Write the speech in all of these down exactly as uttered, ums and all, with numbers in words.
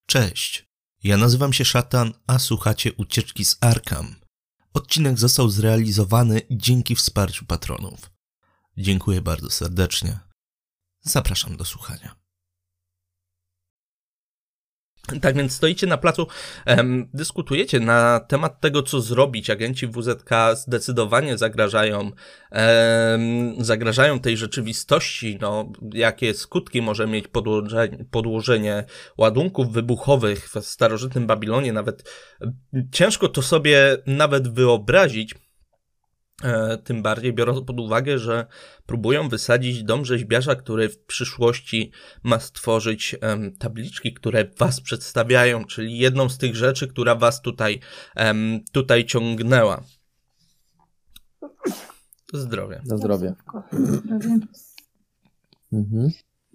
Cześć, ja nazywam się Szatan, a słuchacie Ucieczki z Arkham. Odcinek został zrealizowany dzięki wsparciu patronów. Dziękuję bardzo serdecznie. Zapraszam do słuchania. Tak więc stoicie na placu, em, dyskutujecie na temat tego, co zrobić. Agenci W Z K zdecydowanie zagrażają, em, zagrażają tej rzeczywistości, no, jakie skutki może mieć podłożenie, podłożenie ładunków wybuchowych w starożytnym Babilonie. Nawet ciężko to sobie nawet wyobrazić. E, tym bardziej biorąc pod uwagę, że próbują wysadzić dom rzeźbiarza, który w przyszłości ma stworzyć em, tabliczki, które was przedstawiają, czyli jedną z tych rzeczy, która was tutaj, em, tutaj ciągnęła. Zdrowie. Na zdrowie. Zdrowie. Mhm.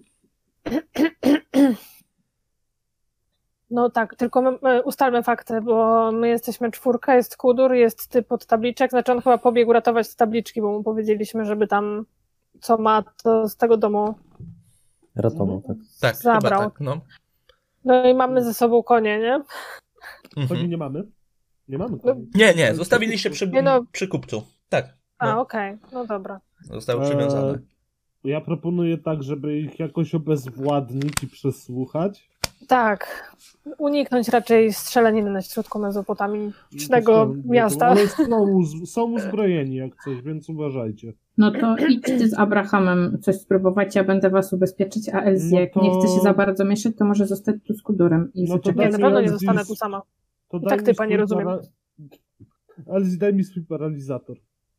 No tak, tylko my, my ustalmy fakty, bo my jesteśmy czwórka, jest Kudur, jest typ od tabliczek, znaczy on chyba pobiegł ratować te tabliczki, bo mu powiedzieliśmy, żeby tam co ma, to z tego domu Ratował, tak. Tak, zabrał. chyba tak, no. No i mamy ze sobą konie, nie? Koni Mhm. nie mamy? Nie mamy No, koni. Nie, nie, zostawiliście przy, Nie no. przy kupcu. Tak, A, no, okej, no dobra. zostały przywiązane. Eee, ja proponuję tak, żeby ich jakoś obezwładnić i przesłuchać. Tak, uniknąć raczej strzelaniny na środku mezopotamicznego To są- miasta. Ale są, uz- są uzbrojeni jak coś, więc uważajcie. No to idźcie z Abrahamem coś spróbować, ja będę was ubezpieczyć, a Elsie, No jak to- nie chce się za bardzo mieszać, to może zostać tu z Kudurem i No to zaczekać. Nie, na pewno nie Elzis- zostanę tu sama. To I daj tak mi typa nie swój rozumiem. para- Elzi, daj mi swój paralizator.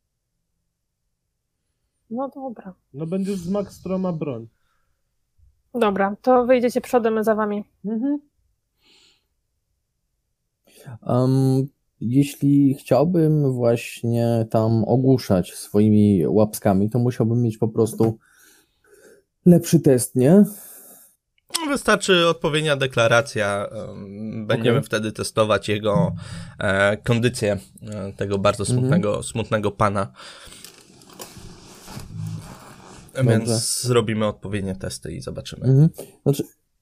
No dobra. No będziesz z Maxstroma broń. Dobra, to wyjdziecie przodem, my za wami. Mhm. Um, jeśli chciałbym właśnie tam ogłuszać swoimi łapskami, to musiałbym mieć po prostu lepszy test, nie? Wystarczy odpowiednia deklaracja. em, Będziemy Okej. wtedy testować jego e, kondycję e, tego bardzo smutnego, smutnego pana. Więc Dobrze. zrobimy odpowiednie testy i zobaczymy. Mhm. Znaczy,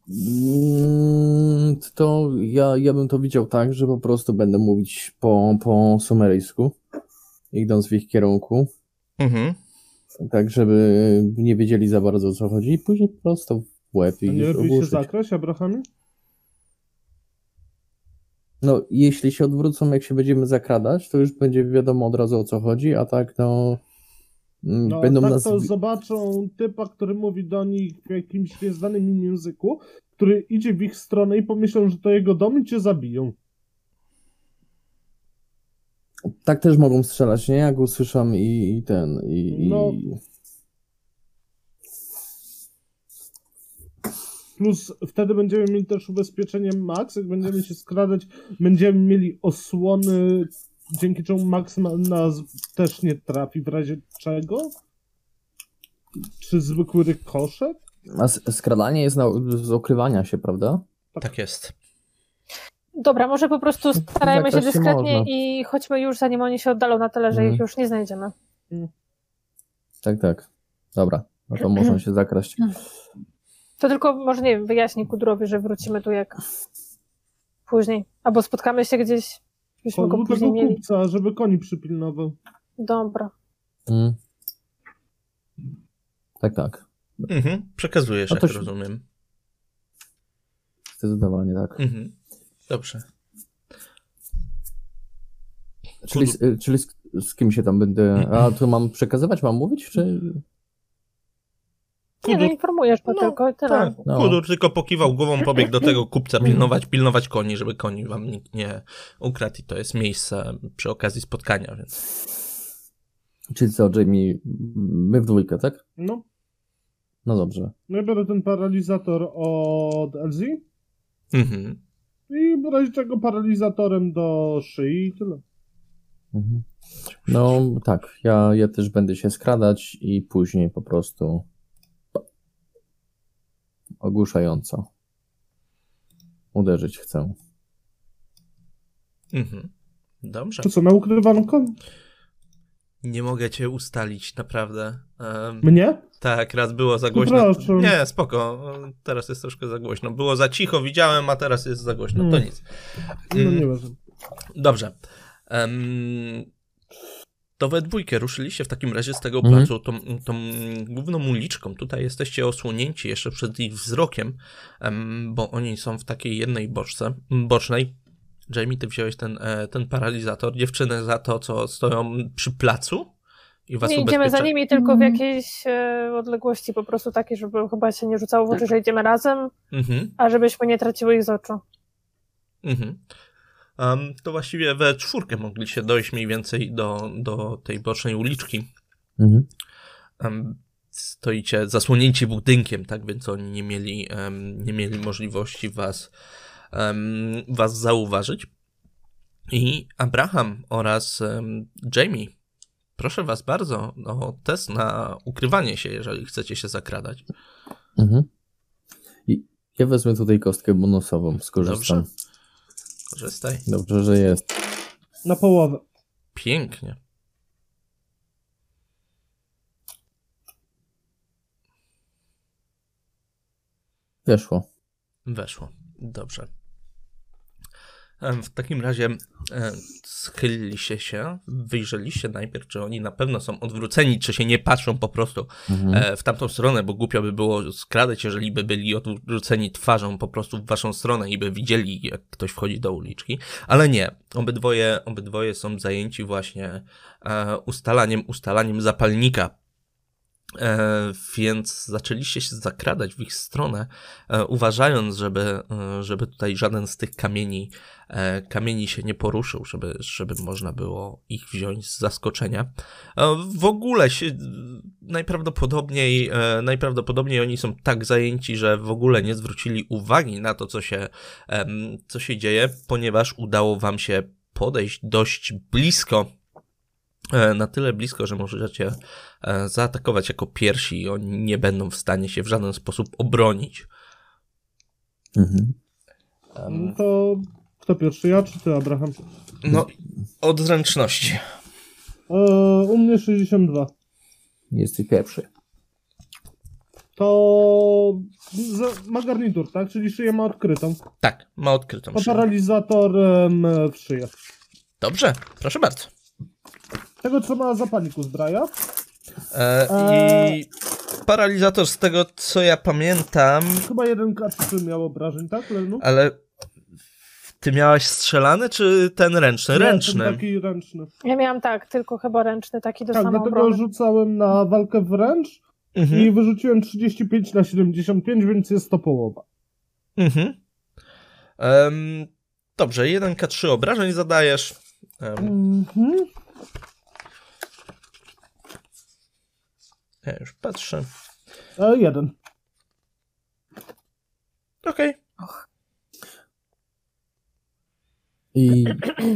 mm, to ja, ja bym to widział tak, że po prostu będę mówić po, po sumeryjsku, idąc w ich kierunku, Mhm. tak żeby nie wiedzieli za bardzo o co chodzi i później prosto w łeb A i nie lepiej się ogłuszyć. zakraść, Abrahamie? No, jeśli się odwrócą, jak się będziemy zakradać, to już będzie wiadomo od razu o co chodzi, a tak no... mm, No będą tak nas... to zobaczą typa, który mówi do nich w jakimś nieznanym im języku, który idzie w ich stronę i pomyślą, że to jego dom i cię zabiją. Tak też mogą strzelać, nie? Jak usłyszą i, i ten, i... No. i... Plus wtedy będziemy mieli też ubezpieczenie Max, jak będziemy się skradać, będziemy mieli osłony, dzięki czemu Max ma- nas też nie trafi w razie czego? Czy zwykły rykoszet? A s- skradanie jest na, z ukrywania się, prawda? Tak jest. Dobra, może po prostu starajmy się Zakraść się dyskretnie można. i chodźmy już, zanim oni się oddalą na tyle, że Mhm. ich już nie znajdziemy. Tak, tak. Dobra, no to można się zakraść. To tylko może, nie wiem, wyjaśnij Kudurowi, że wrócimy tu jak później. Albo spotkamy się gdzieś, byśmy go Do później tego mieli. kupca, żeby koni przypilnował. Dobra. Mm. Tak, tak. Mhm. Przekazujesz, No jak to się- rozumiem. Zdecydowanie tak. Mhm. Dobrze. Czyli, z, y, czyli z, z kim się tam będę... A to mam przekazywać, mam mówić, czy... Nie, no Kudur, informujesz go No, tylko i tyle. tak. No. Kudur tylko pokiwał głową, pobiegł do tego kupca pilnować, pilnować koni, żeby koni wam nikt nie ukradł i to jest miejsce przy okazji spotkania, więc... Czyli co, Jamie, my w dwójkę, tak? No, No dobrze. no ja biorę ten paralizator od Elzi Mhm. i w razie czego paralizatorem do szyi i tyle. Mhm. No tak, ja, ja też będę się skradać i później po prostu ogłuszająco uderzyć chcę. Mhm. Dobrze. To co, na ukrywaną koń? Nie mogę cię ustalić, naprawdę. Um, Mnie? tak, raz było za głośno. Przepraszam. Nie, spoko. Teraz jest troszkę za głośno. Było za cicho, widziałem, a teraz jest za głośno. To Mm. nic. No Mm, nie ważne. Dobrze. Um, to we dwójkę ruszyliście w takim razie z tego Mhm. placu tą, tą główną uliczką. Tutaj jesteście osłonięci jeszcze przed ich wzrokiem, um, bo oni są w takiej jednej boczce, bocznej. Jamie, ty wziąłeś ten, e, ten paralizator. Dziewczyny za to, co stoją przy placu i was Nie idziemy za ubezpiecza- nimi, tylko w Mhm. jakiejś e, odległości, po prostu takiej, żeby chyba się nie rzucało w oczy, że idziemy razem, Mhm. a żebyśmy nie traciły ich z oczu. Mhm. Um, to właściwie we czwórkę mogliście dojść mniej więcej do, do tej bocznej uliczki. Mhm. Um, stoicie zasłonięci budynkiem, tak więc oni nie mieli, um, nie mieli możliwości was, um, was zauważyć. I Abraham oraz um, Jamie, proszę was bardzo o test na ukrywanie się, jeżeli chcecie się zakradać. Mhm. I ja wezmę tutaj kostkę bonusową, skorzystam. Dobrze. Korzystaj. Dobrze, że jest. Na połowę. Pięknie. Weszło. Weszło. Dobrze. Em, W takim razie e, schyliliście się, wyjrzeliście najpierw, czy oni na pewno są odwróceni, czy się nie patrzą po prostu Mhm. e, w tamtą stronę, bo głupio by było skradać, jeżeli by byli odwróceni twarzą po prostu w waszą stronę i by widzieli, jak ktoś wchodzi do uliczki, ale nie. Obydwoje, obydwoje są zajęci właśnie e, ustalaniem, ustalaniem zapalnika. E, więc zaczęliście się zakradać w ich stronę, e, uważając, żeby, e, żeby tutaj żaden z tych kamieni, e, kamieni się nie poruszył, żeby, żeby można było ich wziąć z zaskoczenia. E, w ogóle się, najprawdopodobniej, e, najprawdopodobniej oni są tak zajęci, że w ogóle nie zwrócili uwagi na to, co się, em, co się dzieje, ponieważ udało wam się podejść dość blisko, e, na tyle blisko, że możecie e, zaatakować jako pierwsi i oni nie będą w stanie się w żaden sposób obronić. Mhm. No to kto pierwszy, ja czy ty, Abraham? No, od zręczności. E, u mnie sześćdziesiąt dwa. Jesteś pierwszy. To za, ma garnitur, tak? Czyli szyję ma odkrytą. Tak, ma odkrytą To szyję. paralizator em, w szyję. Dobrze, proszę bardzo. Tego, co ma zapalnik uzbraja. E, Eee. I paralizator, z tego co ja pamiętam, Chyba jeden K trzy miał obrażeń, tak, Lenu? ale ty miałaś strzelany czy ten ręczny? Nie, Ręczny. ten taki ręczny. Ja miałam tak, tylko chyba ręczny, taki do Tak, dlatego samoobrony. rzucałem na walkę wręcz i Mhm. wyrzuciłem trzydzieści pięć na siedemdziesiąt pięć, więc jest to połowa. Mhm. Em, dobrze, jeden K trzy obrażeń zadajesz. Em, Mhm. ja już patrzę. E, jeden. Okej. I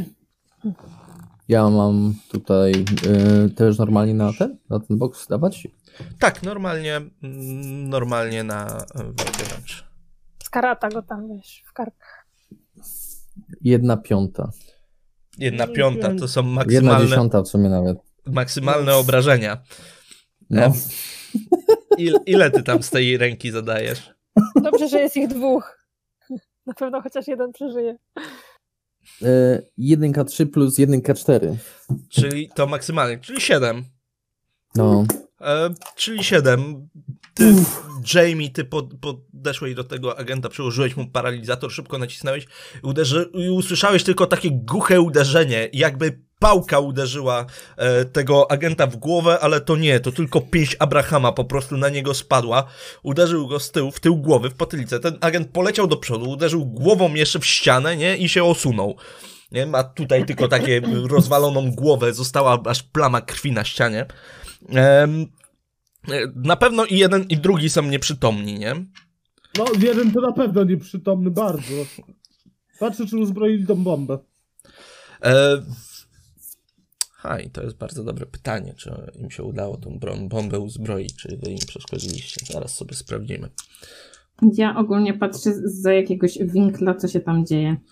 ja mam tutaj y, też normalnie na ten, na ten boks dawać? Tak, normalnie, mm, normalnie na e, walkę wręcz. Z karata go tam, wiesz, w kark. Jedna piąta. Jedna piąta to są Jedna maksymalne, dziesiąta w sumie nawet. maksymalne obrażenia. No. Em, il, ile ty tam z tej ręki zadajesz? Dobrze, że jest ich dwóch. Na pewno chociaż jeden przeżyje. Y, jeden K trzy plus jeden K cztery. Czyli to maksymalnie, czyli siedem. No. E, czyli siedem. Ty, Jamie, ty pod, podeszłeś do tego agenta, przyłożyłeś mu paralizator, szybko nacisnąłeś i, uderzy, i usłyszałeś tylko takie głuche uderzenie, jakby pałka uderzyła e, tego agenta w głowę, ale to nie, to tylko pięść Abrahama po prostu na niego spadła. Uderzył go z tyłu, w tył głowy, w potylicę. Ten agent poleciał do przodu, uderzył głową jeszcze w ścianę, nie? I się osunął. Nie? Ma tutaj tylko takie rozwaloną głowę, została aż plama krwi na ścianie. Em, na pewno i jeden, i drugi są nieprzytomni, nie? No, jeden to na pewno nieprzytomny bardzo. Patrzę, czy uzbroili tą bombę. E, ha, i to jest bardzo dobre pytanie, czy im się udało tą brom- bombę uzbroić, czy wy im przeszkodziliście. Zaraz sobie sprawdzimy. Ja ogólnie patrzę za jakiegoś winkla, co się tam dzieje.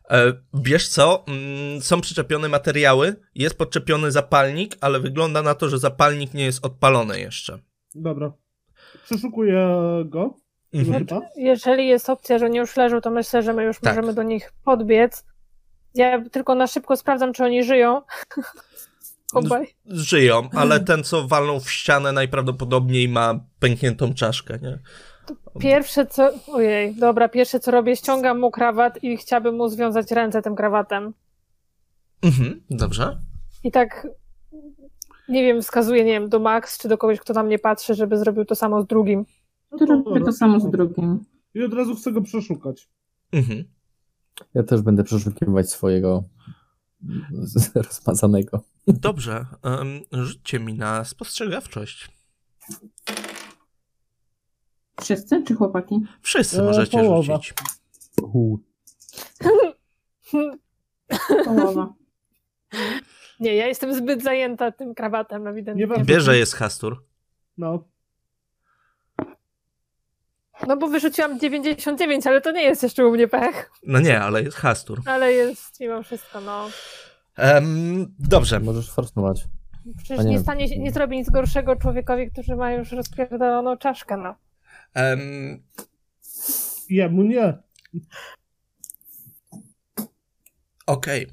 E, wiesz co, mm, są przyczepione materiały, jest podczepiony zapalnik, ale wygląda na to, że zapalnik nie jest odpalony jeszcze. Dobra. Przeszukuję go. Mhm. Chyba. Jeżeli jest opcja, że oni już leżą, to myślę, że my już Tak. możemy do nich podbiec. Ja tylko na szybko sprawdzam, czy oni żyją. Obaj. Żyją, ale ten, co walnął w ścianę, najprawdopodobniej ma pękniętą czaszkę, nie? Pierwsze co... Ojej, dobra, pierwsze co robię, ściągam mu krawat i chciałabym mu związać ręce tym krawatem. Mhm, dobrze. I tak, nie wiem, wskazuję, nie wiem, do Max, czy do kogoś, kto na mnie patrzy, żeby zrobił to samo z drugim. To robię to samo z drugim. I od razu chcę go przeszukać. Mhm. Ja też będę przeszukiwać swojego z- rozmazanego. Dobrze, um, rzućcie mi na spostrzegawczość. Wszyscy czy chłopaki? Wszyscy E, możecie połowa. rzucić. U. Połowa. Nie, ja jestem zbyt zajęta tym krawatem, ewidentnie. Nie wiem. Wiesz, że jest Hastur. No. No bo wyrzuciłam dziewięćdziesiąt dziewięć, ale to nie jest jeszcze u mnie pech. No nie, ale jest Hastur. Ale jest mimo wszystko, no. Um, dobrze. Możesz forsować. Przecież A nie. nie, stanie, się- nie zrobi nic gorszego człowiekowi, który ma już rozpierdoloną czaszkę, no. Um, Jemu nie. Okej.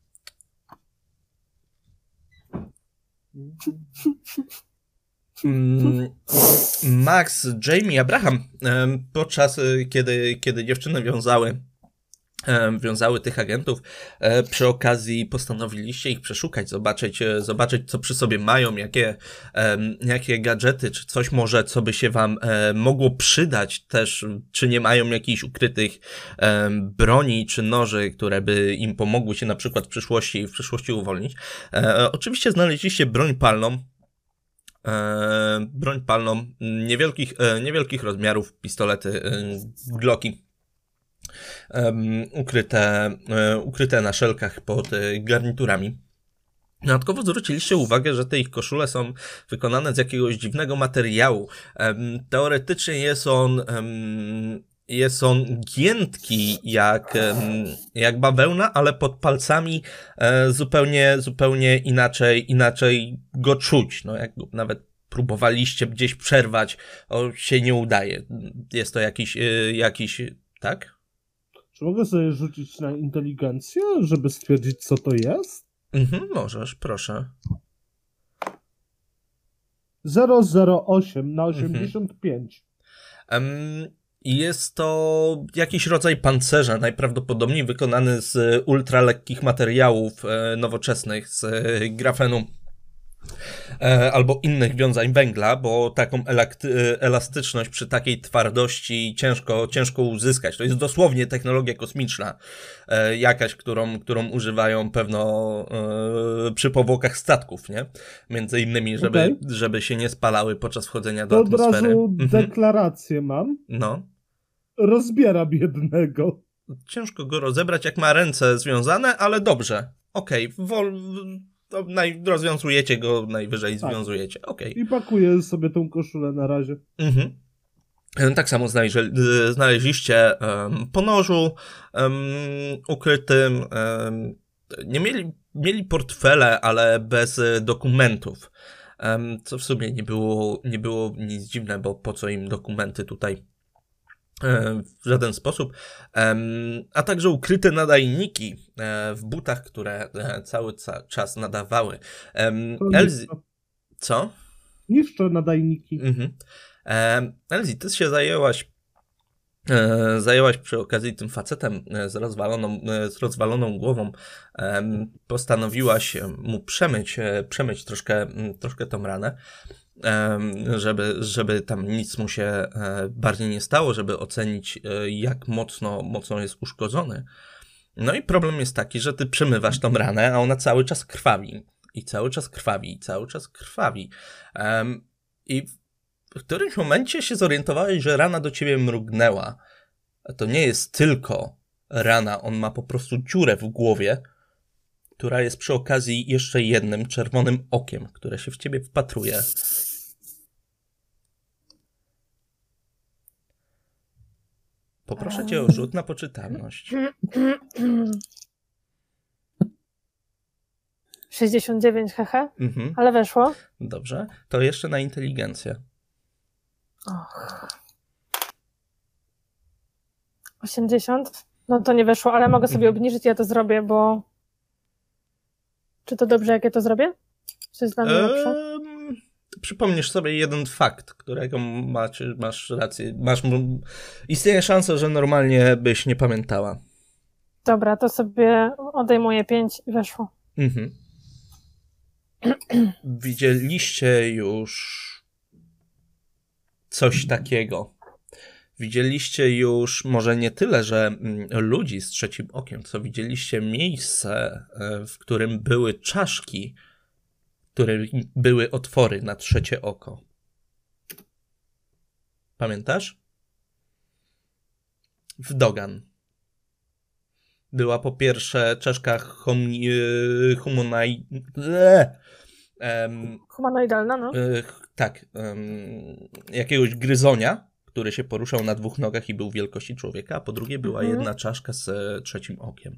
Mm, Max, Jamie, Abraham, em, podczas y, kiedy, kiedy dziewczyny wiązały, em, wiązały tych agentów, e, przy okazji postanowiliście ich przeszukać, zobaczyć, e, zobaczyć co przy sobie mają, jakie, em, jakie gadżety, czy coś może, co by się wam e, mogło przydać też, czy nie mają jakichś ukrytych em, broni, czy noży, które by im pomogły się na przykład w przyszłości, w przyszłości uwolnić. E, oczywiście znaleźliście broń palną, E, broń palną niewielkich, e, niewielkich rozmiarów, pistolety, e, glocki em, ukryte, e, ukryte na szelkach pod e, garniturami. Dodatkowo zwróciliście uwagę, że te ich koszule są wykonane z jakiegoś dziwnego materiału. Em, teoretycznie jest on em, jest on giętki jak, em, jak bawełna, ale pod palcami e, zupełnie, zupełnie inaczej, inaczej go czuć. No, jak go nawet próbowaliście gdzieś przerwać, o, się nie udaje. Jest to jakiś, e, jakiś, tak? Czy mogę sobie rzucić na inteligencję, żeby stwierdzić, co to jest? Mhm, możesz, proszę. zero przecinek zero osiem na osiemdziesiąt pięć. Em, Jest to jakiś rodzaj pancerza, najprawdopodobniej wykonany z ultralekkich materiałów e, nowoczesnych, z e, grafenu e, albo innych wiązań węgla, bo taką elakty- elastyczność przy takiej twardości ciężko, ciężko uzyskać. To jest dosłownie technologia kosmiczna, e, jakaś, którą, którą używają pewno e, przy powłokach statków, nie? Między innymi, żeby, Okej. żeby się nie spalały podczas wchodzenia do To od atmosfery. razu Mhm. deklarację mam. No. Rozbieram jednego. Ciężko go rozebrać, jak ma ręce związane, ale dobrze. Okej, wol... to naj... rozwiązujecie go, najwyżej Tak. związujecie. Okej. I pakuję sobie tą koszulę na razie. Mhm. Tak samo znaleźli, znaleźliście um, po nożu um, ukrytym. Um, nie mieli, mieli portfele, ale bez e, dokumentów. Um, co w sumie nie było, nie było nic dziwne, bo po co im dokumenty tutaj? W żaden sposób, a także ukryte nadajniki w butach, które cały ca- czas nadawały. To Elzi, niszczę. co? Niszczę nadajniki. Mhm. Elzi, ty się zajęłaś e, zajęłaś przy okazji tym facetem e, z rozwaloną, e, z rozwaloną głową. Em, Postanowiłaś mu przemyć, e, przemyć troszkę, m, troszkę tą ranę. Em, żeby, żeby tam nic mu się e, bardziej nie stało, żeby ocenić, e, jak mocno, mocno jest uszkodzony. No i problem jest taki, że ty przemywasz tą ranę, a ona cały czas krwawi. I cały czas krwawi, i cały czas krwawi. Em, I w którymś momencie się zorientowałeś, że rana do ciebie mrugnęła. A to nie jest tylko rana, on ma po prostu dziurę w głowie, która jest przy okazji jeszcze jednym czerwonym okiem, które się w ciebie wpatruje. Poproszę cię o rzut na poczytalność. sześćdziesiąt dziewięć, hehe, Mhm. ale weszło. Dobrze. To jeszcze na inteligencję. Och. osiemdziesiąt? No to nie weszło, ale mogę sobie obniżyć, ja to zrobię, bo... Czy to dobrze, jak ja to zrobię? Czy jest dla mnie lepsze? Ehm, przypomnisz sobie jeden fakt, którego macie, masz rację. Masz, istnieje szansa, że normalnie byś nie pamiętała. Dobra, to sobie odejmuję pięć i weszło. Mhm. Widzieliście już coś takiego. Widzieliście już może nie tyle, że mm, ludzi z trzecim okiem, co widzieliście miejsce, e, w którym były czaszki, w których były otwory na trzecie oko. Pamiętasz? W Dogan. Była po pierwsze czaszka homni, humonai, le, em, Humanoidalna, no. e, tak, em, jakiegoś gryzonia, który się poruszał na dwóch nogach i był wielkości człowieka, a po drugie była Mhm. jedna czaszka z e, trzecim okiem.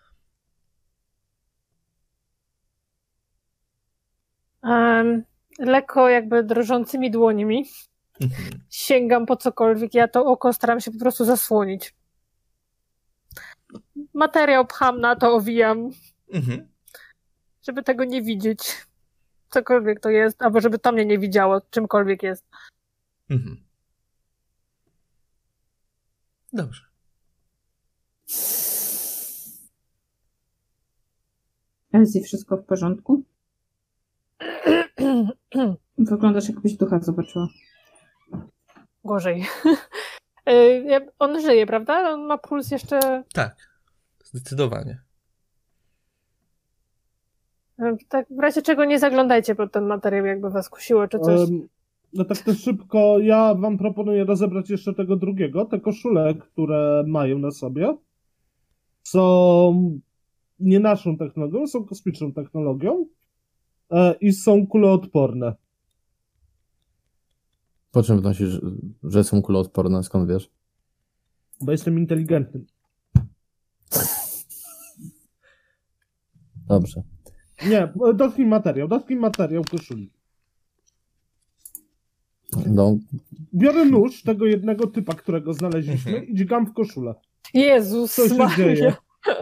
Um, lekko jakby drżącymi dłońmi Mhm. sięgam po cokolwiek, ja to oko staram się po prostu zasłonić. Materiał pcham na to, owijam, Mhm. żeby tego nie widzieć. Cokolwiek to jest, albo żeby to mnie nie widziało, czymkolwiek jest. Mhm. Dobrze. Elsie, wszystko w porządku? Wyglądasz, jakbyś ducha zobaczyła. Gorzej. Y, ja- On żyje, prawda? On ma puls jeszcze... Tak, zdecydowanie. y, Tak, w razie czego nie zaglądajcie pod ten materiał, jakby was kusiło, czy coś. Em, No tak też szybko, ja wam proponuję rozebrać jeszcze tego drugiego. Te koszule, które mają na sobie, są nie naszą technologią, są kosmiczną technologią e, i są kuloodporne. Po czym wnosisz, że- że są kuloodporne? Skąd wiesz? Bo jestem inteligentny. Dobrze. Nie, e, dotknij materiał, dotknij materiał koszuli. No, Biorę nóż tego jednego typa, którego znaleźliśmy Mhm. i dźgam w koszulę. Jezus Co się Maria. dzieje?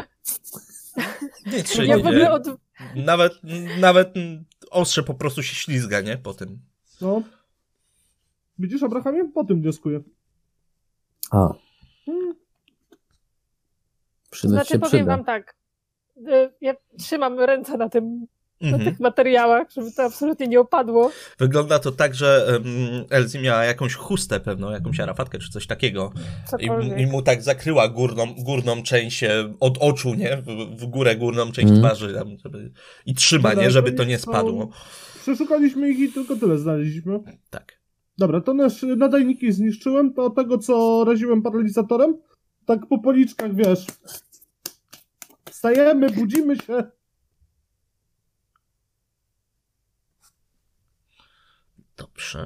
Nic się Ja nie w ogóle dzieje. od... Nawet, nawet ostrze po prostu się ślizga, nie? Po tym. No. Widzisz, Abrahamie? Po tym wnioskuję. a. Hmm. Przydać Znaczy się powiem przyda. wam tak. y, Ja trzymam ręce na tym, na Mhm. tych materiałach, żeby to absolutnie nie opadło. Wygląda to tak, że um, Elsie miała jakąś chustę pewną, jakąś arafatkę czy coś takiego. I, Cokolwiek. I mu tak zakryła górną, górną część e, od oczu, nie? W, w górę górną część Mhm. twarzy. Tam, żeby, I trzyma, Dobra, nie? Żeby oni to nie są- spadło. Przeszukaliśmy ich i tylko tyle znaleźliśmy. Tak. Dobra, to nasz nadajniki zniszczyłem, to tego, co raziłem paralizatorem, tak po policzkach, wiesz. Wstajemy, budzimy się. Dobrze.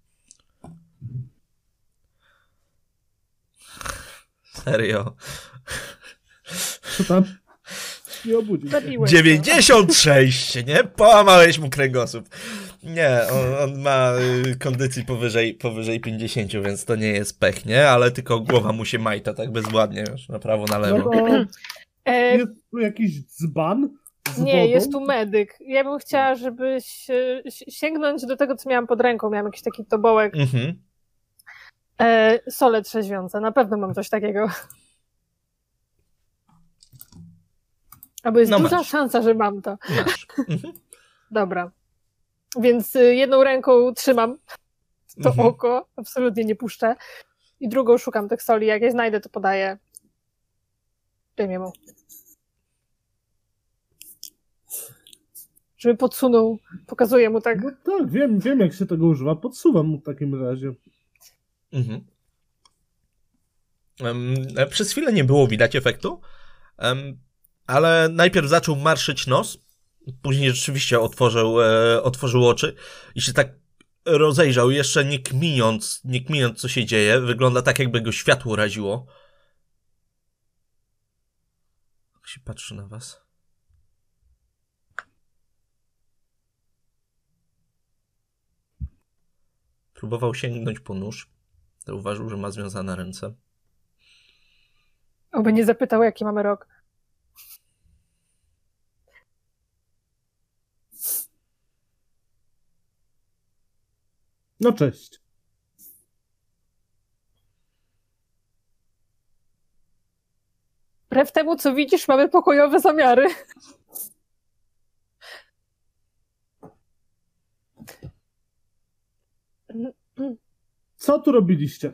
Serio. Co tam? Nie obudził się. Zabiłeś dziewięćdziesiąt sześć, nie? Połamałeś mu kręgosłup. Nie, on, on ma y, kondycji powyżej, powyżej pięćdziesiąt, więc to nie jest pech, nie? Ale tylko głowa mu się majta tak bezładnie, wiesz, na prawo, na No lewo. to E, jest tu jakiś dzban z nie, wodą. jest tu medyk. Ja bym chciała, żebyś e, si- sięgnąć do tego, co miałam pod ręką. Miałam jakiś taki tobołek. Mhm. E, sole trzeźwiące. Na pewno mam coś takiego. Albo jest No duża masz. szansa, że mam to. Masz. Mhm. Dobra. Więc y, jedną ręką trzymam to Mhm. oko, absolutnie nie puszczę. I drugą szukam tych soli. Jak je znajdę, to podaję Jamie'emu. Żeby podsunął. Pokazuję mu tak. No tak, wiem, wiem jak się tego używa. Podsuwam mu w takim razie. Mhm. Em, e, przez chwilę nie było widać efektu, em, ale najpierw zaczął marszyć nos, później rzeczywiście otworzył, e, otworzył oczy i się tak rozejrzał, jeszcze nie kminiąc, nie kminiąc co się dzieje. Wygląda tak, jakby go światło raziło. się patrzy na was. Próbował sięgnąć po nóż. Zauważył, że ma związane ręce. Oby nie zapytał, jaki mamy rok. No cześć. Wbrew temu, co widzisz, mamy pokojowe zamiary. Co tu robiliście?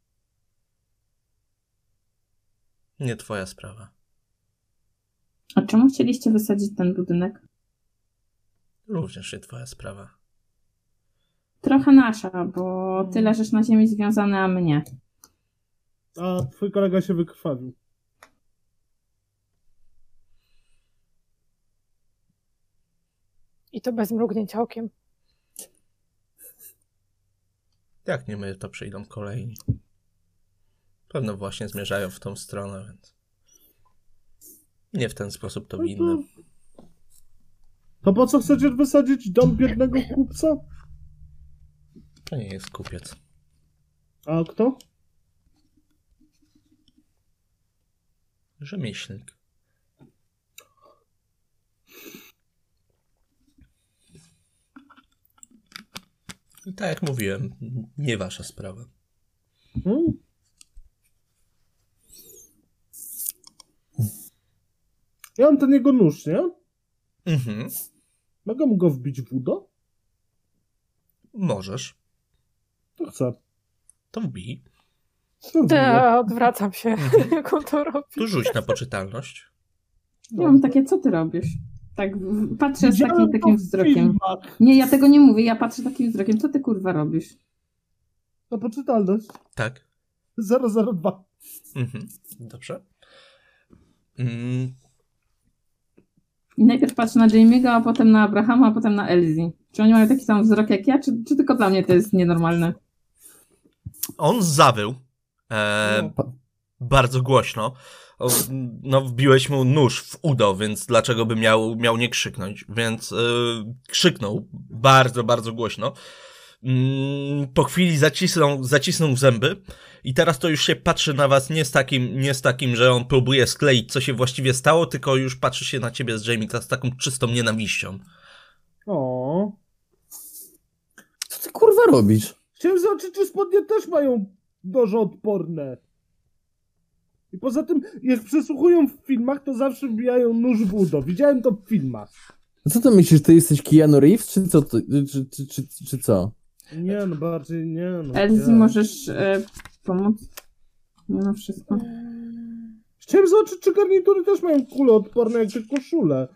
Nie twoja sprawa. A czemu chcieliście wysadzić ten budynek? Również nie twoja sprawa. Trochę nasza, bo ty leżysz na ziemi związany, a my nie. A twój kolega się wykrwawił. I to bez mrugnięcia okiem. Jak nie my, to przyjdą kolejni. Pewno właśnie zmierzają w tą stronę, więc nie w ten sposób to winne. To po co chcecie wysadzić dom biednego kupca? To nie jest kupiec. A kto? Rzemieślnik. I tak jak mówiłem, nie wasza sprawa. Hmm? Ja mam ten jego nóż, nie? Mhm. Mogę mu go wbić w udo? Możesz. To chcę. To wbij. To wbiję. Ja odwracam się, Mhm. jak on to robi. Tu rzuć na poczytalność. Ja mam takie, co ty robisz? Tak, w- patrzę z Widziałem takim, to takim w wzrokiem. filmach. Nie, ja tego nie mówię, ja patrzę takim wzrokiem. Co ty kurwa robisz? Na poczytalność. Tak. zero zero dwa. Mhm. Dobrze. Mm, I najpierw patrzę na Jamie'ego, a potem na Abrahama, a potem na Elsie. Czy oni mają taki sam wzrok jak ja, czy, czy tylko dla mnie to jest nienormalne? on zawył. E, No. Bardzo głośno. O, no, wbiłeś mu nóż w udo, więc dlaczego by miał, miał nie krzyknąć? Więc e, krzyknął bardzo, bardzo głośno. Mm, po chwili zacisnął, zacisnął zęby i teraz to już się patrzy na was nie z takim, nie z takim, że on próbuje skleić, co się właściwie stało, tylko już patrzy się na ciebie z Jamie z taką czystą nienawiścią. O. Co ty kurwa robisz? Chciałem zobaczyć, czy spodnie też mają nożoodporne. I poza tym, jak przesłuchują w filmach, to zawsze wbijają nóż w udo. Widziałem to w filmach. A co ty myślisz, ty jesteś Keanu Reeves, czy co? Ty, czy, czy, czy, czy co? Nie, no bardziej nie, no. Elsie, nie. możesz e, pomóc? Nie ma wszystko. Chciałem zobaczyć, czy garnitury też mają kule odporne, jak te koszule.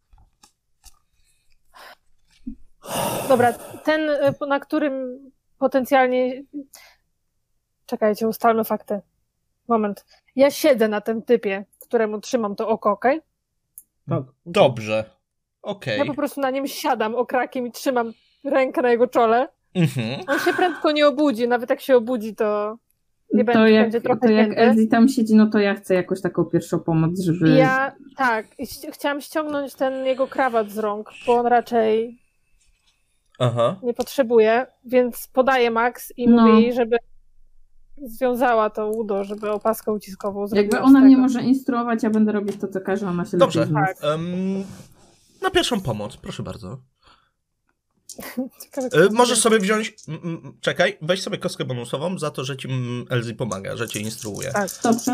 Dobra, ten, y, na którym potencjalnie... Czekajcie, ustalmy fakty. Moment. Ja siedzę na tym typie, któremu trzymam to oko, okej? Tak. Dobrze. Okej. Ja po prostu na nim siadam okrakiem i trzymam rękę na jego czole. Mhm. On się prędko nie obudzi, nawet jak się obudzi, to nie To będzie, jak, będzie trochę to jak cięte. Elsie tam siedzi, no to ja chcę jakąś taką pierwszą pomoc, żeby... I ja, tak, i ści- chciałam ściągnąć ten jego krawat z rąk, bo on raczej Aha. nie potrzebuje, więc podaję Max i No. mówię jej, żeby związała to udo, żeby opaskę uciskową zrobiła. Jakby z ona mnie tego. może instruować, ja będę robić to, co każe, ona się Dobrze. lepiej zna. Tak. Em, na pierwszą pomoc, proszę bardzo. Ciekawe, co E, to możesz będzie. sobie wziąć... m, m, czekaj, weź sobie kostkę bonusową za to, że ci mm, Elsie pomaga, że cię instruuje. Tak. Dobrze.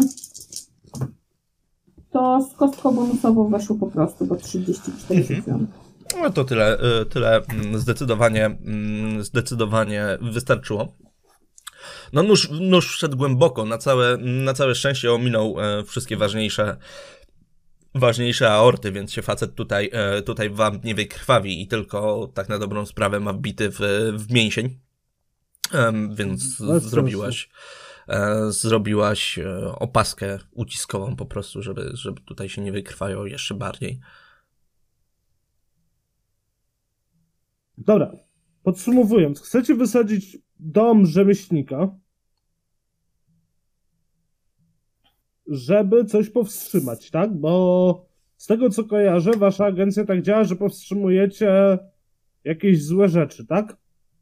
To z kostką bonusową weszło po prostu, bo trzydzieści cztery Mhm. rzuciłam. No to tyle, e, tyle mm, zdecydowanie, mm, zdecydowanie wystarczyło. No nóż, nóż wszedł głęboko, na całe, na całe szczęście ominął e, wszystkie ważniejsze ważniejsze aorty, więc się facet tutaj, e, tutaj wam nie wykrwawi i tylko tak na dobrą sprawę ma wbity w, w mięsień. Em, więc Bez zrobiłaś e, zrobiłaś e, opaskę uciskową po prostu, żeby, żeby tutaj się nie wykrwają jeszcze bardziej. Dobra. Podsumowując, chcecie wysadzić dom rzemieślnika żeby coś powstrzymać, tak? Bo z tego co kojarzę, wasza agencja tak działa, że powstrzymujecie jakieś złe rzeczy, tak?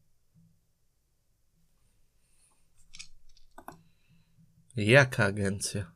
Jaka agencja?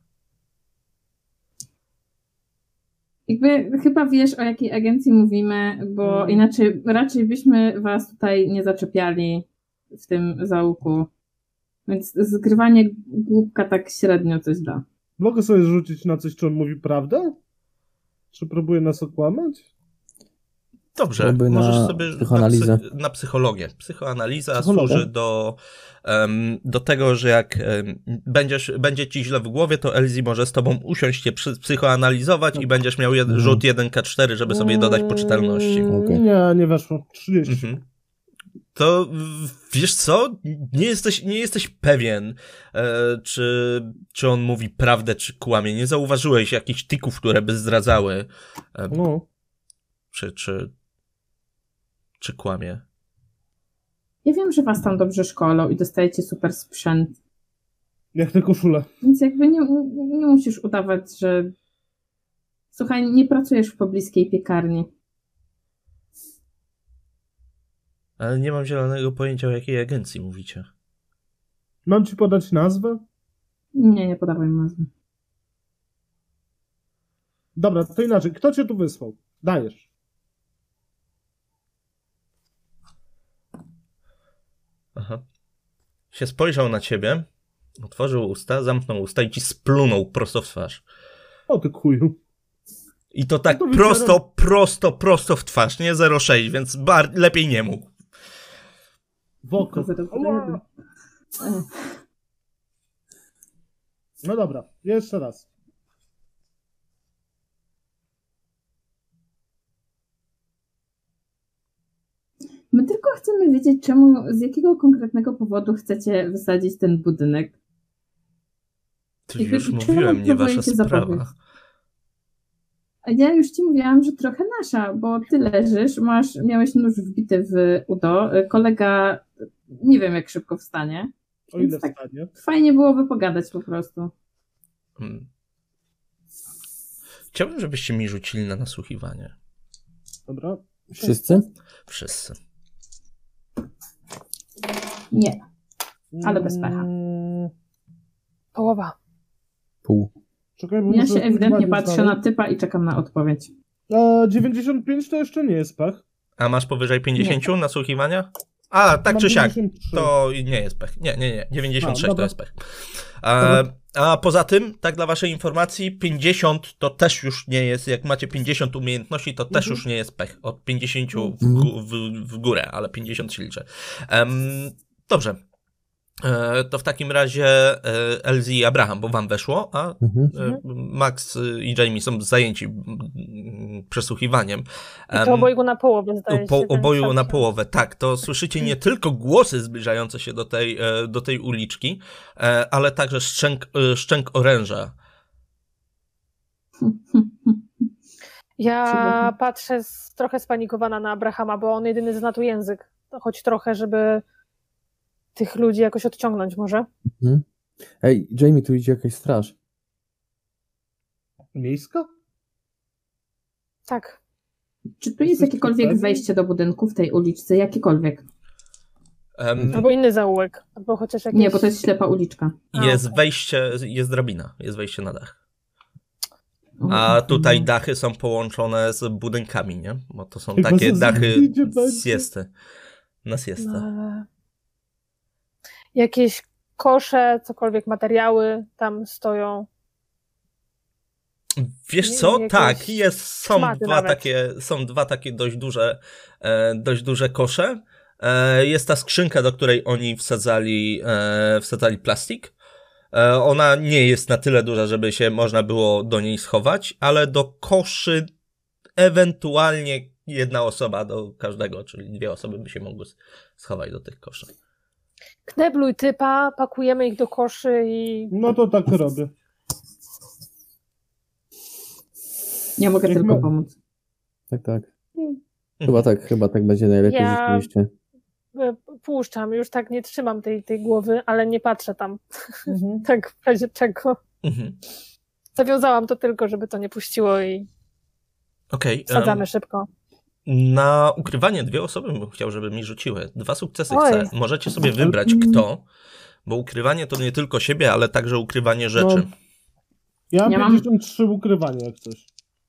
Jakby chyba wiesz, o jakiej agencji mówimy, bo Mm. inaczej raczej byśmy was tutaj nie zaczepiali w tym załuku. Więc zgrywanie głupka tak średnio coś da. Mogę sobie rzucić na coś, czy on mówi prawdę? Czy próbuje nas okłamać? Dobrze, Byłoby możesz na sobie psychoanalizę. Na, psy, na psychologię. Psychoanaliza Psychologia. służy do, em, do tego, że jak em, będziesz, będzie ci źle w głowie, to Elsie może z tobą usiąść, cię przy, psychoanalizować i będziesz miał jed, Mhm. rzut jeden K cztery, żeby sobie dodać poczytalności. Mm, Okej. Nie, nie weszło. trzydzieści. Mhm. To w- wiesz co? Nie jesteś, nie jesteś pewien, e, czy, czy on mówi prawdę, czy kłamie. Nie zauważyłeś jakichś tików, które by zdradzały, e, No. czy, czy, czy kłamie. Ja wiem, że was tam dobrze szkolą i dostajecie super sprzęt, Jak te koszule. więc jakby nie, nie musisz udawać, że słuchaj, nie pracujesz w pobliskiej piekarni. Ale nie mam zielonego pojęcia, o jakiej agencji mówicie. Mam ci podać nazwę? Nie, nie podawaj mi nazwy. Dobra, to inaczej. Kto cię tu wysłał? Dajesz. Aha. Się spojrzał na ciebie, otworzył usta, zamknął usta i ci splunął prosto w twarz. O ty kuju. I to tak No to prosto, wieczorem- prosto, prosto w twarz, nie zero przecinek sześć, więc bar- lepiej nie mógł. W oko. To zero przecinek jeden. Ała. No dobra, jeszcze raz. My tylko chcemy wiedzieć, czemu, z jakiego konkretnego powodu chcecie wysadzić ten budynek. To I już czemu mówiłem, nie wasza próbujecie zapobiec? sprawa. A ja już ci mówiłam, że trochę nasza, bo ty leżysz, masz, miałeś nóż wbity w udo, kolega nie wiem jak szybko wstanie. O ile Więc tak. wstanie. Fajnie byłoby pogadać po prostu. Hmm. Chciałbym, żebyście mi rzucili na nasłuchiwanie. Dobra. Wszyscy? Wszyscy. Nie. Ale bez pecha. Mm, Połowa. Pół. Czekaj, bo Ja muszę się ewidentnie dokładnie patrzę znaleźć. na typa i czekam na odpowiedź. A dziewięćdziesiąt pięć to jeszcze nie jest pech. A masz powyżej pięćdziesięciu nasłuchiwania? A, tak Mam czy siak, dziewięćdziesiąt trzy. to nie jest pech. Nie, nie, nie, dziewięćdziesiąt sześć A, to dobra. jest pech. A, a poza tym, tak dla waszej informacji, pięćdziesiąt to też już nie jest, jak macie pięćdziesiąt umiejętności, to też Mhm. już nie jest pech. Od pięćdziesięciu w, Mhm. gó- w, w górę, ale pięćdziesiąt się liczy. Em, dobrze. E, to w takim razie e, Elsie i Abraham, bo wam weszło, a Mhm. e, Max i Jamie są zajęci mm, przesłuchiwaniem. I to Em, obojgu na połowę zdaje po, się. ten oboju sam na się- połowę, tak. To słyszycie nie tylko głosy zbliżające się do tej, e, do tej uliczki, e, ale także szczęk, e, szczęk oręża. Ja Przydatne. patrzę z, trochę spanikowana na Abrahama, bo on jedyny zna tu język. To choć trochę, żeby tych ludzi jakoś odciągnąć może. Mhm. Ej, Jamie, tu idzie jakaś straż. Miejska? Tak. Czy tu jest Jesteś jakiekolwiek pewien? wejście do budynku w tej uliczce? Jakiekolwiek? Em, Albo inny zaułek. Albo chociaż jakieś... Nie, bo to jest ślepa uliczka. A, jest okej. wejście, jest drabina, jest wejście na dach. O, A tutaj no. dachy są połączone z budynkami, nie? Bo to są Chyba takie ze dachy zdjęcie będzie. siesty. Na No, siestę. ale... Jakieś kosze, cokolwiek materiały tam stoją. Wiesz nie co? wiem, jakieś Tak, jest, są szmaty dwa nawet. takie, są dwa takie dość duże, e, dość duże kosze. E, jest ta skrzynka, do której oni wsadzali, e, wsadzali plastik. E, ona nie jest na tyle duża, żeby się można było do niej schować, ale do koszy ewentualnie jedna osoba do każdego, czyli dwie osoby by się mogły schować do tych koszy. Knebluj typa, pakujemy ich do koszy i... No to tak robię. Ja mogę Jak tylko ma- pomóc. Tak, tak. Chyba tak, chyba tak będzie najlepiej Ja- rzeczywiście. e, puszczam, już tak nie trzymam tej, tej głowy, ale nie patrzę tam. Mhm. Tak w razie czego. Mhm. Zawiązałam to tylko, żeby to nie puściło i Okej. wsadzamy em, szybko. Na ukrywanie dwie osoby bym chciał, żeby mi rzuciły. Dwa sukcesy Oj. chcę. Możecie sobie wybrać kto, bo ukrywanie to nie tylko siebie, ale także ukrywanie rzeczy. No, ja mam Ja mam- pięćdziesiąt trzy ukrywanie, jak coś.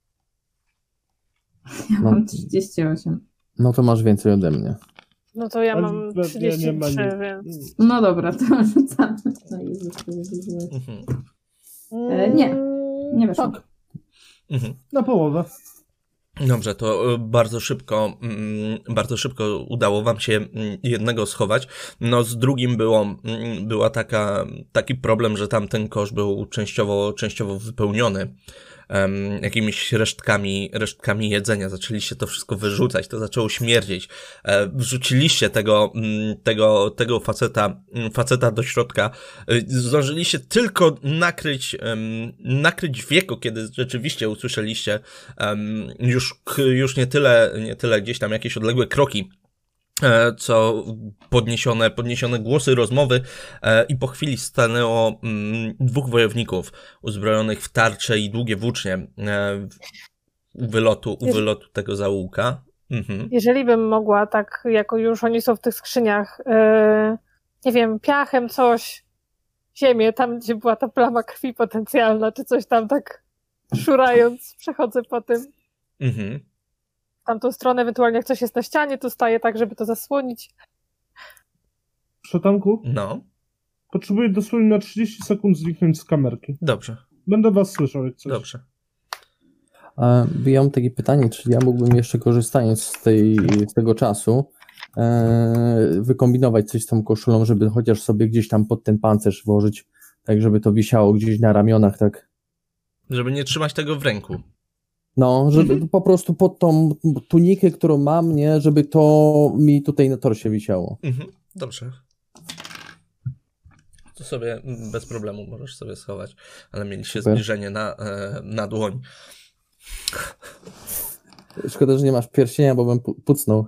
Ja No. mam trzydzieści osiem. No to masz więcej ode mnie. No to ja Ale mam pewnie trzydzieści nie ma trzy, nic. więc... No dobra, to rzucamy. No Jezus, to jest- Mhm. E, nie. Nie weszło. Tak. Mhm. Na połowę. Dobrze, to y, bardzo szybko, mm, bardzo szybko udało wam się mm, jednego schować. No z drugim było, mm, była taka, taki problem, że tam ten kosz był częściowo, częściowo wypełniony em, jakimiś resztkami, resztkami jedzenia. Zaczęliście to wszystko wyrzucać, to zaczęło śmierdzieć. E, wrzuciliście tego, mm, tego, tego faceta, mm, faceta do środka. Y, Zdążyliście tylko nakryć, em, nakryć wieko, kiedy rzeczywiście usłyszeliście em, już, k- już nie tyle, nie tyle gdzieś tam jakieś odległe kroki, e, co podniesione, podniesione głosy rozmowy e, i po chwili stanęło mm, dwóch wojowników uzbrojonych w tarcze i długie włócznie e, u wylotu, u Jeż- wylotu tego zaułka. Mhm. Jeżeli bym mogła, tak jako już oni są w tych skrzyniach, yy, nie wiem, piachem coś, ziemię, tam gdzie była ta plama krwi potencjalna, czy coś tam tak szurając, przechodzę po tym, Mhm. w tamtą stronę, ewentualnie jak coś jest na ścianie, to staję tak, żeby to zasłonić. Szatanku, No, potrzebuję dosłownie na trzydzieści sekund zniknąć z kamerki. dobrze, Będę was słyszał, jak coś. dobrze. A ja mam takie pytanie, czy ja mógłbym jeszcze korzystając z, tej, z tego czasu e, wykombinować coś z tą koszulą, żeby chociaż sobie gdzieś tam pod ten pancerz włożyć, tak żeby to wisiało gdzieś na ramionach, tak. Żeby nie trzymać tego w ręku. No, żeby po prostu pod tą tunikę, którą mam, nie, żeby to mi tutaj na torsie wisiało. Mhm. Dobrze. To sobie mm, bez problemu możesz sobie schować, ale mieliście Super. zbliżenie na, e, na dłoń. Szkoda, że nie masz pierścienia, bo bym pu- pucnął.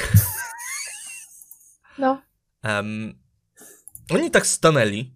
No, Em, oni tak stanęli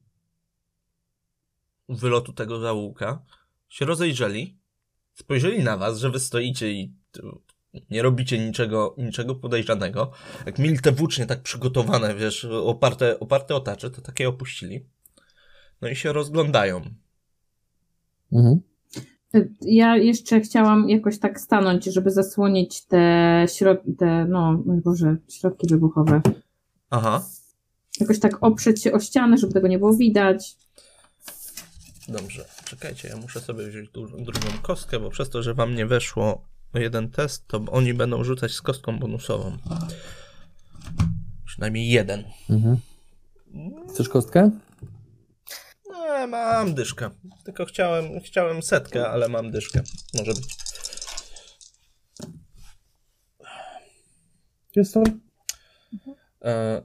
u wylotu tego zaułka, się rozejrzeli, spojrzeli na was, że wy stoicie i t- nie robicie niczego, niczego podejrzanego. Jak mieli te włócznie tak przygotowane, wiesz, oparte, oparte o tarcze, to takie opuścili. No i się rozglądają. Mhm. Ja jeszcze chciałam jakoś tak stanąć, żeby zasłonić te środki, te, no, mój Boże, środki wybuchowe. Aha, Jakoś tak oprzeć się o ścianę, żeby tego nie było widać. dobrze. Czekajcie, ja muszę sobie wziąć du- drugą kostkę, bo przez to, że wam nie weszło jeden test, to oni będą rzucać z kostką bonusową. Przynajmniej jeden. Mhm. Chcesz kostkę? Nie, mam dyszkę. Tylko chciałem, chciałem setkę, ale mam dyszkę. Może być. Jestem? E...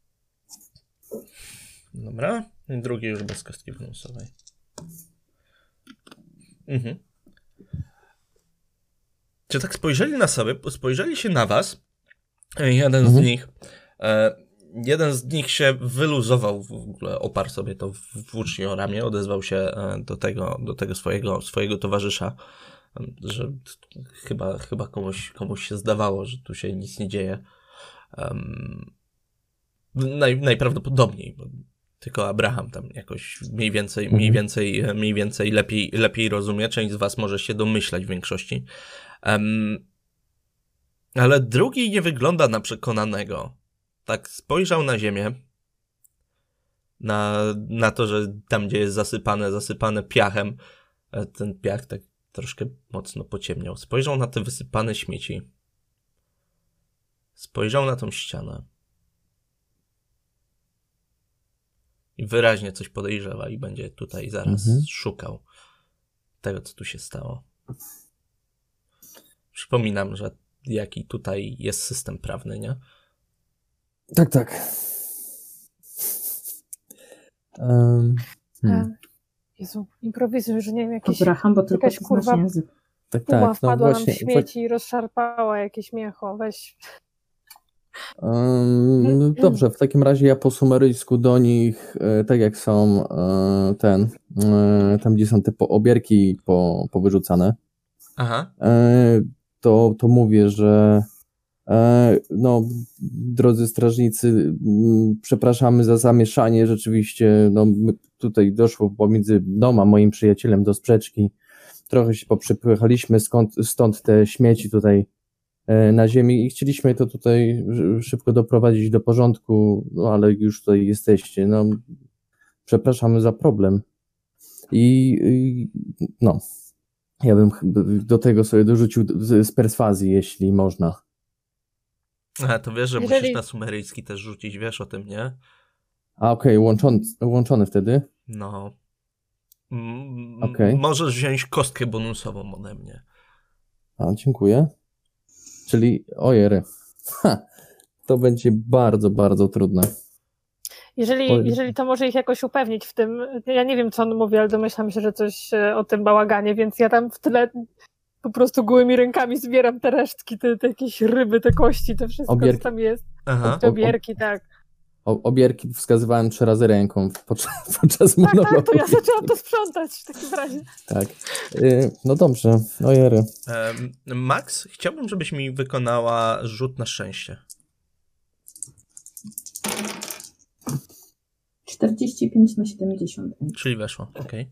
Dobra. I drugi już bez kostki bonusowej. Mhm. Czy tak spojrzeli na sobie, spojrzeli się na was. e, Jeden Mhm. z nich e, jeden z nich się wyluzował, w ogóle oparł sobie to w włócznie o ramię, odezwał się e, do tego, do tego swojego, swojego towarzysza, e, że t- chyba, chyba komuś, komuś się zdawało, że tu się nic nie dzieje. Um, naj, najprawdopodobniej, bo tylko Abraham tam jakoś mniej więcej, mniej Mhm. więcej, mniej więcej lepiej, lepiej rozumie. Część z was może się domyślać w większości. Um, ale drugi nie wygląda na przekonanego. Tak spojrzał na ziemię, na, na to, że tam, gdzie jest zasypane, zasypane piachem, e, ten piach tak troszkę mocno pociemniał. Spojrzał na te wysypane śmieci. Spojrzał na tą ścianę. I wyraźnie coś podejrzewa i będzie tutaj zaraz Mhm. szukał tego, co tu się stało. Przypominam, że jaki tutaj jest system prawny, nie? Tak, tak. Um, hmm. e, Jezu, improwizuj, że nie wiem, jakieś Abraham, bo tylko jakaś ty kurwa znasz język. Tak, puma tak. No wpadła nam w właśnie, śmieci i rozszarpała jakieś mięcho, weź. Um, dobrze, w takim razie ja po sumeryjsku do nich, e, tak jak są e, ten, e, tam gdzie są te po, obierki po, powyrzucane, Aha. e, to, to mówię, że e, no, drodzy strażnicy, m, przepraszamy za zamieszanie, rzeczywiście, no, my, tutaj doszło pomiędzy mną a moim przyjacielem do sprzeczki, trochę się poprzepychaliśmy, skąd, stąd te śmieci tutaj na ziemi i chcieliśmy to tutaj szybko doprowadzić do porządku, no ale już tutaj jesteście, no przepraszamy za problem i, i no ja bym do tego sobie dorzucił z perswazji, jeśli można. A, to wiesz, że Jeżeli- musisz na sumeryjski też rzucić, wiesz o tym, nie? A okej, łączony, łączony wtedy? No. Mm, Okej. Możesz wziąć kostkę bonusową ode mnie. A, dziękuję. Czyli ojery. Ha, to będzie bardzo, bardzo trudne. Jeżeli, Oj. jeżeli to może ich jakoś upewnić w tym, ja nie wiem, co on mówi, ale domyślam się, że coś e, o tym bałaganie, więc ja tam w tyle po prostu gołymi rękami zbieram te resztki, te, te jakieś ryby, te kości, to wszystko, Obierki. co tam jest. Aha. Te obierki, tak. O, obierki wskazywałem trzy razy ręką podczas, podczas Tak, monologu. tak, to ja zaczęłam to sprzątać w takim razie. Tak. Y, No dobrze, ojery. Em, Max, chciałbym, żebyś mi wykonała rzut na szczęście. czterdzieści pięć na siedemdziesiąt. Czyli weszło, okej.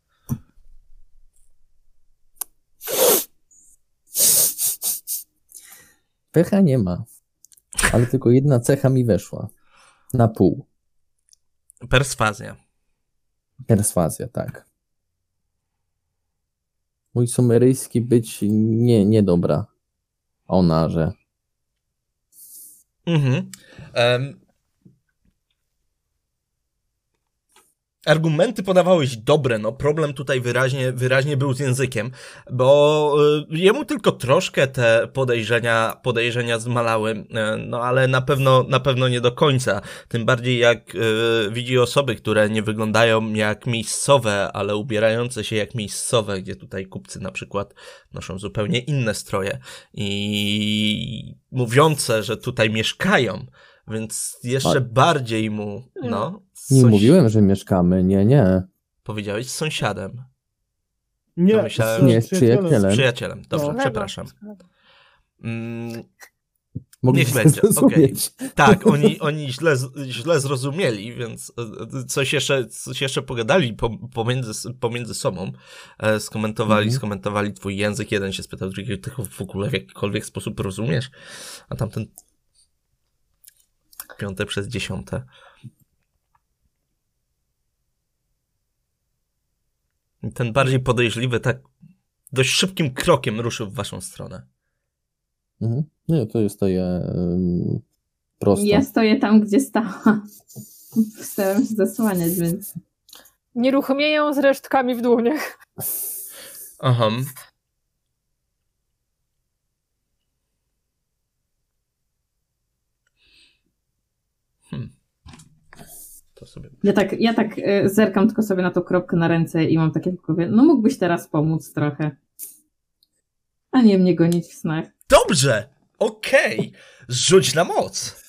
Pecha nie ma, ale tylko jedna cecha mi weszła. Na pół. Perswazja. Perswazja, tak. Mój sumeryjski być nie, niedobra. Ona, że... Mhm. Em, Argumenty podawałeś dobre, no problem tutaj wyraźnie, wyraźnie był z językiem, bo y, jemu tylko troszkę te podejrzenia, podejrzenia zmalały, y, no ale na pewno, na pewno nie do końca, tym bardziej jak y, widzi osoby, które nie wyglądają jak miejscowe, ale ubierające się jak miejscowe, gdzie tutaj kupcy na przykład noszą zupełnie inne stroje i mówiące, że tutaj mieszkają, więc jeszcze A- bardziej mu, no... Nie sąsi- mówiłem, że mieszkamy, nie, nie. Powiedziałeś z sąsiadem. Nie, To myślałem, Nie, z Z przyjacielem. przyjacielem. Dobrze, No. przepraszam. Mm, Mogliście Niech będzie, zrozumieć. tak, oni, oni źle, z- źle zrozumieli, więc e, coś jeszcze, coś jeszcze pogadali po, pomiędzy, pomiędzy sobą. E, skomentowali, Mhm. skomentowali twój język. Jeden się spytał drugiego, ty go w ogóle w jakikolwiek sposób rozumiesz? A tamten piąte przez dziesiąte. I ten bardziej podejrzliwy tak dość szybkim krokiem ruszył w waszą stronę. Mhm. Nie, to jest to je um, prosto. Ja stoję tam, gdzie stałam. Staram się zasłaniać, więc... Nieruchomieją z resztkami w dłoniach. Aha. Hmm. To sobie... Ja tak, ja tak y, zerkam tylko sobie na tą kropkę na ręce i mam takie w głowie, no mógłbyś teraz pomóc trochę. A nie mnie gonić w snach. Dobrze! Okej! Rzuć na moc!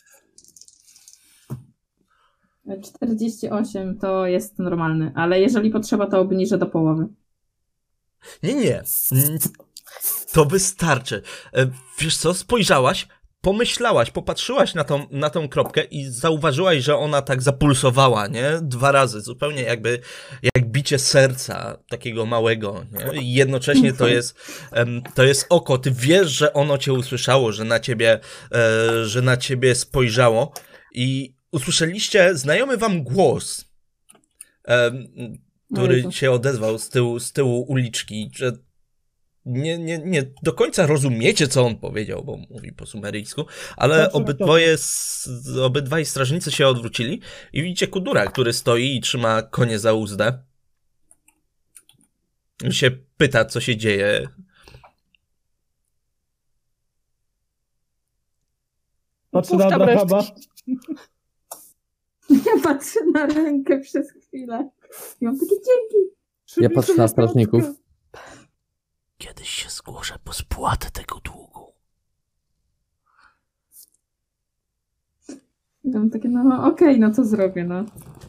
czterdzieści osiem to jest normalny, ale jeżeli potrzeba, to obniżę do połowy. Nie, nie. Mm, To wystarczy. E, Wiesz co, spojrzałaś, pomyślałaś, popatrzyłaś na tą, na tą kropkę i zauważyłaś, że ona tak zapulsowała, nie? Dwa razy, zupełnie jakby jak bicie serca takiego małego, nie? I jednocześnie to jest, em, to jest oko. Ty wiesz, że ono cię usłyszało, że na ciebie, e, że na ciebie spojrzało i usłyszeliście znajomy wam głos, em, który Jezu. się odezwał z tyłu, z tyłu uliczki, że nie, nie, nie do końca rozumiecie, co on powiedział, bo mówi po sumeryjsku, ale Dobrze, obydwoje, s- obydwaj strażnicy się odwrócili i widzicie Kudura, który stoi i trzyma konie za uzdę. I się pyta, co się dzieje. Patrzę na Puszczam Abrahama. resztki. Ja patrzę na rękę przez chwilę i mam takie dzięki. Ja patrzę na strażników. Kiedyś się zgłoszę po spłatę tego długu. I tam takie, no okej, okay, no co zrobię, no.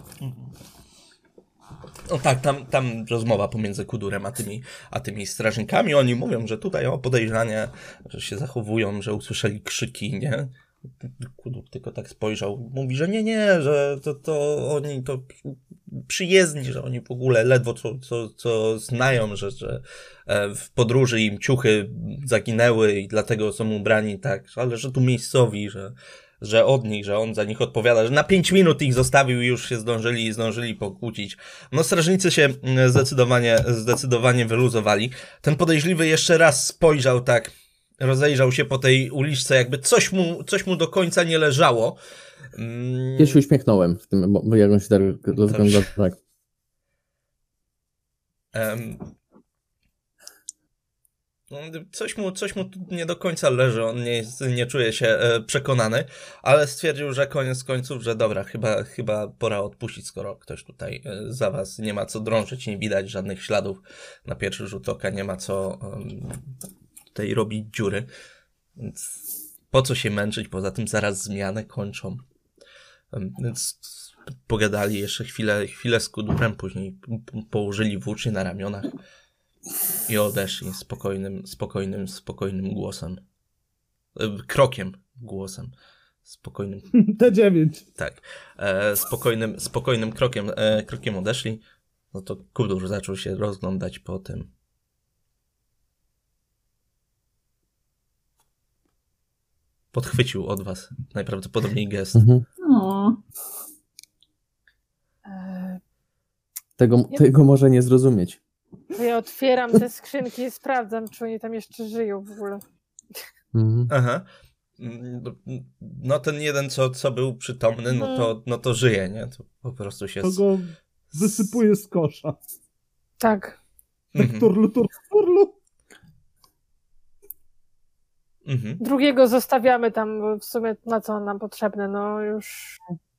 No tak, tam, tam rozmowa pomiędzy Kudurem a tymi, a tymi strażnikami. Oni mówią, że tutaj o podejrzanie, że się zachowują, że usłyszeli krzyki, nie? Kudur tylko tak spojrzał. Mówi, że nie, nie, że to, to oni to przyjezdni, że oni w ogóle ledwo co, co, co znają, że, że w podróży im ciuchy zaginęły i dlatego są ubrani tak, ale że tu miejscowi, że że od nich, że on za nich odpowiada, że na pięć minut ich zostawił i już się zdążyli zdążyli pokłócić. No strażnicy się zdecydowanie, zdecydowanie wyluzowali. Ten podejrzliwy jeszcze raz spojrzał tak, rozejrzał się po tej uliczce, jakby coś mu, coś mu do końca nie leżało. Mm. Ja się uśmiechnąłem w tym, bo jak on się tak rozglądał, tak. Um, Coś mu, coś mu nie do końca leży, on nie, jest, nie czuje się e, przekonany, ale stwierdził, że koniec końców, że dobra, chyba, chyba pora odpuścić, skoro ktoś tutaj e, za was nie ma co drążyć, nie widać żadnych śladów na pierwszy rzut oka, nie ma co um, tutaj robić dziury, więc po co się męczyć, poza tym zaraz zmianę kończą. Um, więc pogadali jeszcze chwilę, chwilę z Kudurem, później położyli włócznie na ramionach i odeszli spokojnym, spokojnym, spokojnym głosem. Krokiem głosem. Spokojnym. T dziewięć. Tak. E, spokojnym, spokojnym krokiem, e, krokiem odeszli. No to Kudur zaczął się rozglądać po tym. Podchwycił od was najprawdopodobniej gest. Mhm. O. Tego, tego może nie zrozumieć. Ja otwieram te skrzynki i sprawdzam, czy oni tam jeszcze żyją w ogóle. Mhm. Aha. No ten jeden, co, co był przytomny, no to, no to żyje, nie? To po prostu się... To go wysypuje z kosza. Tak. Tak turlu, turlu, turlu. Mhm. Drugiego zostawiamy tam, bo w sumie na co on nam potrzebny, no już...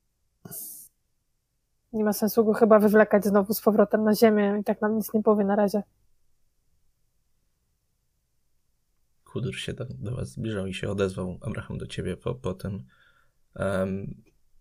Nie ma sensu go chyba wywlekać znowu z powrotem na ziemię i tak nam nic nie powie na razie. Kudur się do, do was zbliżał i się odezwał, Abraham, do ciebie po, po tym um,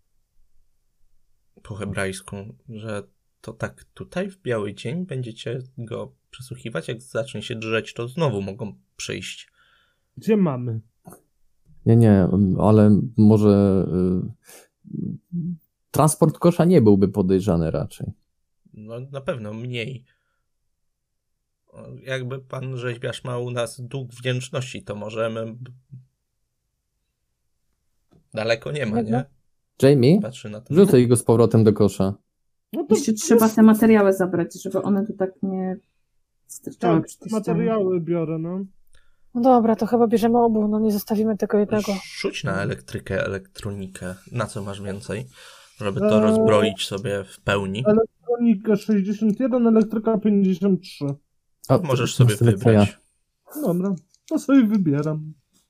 po hebrajsku, że to tak tutaj w biały dzień będziecie go przesłuchiwać, jak zacznie się drzeć, to znowu mogą przyjść. Gdzie mamy? Nie, nie, ale może y, transport kosza nie byłby podejrzany raczej. No na pewno mniej. Jakby pan rzeźbiarz ma u nas dług wdzięczności, to możemy... Daleko nie ma, nie? Jamie, Patrzy na to. wrzucaj go z powrotem do kosza. No to Jeszcze trzeba te materiały zabrać, żeby one tu tak nie sterczały tak, przy tej ścianie. materiały biorę, no. No dobra, to chyba bierzemy obu, no nie zostawimy tego jednego. Rzuć na elektrykę, elektronikę. Na co masz więcej? Żeby to rozbroić sobie w pełni. Elektronika sześćdziesiąt jeden, elektryka pięćdziesiąt trzy. A, Możesz to sobie tyle, co ja. wybrać. Dobra, to sobie wybieram.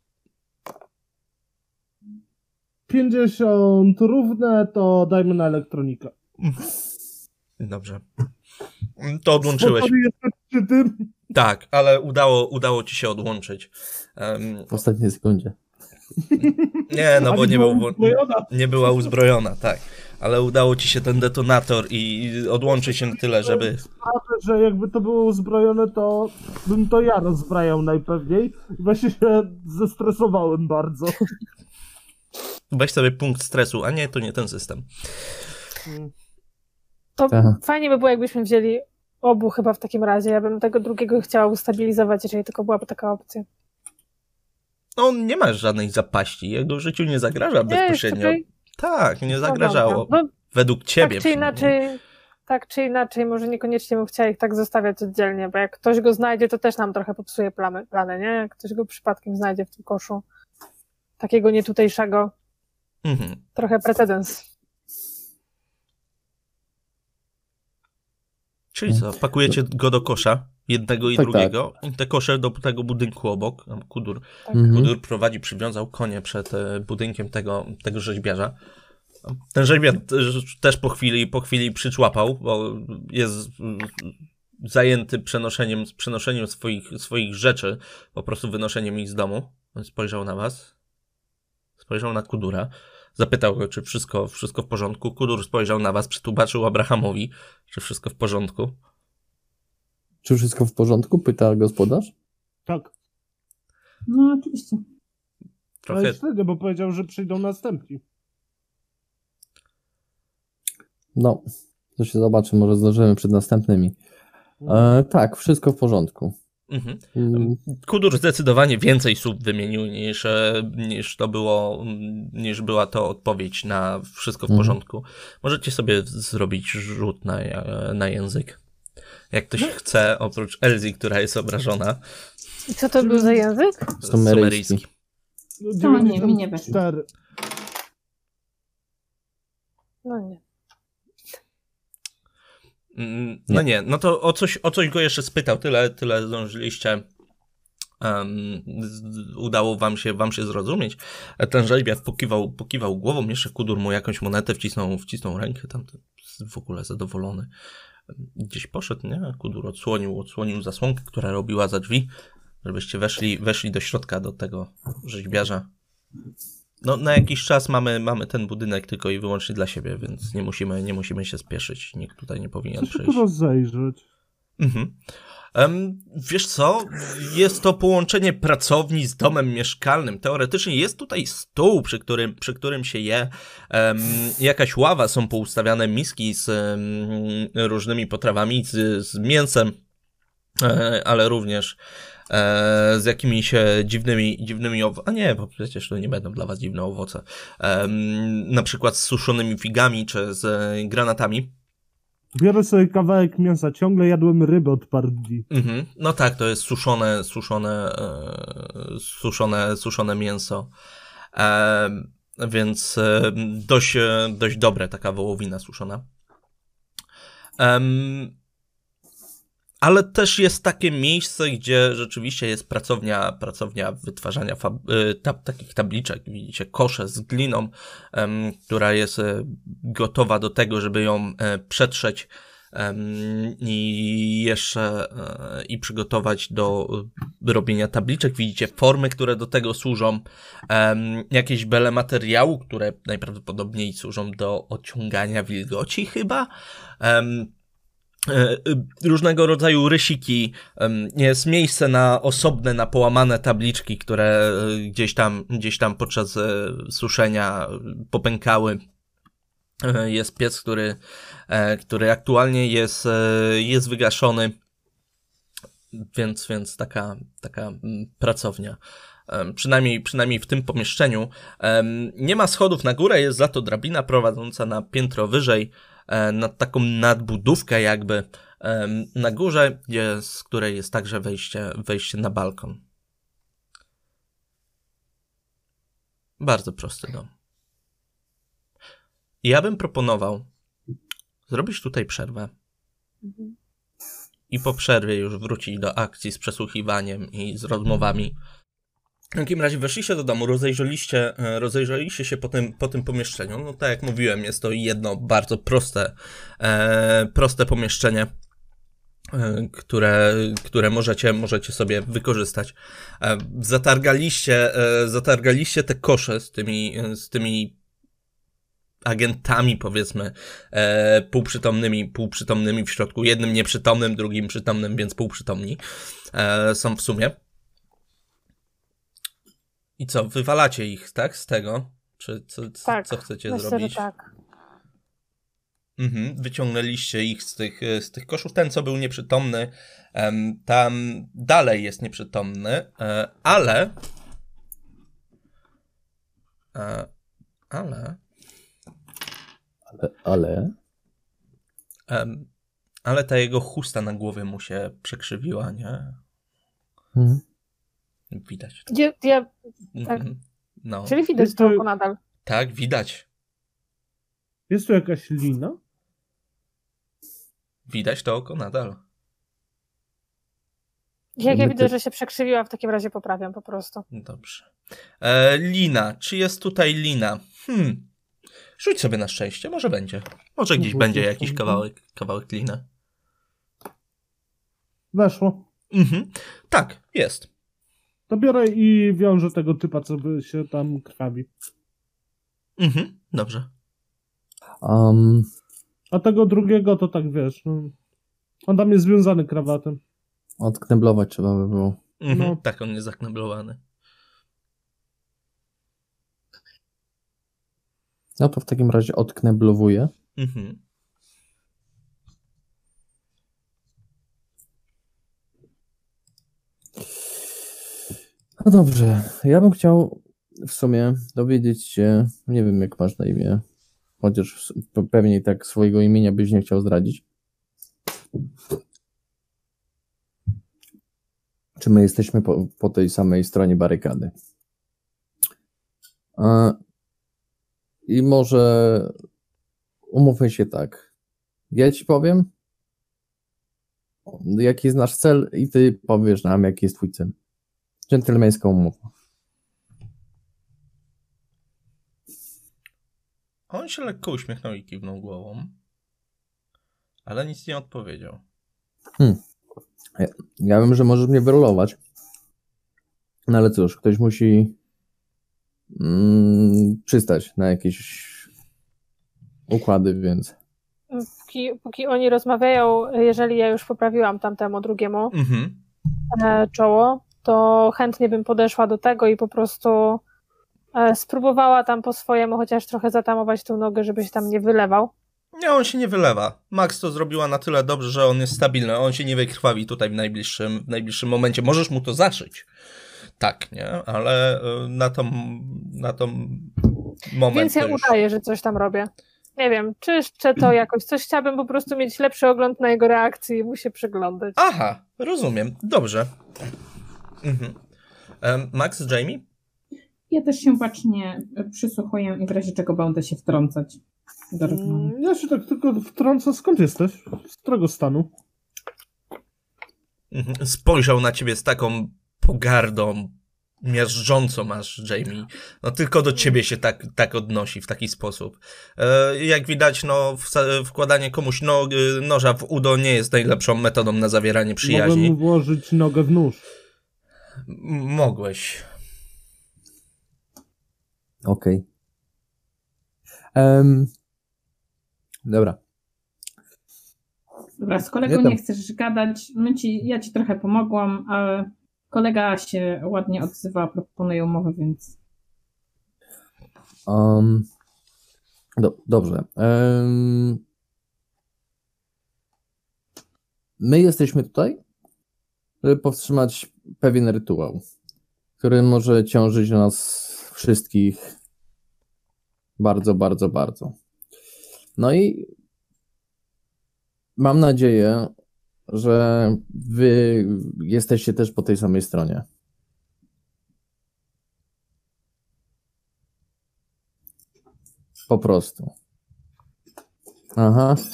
pięćdziesiąt równe, to dajmy na elektronikę. Dobrze. To odłączyłeś. Bo to jestem przy tym. Tak, ale udało, udało ci się odłączyć. Um, W ostatniej sekundzie. nie, no A bo nie, była był, uzbrojona. nie była uzbrojona, tak. Ale udało ci się ten detonator i odłączyć się na tyle, żeby... Sprawę, że jakby to było uzbrojone, to bym to ja rozbrajał najpewniej. I właśnie się zestresowałem bardzo. Weź sobie punkt stresu, a nie, to nie ten system. To Aha. fajnie by było, jakbyśmy wzięli obu chyba w takim razie. Ja bym tego drugiego chciała ustabilizować, jeżeli tylko byłaby taka opcja. No, on nie ma żadnej zapaści, jego życiu nie zagraża bezpośrednio. okej. Tak, nie No zagrażało. dobra. No, Według ciebie tak czy przynajmniej. inaczej, tak czy inaczej, może niekoniecznie bym chciała ich tak zostawiać oddzielnie, bo jak ktoś go znajdzie, to też nam trochę popsuje plany, plany, nie? Jak ktoś go przypadkiem znajdzie w tym koszu, takiego nietutejszego, Mhm. trochę precedens. Czyli co, pakujecie go do kosza, jednego i Tak, drugiego, i te kosze do tego budynku obok. Tam Kudur, Mhm. Kudur prowadzi, przywiązał konie przed e, budynkiem tego, tego rzeźbiarza. Ten rzeźbiarz też- też po chwili, po chwili przyczłapał, bo jest mm, zajęty przenoszeniem, przenoszeniem swoich, swoich rzeczy, po prostu wynoszeniem ich z domu. On spojrzał na was, spojrzał na Kudura, Zapytał go, czy wszystko, wszystko w porządku. Kudur spojrzał na was, przetłumaczył Abrahamowi, czy wszystko w porządku. Czy wszystko w porządku? Pyta gospodarz. Tak. No oczywiście. Trochę... Ale średnio, bo powiedział, że przyjdą następni. No, to się zobaczy, może zdążymy przed następnymi. E, tak, wszystko w porządku. Mhm. Mm, Kudur zdecydowanie więcej słów wymienił niż, e, niż to było, mm, niż była to odpowiedź na wszystko w Mhm. porządku. Możecie sobie zrobić rzut na, na język. Jak ktoś chce, oprócz Elzy, która jest obrażona. I co to był za język? Sumeryjski. To nie, mi nie weszło. cztery. No nie. Mm, No nie, no to o coś, o coś go jeszcze spytał, tyle, tyle zdążyliście, um, z, udało wam się, wam się zrozumieć. Ten rzeźbiarz pokiwał, pokiwał głową, jeszcze Kudur mu jakąś monetę wcisnął, wcisnął rękę, tam w ogóle zadowolony. Gdzieś poszedł, nie? Kudur odsłonił, odsłonił zasłonkę, która robiła za drzwi, żebyście weszli, weszli do środka, do tego rzeźbiarza. No, na jakiś czas mamy, mamy ten budynek tylko i wyłącznie dla siebie, więc nie musimy, nie musimy się spieszyć. Nikt tutaj nie powinien Chcę się przyjść. tu rozejrzeć. Mhm. Um, wiesz co? Jest to połączenie pracowni z domem mieszkalnym. Teoretycznie jest tutaj stół, przy którym, przy którym się je. Um, jakaś ława, są poustawiane miski z um, różnymi potrawami, z, z mięsem, e, ale również e, z jakimiś e, dziwnymi, dziwnymi owocami. A nie, bo przecież to nie będą dla was dziwne owoce. Um, na przykład z suszonymi figami, czy z e, granatami. Biorę sobie kawałek mięsa. Ciągle jadłem rybę od paru dni. Mhm. No tak, to jest suszone, suszone, e, suszone, suszone mięso. E, więc e, dość, e, dość dobre, taka wołowina suszona. Um, ale też jest takie miejsce, gdzie rzeczywiście jest pracownia, pracownia wytwarzania fab- y, tab- takich tabliczek. Widzicie, kosze z gliną, em, która jest e, gotowa do tego, żeby ją e, przetrzeć em, i jeszcze e, i przygotować do e, robienia tabliczek. Widzicie formy, które do tego służą, em, jakieś bele materiału, które najprawdopodobniej służą do odciągania wilgoci chyba. Em, różnego rodzaju rysiki, jest miejsce na osobne, na połamane tabliczki, które gdzieś tam, gdzieś tam podczas suszenia popękały. Jest piec, który, który aktualnie jest, jest wygaszony, więc, więc taka, taka pracownia. Przynajmniej, przynajmniej w tym pomieszczeniu. Nie ma schodów na górę, jest za to drabina prowadząca na piętro wyżej, na taką nadbudówkę jakby na górze, gdzie, z której jest także wejście, wejście na balkon. Bardzo prosty dom. Ja bym proponował zrobić tutaj przerwę Mhm. i po przerwie już wrócić do akcji z przesłuchiwaniem i z rozmowami. W takim razie weszliście do domu, rozejrzeliście, rozejrzeliście się po tym, po tym pomieszczeniu. No tak jak mówiłem, jest to jedno bardzo proste, e, proste pomieszczenie, e, które, które możecie, możecie sobie wykorzystać. E, zatargaliście, e, zatargaliście te kosze z tymi, z tymi agentami, powiedzmy, e, półprzytomnymi, półprzytomnymi w środku. Jednym nieprzytomnym, drugim przytomnym, więc półprzytomni e, są w sumie. I co, wywalacie ich, tak, z tego? Czy co, co, Tak, co chcecie myślę, zrobić? że tak. Mhm, wyciągnęliście ich z tych, z tych koszów. Ten, co był nieprzytomny, em, tam dalej jest nieprzytomny, e, ale... E, ale... Ale, ale... em, ale ta jego chusta na głowie mu się przekrzywiła, nie? Mhm. Widać to. Gdzie, ja, tak. Mhm. No, Czyli widać Jest to- to oko nadal. tak, widać. Jest tu jakaś lina? Widać to oko nadal. Jak ja My widzę, też- że się przekrzywiła, w takim razie poprawiam po prostu. Dobrze. E, lina. Czy jest tutaj lina? Hmm. Rzuć sobie na szczęście, może będzie. Może gdzieś Mhm, będzie mhm, jakiś mhm. kawałek, kawałek liny. Weszło. Mhm. Tak, jest. To biorę i wiążę tego typa, co by się tam krwawi. Mhm, dobrze. Um, A tego drugiego to tak wiesz, no, on tam jest związany krawatem. odkneblować trzeba by było. Mhm, No. tak, on jest zakneblowany. No to w takim razie odkneblowuję. Mhm. No dobrze, ja bym chciał w sumie dowiedzieć się, nie wiem jak masz na imię, chociaż pewnie i tak swojego imienia byś nie chciał zdradzić. Czy my jesteśmy po, po tej samej stronie barykady? A, I może umówmy się tak. Ja ci powiem, jaki jest nasz cel i ty powiesz nam, jaki jest twój cel. Dżentelmeńska umowa. On się lekko uśmiechnął i kiwnął głową, ale nic nie odpowiedział. Hmm. Ja, ja wiem, że możesz mnie wyrolować. No ale cóż, ktoś musi mm, przystać na jakieś układy, więc... Póki, póki oni rozmawiają, jeżeli ja już poprawiłam tamtemu drugiemu Mhm. e, czoło, to chętnie bym podeszła do tego i po prostu e, spróbowała tam po swojemu chociaż trochę zatamować tą nogę, żeby się tam nie wylewał. Nie, on się nie wylewa. Max to zrobiła na tyle dobrze, że on jest stabilny. On się nie wykrwawi tutaj w najbliższym, w najbliższym momencie. Możesz mu to zaszyć. Tak, nie? Ale y, na tą, na tą moment Więc ja to już... udaję, że coś tam robię. Nie wiem, czyszczę to jakoś. Coś chciałabym po prostu mieć lepszy ogląd na jego reakcję i mu się przyglądać. Aha, rozumiem. Dobrze. Mhm. Em, Max, Jamie? Ja też się bacznie przysłuchuję i w razie czego będę się wtrącać do rozmowy. Mm, Ja się tak tylko wtrącę, skąd jesteś? Z którego stanu? Mhm. Spojrzał na ciebie z taką pogardą miażdżącą aż, Jamie. No tylko do ciebie się tak, tak odnosi w taki sposób. E, jak widać, no wsa- wkładanie komuś no, noża w udo nie jest najlepszą metodą na zawieranie Mogłem przyjaźni. mu włożyć nogę w nóż. M- Mogłeś. Okej. Em, dobra. Dobra, z kolegą Nie tam. nie chcesz gadać, my ci, ja ci trochę pomogłam, ale kolega się ładnie odzywa, proponuje umowę, więc Um, do, dobrze. Um, my jesteśmy tutaj, żeby powstrzymać pewien rytuał, który może ciążyć na nas wszystkich bardzo, bardzo, bardzo. No i mam nadzieję, że wy jesteście też po tej samej stronie. Po prostu. Aha,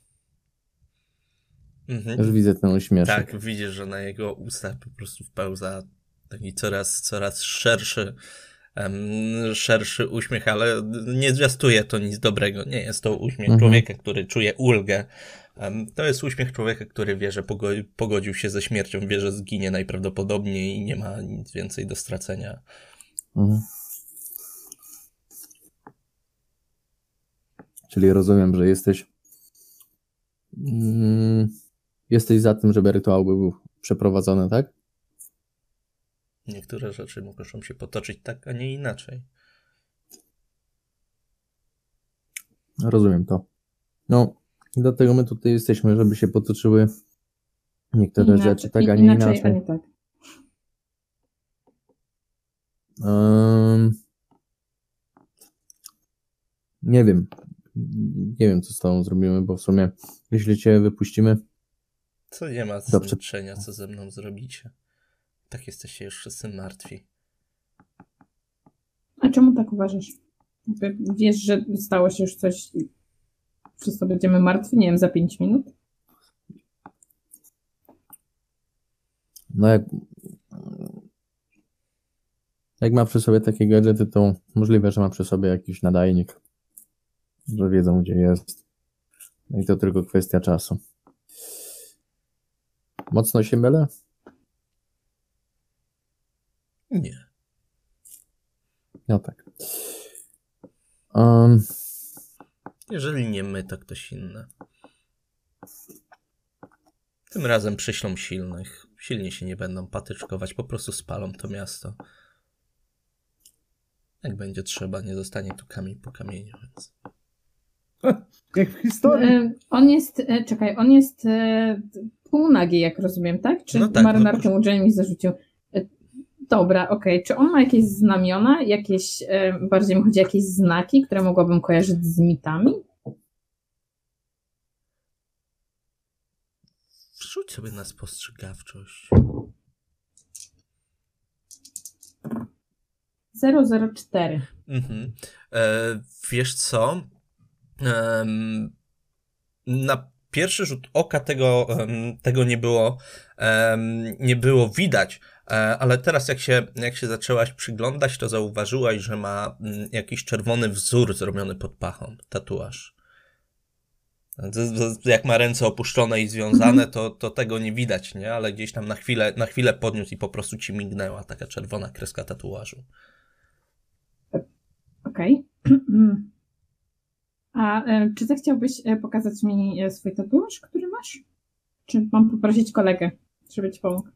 Mhm. już widzę ten uśmieszek. Tak, widzisz, że na jego ustach po prostu wpełza taki coraz, coraz szerszy, em, szerszy uśmiech, ale nie zwiastuje to nic dobrego. Nie jest to uśmiech Mhm. człowieka, który czuje ulgę. Em, to jest uśmiech człowieka, który wie, że pogo- pogodził się ze śmiercią, wie, że zginie najprawdopodobniej i nie ma nic więcej do stracenia. Mhm. Czyli rozumiem, że jesteś mm, jesteś za tym, żeby rytuał był przeprowadzony, tak? Niektóre rzeczy muszą się potoczyć tak, a nie inaczej. Rozumiem to. No, dlatego my tutaj jesteśmy, żeby się potoczyły niektóre inaczej, rzeczy, tak, a nie inaczej, inaczej. a nie tak. Um, nie wiem. Nie wiem, co z tobą zrobimy, bo w sumie jeśli cię wypuścimy, Co nie ma Dobrze. znaczenia, co ze mną zrobicie. Tak jesteście już wszyscy martwi. A czemu tak uważasz? Jakby wiesz, że stało się już coś i wszyscy będziemy martwi, nie wiem, za pięć minut? no jak jak ma przy sobie takie gadżety, to możliwe, że ma przy sobie jakiś nadajnik, że wiedzą, gdzie jest. No i to tylko kwestia czasu. Mocno się mylę? Nie. No tak. Um, Jeżeli nie my, to ktoś inny. Tym razem przyślą silnych. Silni się nie będą patyczkować, po prostu spalą to miasto. Jak będzie trzeba, nie zostanie tu kamień po kamieniu, więc... Jak w historii. E, On jest, e, czekaj, on jest e, półnagi, jak rozumiem, tak? Czy No tak, marynarkę no mu Jamie zarzucił? E, Dobra, okej. Czy on ma jakieś znamiona, jakieś, e, bardziej mi chodzi o jakieś znaki, które mogłabym kojarzyć z mitami? Wrzuć sobie na spostrzegawczość. zero zero cztery. Mhm. E, wiesz co? Em, na pierwszy rzut oka tego, em, tego nie było, em, nie było widać, e, ale teraz jak się, jak się zaczęłaś przyglądać, to zauważyłaś, że ma mm, jakiś czerwony wzór zrobiony pod pachą, tatuaż. Z- z- Jak ma ręce opuszczone i związane, to, to tego nie widać, nie? Ale gdzieś tam na chwilę, na chwilę podniósł i po prostu ci mignęła taka czerwona kreska tatuażu. Okej. A e, czy zechciałbyś e, pokazać mi e, swój tatuaż, który masz? Czy mam poprosić kolegę, żeby ci pomógł?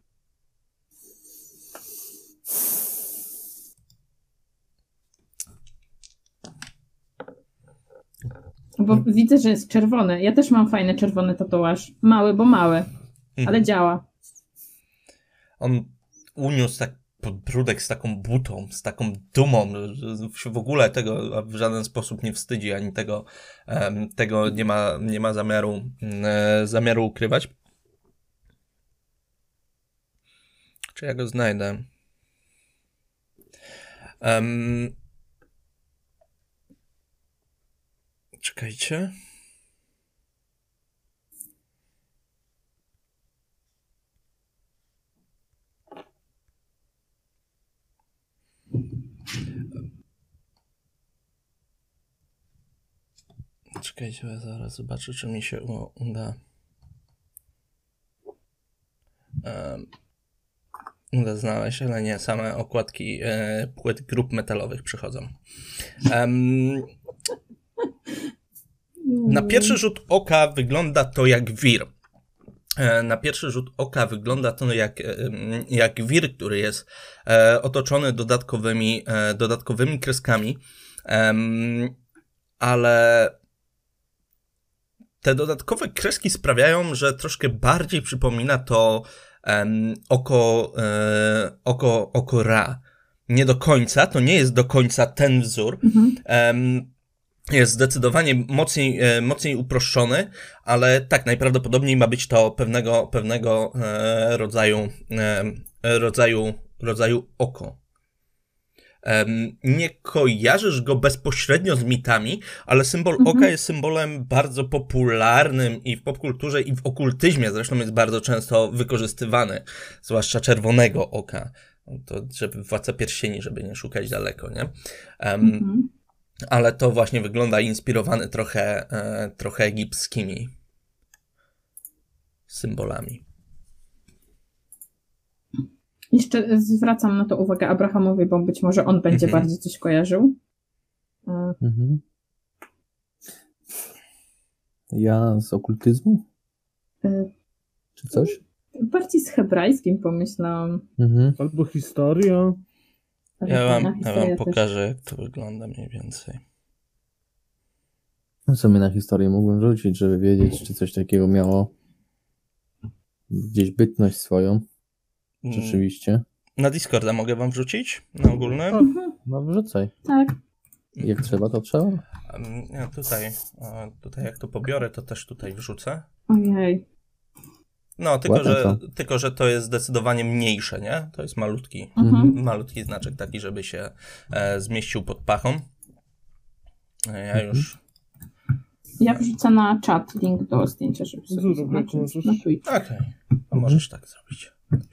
Bo widzę, że jest czerwony. Ja też mam fajny czerwony tatuaż. Mały, bo mały, ale działa. On uniósł tak podbródek z taką butą, z taką dumą, że się w ogóle tego w żaden sposób nie wstydzi, ani tego, em, tego nie ma, nie ma zamiaru, e, zamiaru ukrywać. Czy ja go znajdę? Em, czekajcie. Czekajcie, ja zaraz zobaczę, czy mi się u- uda. Um, uda znaleźć, ale nie, same okładki e, płyt grup metalowych przychodzą. Um, na pierwszy rzut oka wygląda to jak wir. E, Na pierwszy rzut oka wygląda to jak, e, jak wir, który jest e, otoczony dodatkowymi, e, dodatkowymi kreskami, Em, ale te dodatkowe kreski sprawiają, że troszkę bardziej przypomina to em, oko, e, oko, oko Ra. Nie do końca, to nie jest do końca ten wzór. Mhm. Em, jest zdecydowanie mocniej, e, mocniej uproszczony, ale tak, najprawdopodobniej ma być to pewnego, pewnego e, rodzaju, e, rodzaju, rodzaju oko. Em, nie kojarzysz go bezpośrednio z mitami, ale symbol Mhm. oka jest symbolem bardzo popularnym i w popkulturze, i w okultyzmie zresztą jest bardzo często wykorzystywany, zwłaszcza czerwonego oka. To żeby Władca Pierścieni, żeby nie szukać daleko, nie? Em, Mhm. ale to właśnie wygląda inspirowany trochę, e, trochę egipskimi symbolami. Jeszcze zwracam na to uwagę Abrahamowi, bo być może on będzie Mhm. bardziej coś kojarzył. E, Mhm. Ja z okultyzmu? e, Czy coś? Bardziej z hebrajskim pomyślałam. Mhm. Albo historia. ale Ja wam, fajna ja historia wam też. pokażę, jak to wygląda mniej więcej. W sumie na historię mógłbym rzucić, żeby wiedzieć, czy coś takiego miało gdzieś bytność swoją. Mm, Rzeczywiście. Na Discorda mogę wam wrzucić? Na ogólny? Mhm, No wrzucaj. tak. Jak trzeba, to trzeba. Em, Ja tutaj, e, tutaj jak to pobiorę, to też tutaj wrzucę. Ojej. No, tylko Ładne że, to. tylko że to jest zdecydowanie mniejsze, nie? To jest malutki, Mhm. malutki znaczek taki, żeby się e, zmieścił pod pachą. E, Ja Mhm. już... Ja wrzucę na czat link do zdjęcia, żeby sobie Zrób, jak zobaczyć możesz. na Twitch. Okej, to możesz tak zrobić.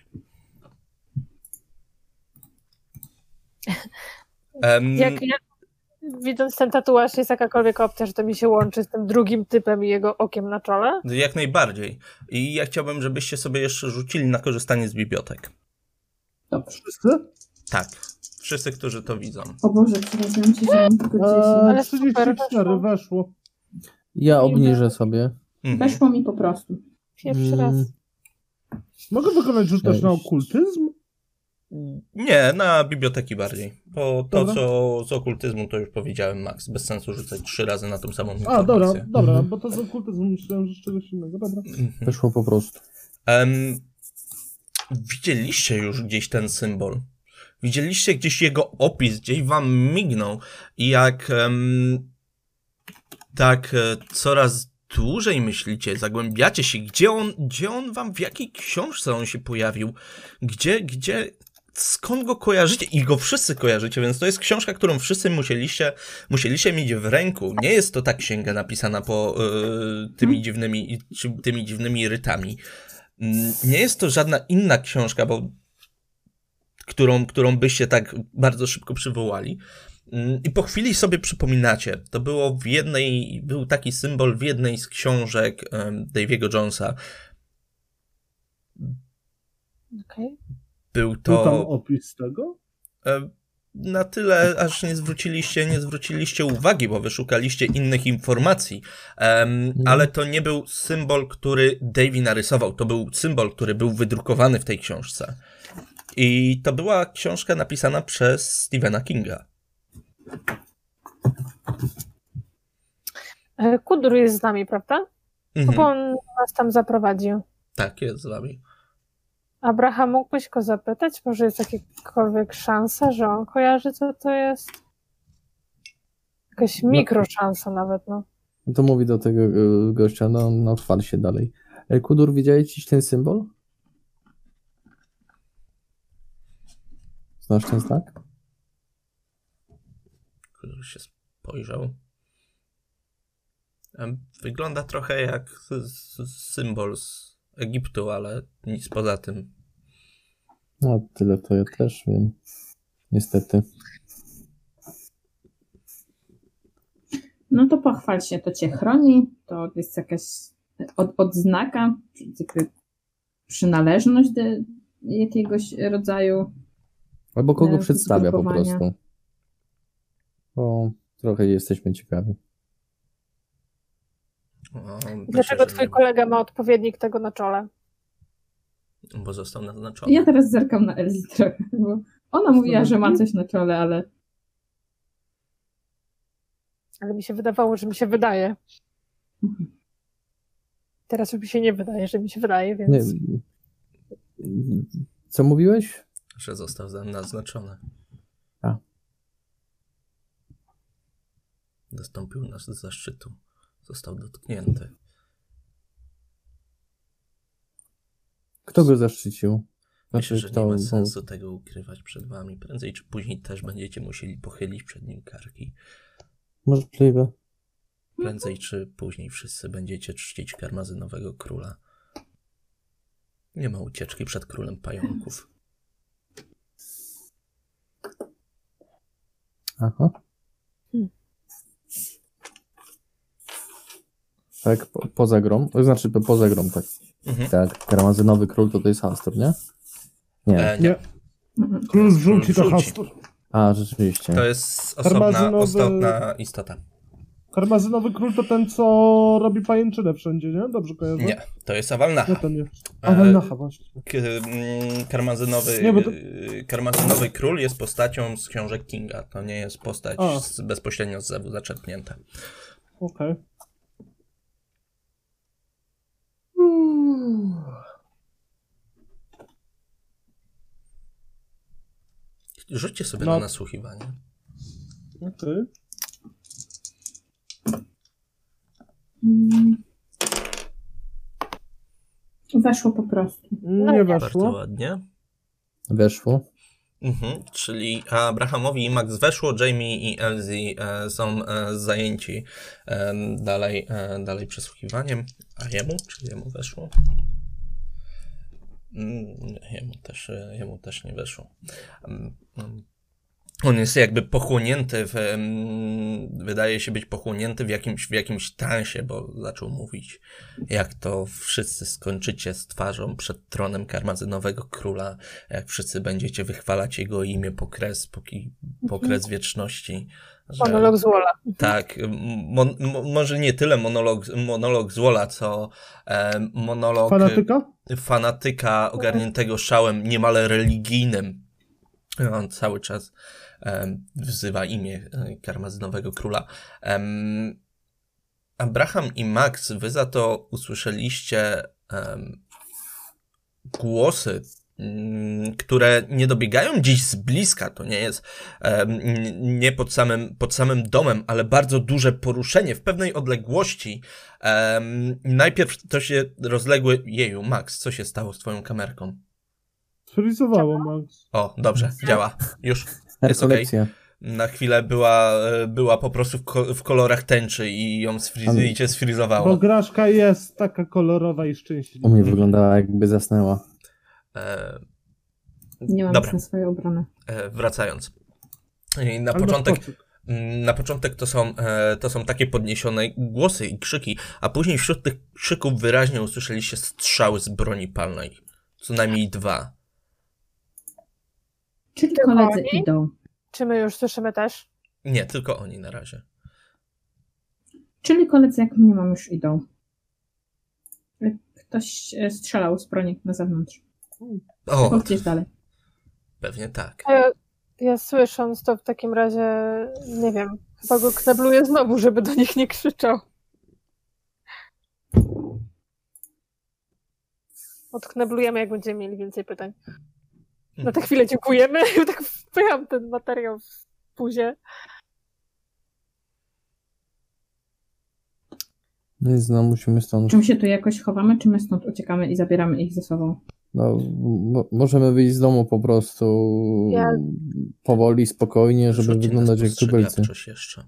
Em, Jak ja, widząc ten tatuaż, jest jakakolwiek opcja, że to mi się łączy z tym drugim typem i jego okiem na czole? Jak najbardziej. I ja chciałbym, żebyście sobie jeszcze rzucili na korzystanie z bibliotek. Dobrze. Wszyscy? Tak, Wszyscy, którzy to widzą. O Boże, przypominam ci, że mam tylko dziesięć. Eee, Ale trzydzieści cztery super, weszło. Ja obniżę sobie. Mhm. Weszło mi po prostu. Pierwszy raz. Mm, Mogę wykonać rzut też na Cześć. okultyzm? Nie, na biblioteki bardziej. Bo to, Dobra. co z okultyzmu, to już powiedziałem, Max. Bez sensu rzucać trzy razy na tą samą A, informację. dobra, dobra, Mhm. bo to z okultyzmu myślałem, że z czegoś innego. Dobra. Mhm. Weszło po prostu. Em, widzieliście już gdzieś ten symbol. Widzieliście gdzieś jego opis, gdzieś wam mignął. I jak em, tak e, coraz dłużej myślicie, zagłębiacie się, gdzie on, gdzie on wam, w jakiej książce on się pojawił, gdzie, gdzie, skąd go kojarzycie i go wszyscy kojarzycie, więc to jest książka, którą wszyscy musieliście, musieliście mieć w ręku. Nie jest to ta księga napisana po e, tymi dziwnymi, czy tymi dziwnymi rytami. Mm, Nie jest to żadna inna książka, bo którą, którą byście tak bardzo szybko przywołali. Mm, I po chwili sobie przypominacie, to było w jednej, był taki symbol w jednej z książek um, Davy'ego Jonesa. Okej. Był Był tam to opis tego? e, na tyle, aż nie zwróciliście, nie zwróciliście uwagi, bo wyszukaliście innych informacji. Em, ale to nie był symbol, który Davy narysował. To był symbol, który był wydrukowany w tej książce. I to była książka napisana przez Stephena Kinga. E, Kudur jest z nami, prawda? No Mhm. bo on nas tam zaprowadził. Tak, jest z wami. Abraham, mógłbyś go zapytać? Może jest jakakolwiek szansa, że on kojarzy, co to jest? Jakaś mikroszansa nawet, no. No to mówi do tego y, gościa, no, no chwal się dalej. E, Kudur, widziałeś dziś ten symbol? Znasz ten znak? Który się spojrzał. Em, Wygląda trochę jak s- s- symbol z Egiptu, ale nic poza tym. No tyle to ja też wiem. Niestety. No to pochwal się, to cię chroni, to jest jakaś od, odznaka, jakby przynależność do jakiegoś rodzaju. Albo kogo E, przedstawia po zgrupowania. prostu. Bo trochę jesteśmy ciekawi. O, myślę, Dlaczego że twój nie, kolega ma odpowiednik tego na czole? bo został naznaczony. Ja teraz zerkam na Elzi trochę, bo ona mówiła, że ma coś na czole, ale Ale mi się wydawało, że mi się wydaje. Teraz już mi się nie wydaje, że mi się wydaje, Nie. więc... Co mówiłeś? Że został za- naznaczony. A. Dostąpił nas z zaszczytu. Został dotknięty. Kto go zaszczycił? Myślę, Znaczy, że kto, nie ma bo- sensu tego ukrywać przed wami. Prędzej czy później też będziecie musieli pochylić przed nim karki. Możliwe. Prędzej czy później wszyscy będziecie czcić karmazynowego króla. Nie ma ucieczki przed królem pająków. Aha. Hmm. Tak, po, poza grą. To znaczy po, poza grą, tak. Mhm. Tak, karmazynowy król to to jest Hastur, nie? Nie. E, nie. Nie. Król wrzuci to Wrzuci. hasło. A, rzeczywiście. To jest osobna, Karmazynowy- osobna istota. Karmazynowy król to ten, co robi pajęczynę wszędzie, nie? Dobrze kojarzę? Nie, to jest No Awalnacha. to nie. E, Awalnacha właśnie. K- mm, karmazynowy, Nie, bo to- y, karmazynowy król jest postacią z książek Kinga. To nie jest postać A. z, bezpośrednio z Zewu zaczerpnięta. Okej. Rzućcie sobie No. na nasłuchiwanie. Okej. mm, weszło po prostu. Nie Bardzo weszło. ładnie. Weszło. Mhm, czyli Abrahamowi i Max weszło, Jamie i Elsie e, są e, zajęci e, dalej, e, dalej przesłuchiwaniem. A jemu? Czy jemu weszło? Mm, nie, jemu też, e, jemu też nie weszło. Mm, mm. On jest jakby pochłonięty w, wydaje się być pochłonięty w jakimś, w jakimś transie, bo zaczął mówić, jak to wszyscy skończycie z twarzą przed tronem karmazynowego króla, jak wszyscy będziecie wychwalać jego imię po kres, póki, po kres wieczności. Że, Monolog z Wola. tak, mon, mo, może nie tyle monolog, monolog z Wola, co e, monolog Fanatyka? fanatyka ogarniętego szałem niemal religijnym. On cały czas um, wzywa imię karmazynowego króla. Um, Abraham i Max, wy za to usłyszeliście um, głosy, um, które nie dobiegają dziś z bliska. To nie jest um, nie pod samym, pod samym domem, ale bardzo duże poruszenie w pewnej odległości. Um, najpierw to się rozległy... Jeju, Max, co się stało z twoją kamerką? Sfrizowało, Max. O, dobrze, działa. Już jest okej. Rekolekcja. Na chwilę była, była po prostu w, ko- w kolorach tęczy i ją sfriz- i cię Bo sfrizowało. Graszka jest taka kolorowa i szczęśliwa. U mnie wyglądała jakby zasnęła. E, Nie mam Dobra. nic na swoje ubrane. e, wracając. I na Ale początek, masz kocyk. na początek to są, e, to są takie podniesione głosy i krzyki, a później wśród tych krzyków wyraźnie usłyszeliście strzały z broni palnej. Co najmniej dwa. Czyli Tylko koledzy oni? idą. Czy my już słyszymy też? Nie, tylko oni na razie. Czyli koledzy, jak mnie mam, już idą. Ktoś e, strzelał z broni na zewnątrz. O, Albo gdzieś dalej. pewnie tak. A ja, ja słysząc to w takim razie, nie wiem, chyba go knebluję znowu, żeby do nich nie krzyczał. Odkneblujemy, jak będziemy mieli więcej pytań. Na tę chwilę dziękujemy. Tak wpycham ten materiał w puzie. No i znowu musimy stąd. Czy my się tu jakoś chowamy, czy my stąd uciekamy i zabieramy ich ze sobą? No, mo- możemy wyjść z domu po prostu Ja- powoli, spokojnie, żeby Rzućcie na wyglądać jak tubylcy. spostrzegawczość jeszcze.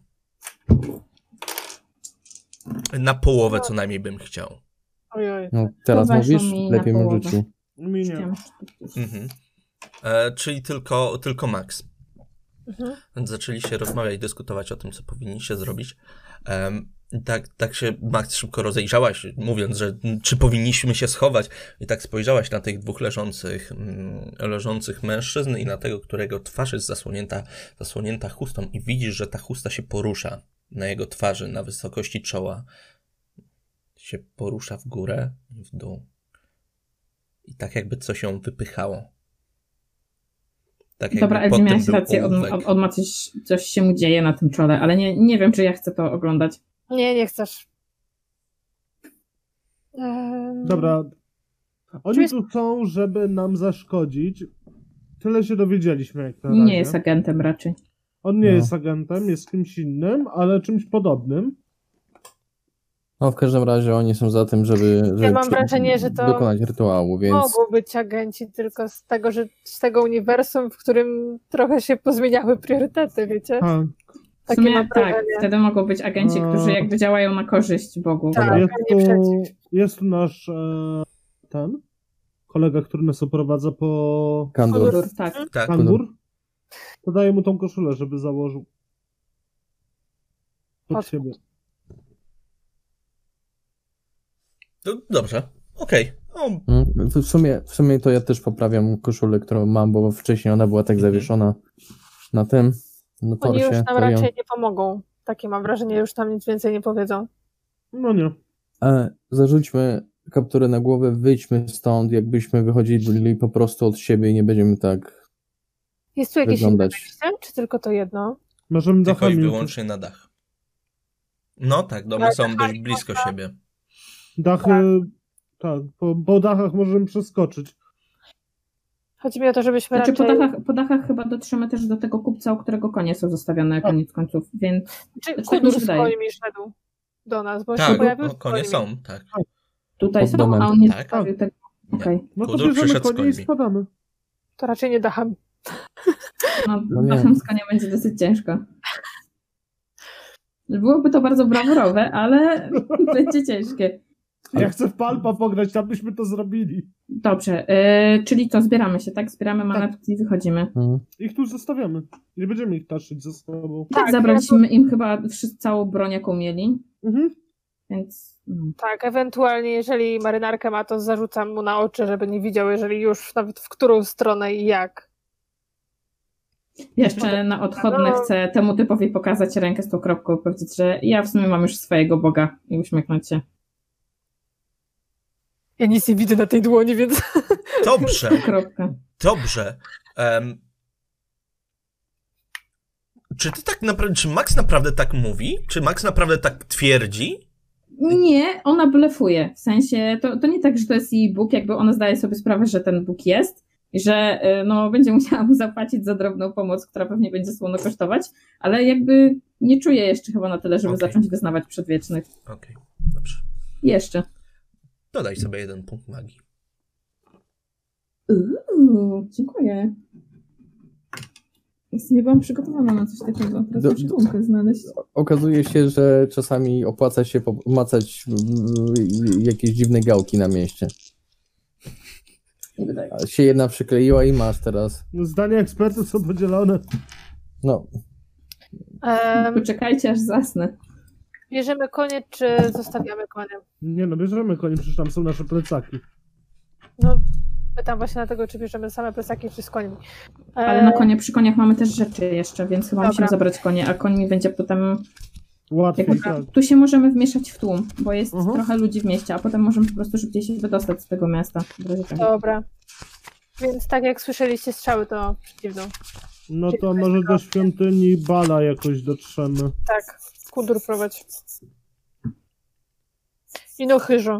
Na połowę co najmniej bym chciał. Ojoj. No, teraz To weszło mówisz? mi na Lepiej bym połowę. rzucił. Mi nie. Wiem, Mhm. E, czyli tylko, tylko Max. Mhm. Więc zaczęliście rozmawiać, dyskutować o tym, co powinniście zrobić. Um, tak, tak się, Max, szybko rozejrzałaś, mówiąc, że m, czy powinniśmy się schować. I tak spojrzałaś na tych dwóch leżących, mm, leżących mężczyzn i na tego, którego twarz jest zasłonięta, zasłonięta chustą i widzisz, że ta chusta się porusza na jego twarzy, na wysokości czoła. Się porusza w górę i w dół. I tak jakby coś ją wypychało. Tak Dobra, jakby Elsie, pod tym miałaś był rację, on, ołówek. on, on ma coś, coś się mu dzieje na tym czole, ale nie, nie wiem, czy ja chcę to oglądać. Nie, nie chcesz. Ehm, Dobra. Oni Czy jest- tu są, żeby nam zaszkodzić. Tyle się dowiedzieliśmy jak na razie. Nie jest agentem raczej. On nie No. jest agentem, jest kimś innym, ale czymś podobnym. No w każdym razie oni są za tym, żeby, żeby mam przy- wrażenie, że to dokonać rytuału, więc Mogą być agenci tylko z tego, że z tego uniwersum, w którym trochę się pozmieniały priorytety, wiecie? A, W Takie sumie mam tak, wrażenie. wtedy mogą być agenci, A. którzy jakby działają na korzyść Bogu. Tak. jest, a nie tu, przeciw. jest tu nasz e, ten kolega, który nas oprowadza po Kandur. Kandur, tak. Tak. kangur. To daję mu tą koszulę, żeby założył. Pod Pod- siebie. No, dobrze, okej. O, Mm, w sumie, w sumie to ja też poprawiam koszulę, którą mam, bo wcześniej ona była tak Mhm. zawieszona na tym, na Oni torsie. już nam to ją- raczej nie pomogą. Takie mam wrażenie, już tam nic więcej nie powiedzą. No nie. E, zarzućmy kapturę na głowę, wyjdźmy stąd, jakbyśmy wychodzili po prostu od siebie i nie będziemy tak Jest tu jakieś inne wyglądać. wyjście, czy tylko to jedno? Możemy tylko i dachami. wyłącznie na dach. No tak, domy Ale są dachami dość blisko można- siebie. Dachy. Tak, po, po dachach możemy przeskoczyć. Chodzi mi o to, żebyśmy Znaczy po raczej... dachach, po dachach chyba dotrzemy też do tego kupca, u którego konie są zostawione Tak. koniec końców, więc Czy tak mi Kudur się z wydaje. końmi szedł do nas, bo on się Tak, pojawił no, z konie końmi. są, tak. tutaj Pod są, domem. a on nie Tak. zostawił tego. Okej, No to Kudur bierzemy przyszedł z konie i końmi. spadamy. To raczej nie dachem. no, No nie. dachem z konia będzie dosyć ciężko. Byłoby to bardzo brawurowe, ale będzie ciężkie. Ja chcę w Palpa pograć, tam byśmy to zrobili. Dobrze, yy, czyli to zbieramy się, tak? Zbieramy manatki i wychodzimy. Mhm. Ich tu zostawiamy. Nie będziemy ich taszyć ze sobą. I tak, Tak, zabraliśmy im chyba wszyscy, całą broń, jaką mieli, Mhm. więc... No. Tak, ewentualnie jeżeli marynarkę ma, to zarzucam mu na oczy, żeby nie widział, jeżeli już nawet w którą stronę i jak. Jeszcze na odchodne No. chcę temu typowi pokazać rękę z tą kropką, powiedzieć, że ja w sumie mam już swojego Boga i uśmiechnąć się. Ja nic nie widzę na tej dłoni, więc... Dobrze, Kropka. dobrze. Um, czy ty tak naprawdę, czy Max naprawdę tak mówi? Czy Max naprawdę tak twierdzi? Nie, ona blefuje. W sensie, to, to nie tak, że to jest jej Bóg, jakby ona zdaje sobie sprawę, że ten Bóg jest i że y, no, będzie musiała mu zapłacić za drobną pomoc, która pewnie będzie słono kosztować, ale jakby nie czuje jeszcze chyba na tyle, żeby Okej. zacząć wyznawać przedwiecznych. Okej, dobrze. Jeszcze. Dodaj sobie jeden punkt magii. Uuu, dziękuję. Nie byłam przygotowana na coś takiego. Teraz Do- muszę punktę znaleźć. Okazuje się, że czasami opłaca się pomacać mm, jakieś dziwne gałki na mieście. Nie wydaje. A się jedna przykleiła i masz teraz. No, zdania ekspertów są podzielone. No, Um, Poczekajcie, aż zasnę. bierzemy konie, czy zostawiamy konie? Nie no, bierzemy konie, przecież tam są nasze plecaki. No, pytam właśnie na tego, czy bierzemy same plecaki, czy z końmi. Ale E, na konie, przy koniach mamy też rzeczy jeszcze, więc chyba Dobra. musimy zabrać konie, a koń mi będzie potem... Łatwiej, Jakby, tak. tu się możemy wmieszać w tłum, bo jest Mhm. trochę ludzi w mieście, a potem możemy po prostu szybciej się wydostać z tego miasta. W razie czego. Dobra. Więc tak jak słyszeliście strzały, to przeciwną. No to może do świątyni Bala jakoś dotrzemy. Tak, Kudur prowadź. I no chyżo.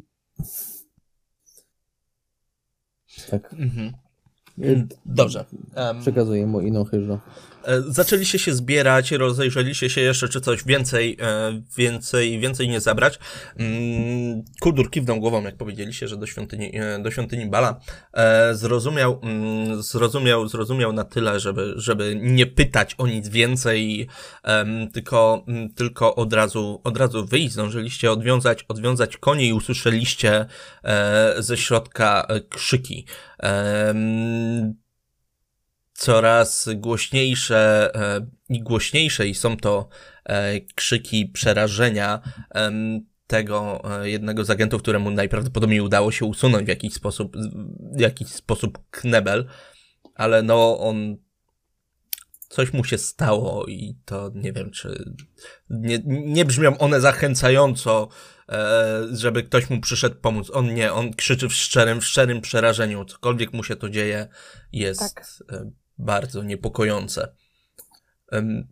tak. Mhm. Y, Dobrze. Um, Przekazuję mu inną chyżo. E, Zaczęliście się zbierać, rozejrzeliście się jeszcze, czy coś więcej, e, więcej, więcej nie zabrać. Mm, Kudur kiwnął głową, jak powiedzieliście, że do świątyni, e, do świątyni Bala. E, Zrozumiał, mm, zrozumiał, zrozumiał na tyle, żeby, żeby nie pytać o nic więcej, em, tylko, mm, tylko od razu, od razu wyjść. Zdążyliście odwiązać, odwiązać konie i usłyszeliście e, ze środka e, krzyki. Em, Coraz głośniejsze e, i głośniejsze i są to e, krzyki przerażenia em, tego e, jednego z agentów, któremu najprawdopodobniej udało się usunąć w jakiś sposób, w jakiś sposób knebel, ale no on coś mu się stało i to nie wiem, czy nie, nie brzmią one zachęcająco, e, żeby ktoś mu przyszedł pomóc. On nie, on krzyczy w szczerym, w szczerym przerażeniu. Cokolwiek mu się to dzieje jest Tak. e, bardzo niepokojące. Em,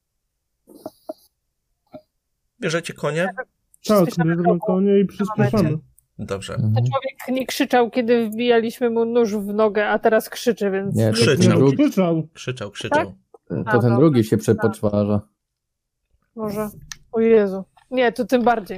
Bierzecie konie? Tak, Przyspieszamy bierzemy kroku. konie i przyspieszamy. Dobrze. Mhm. Ten człowiek nie krzyczał, kiedy wbijaliśmy mu nóż w nogę, a teraz krzyczy, więc... Nie, Krzyczał. to ten drugi, Krzyczał. Krzyczał, krzyczał. to A, ten dobra. drugi się przepoczwarza. Może. O Jezu. Nie, to tym bardziej.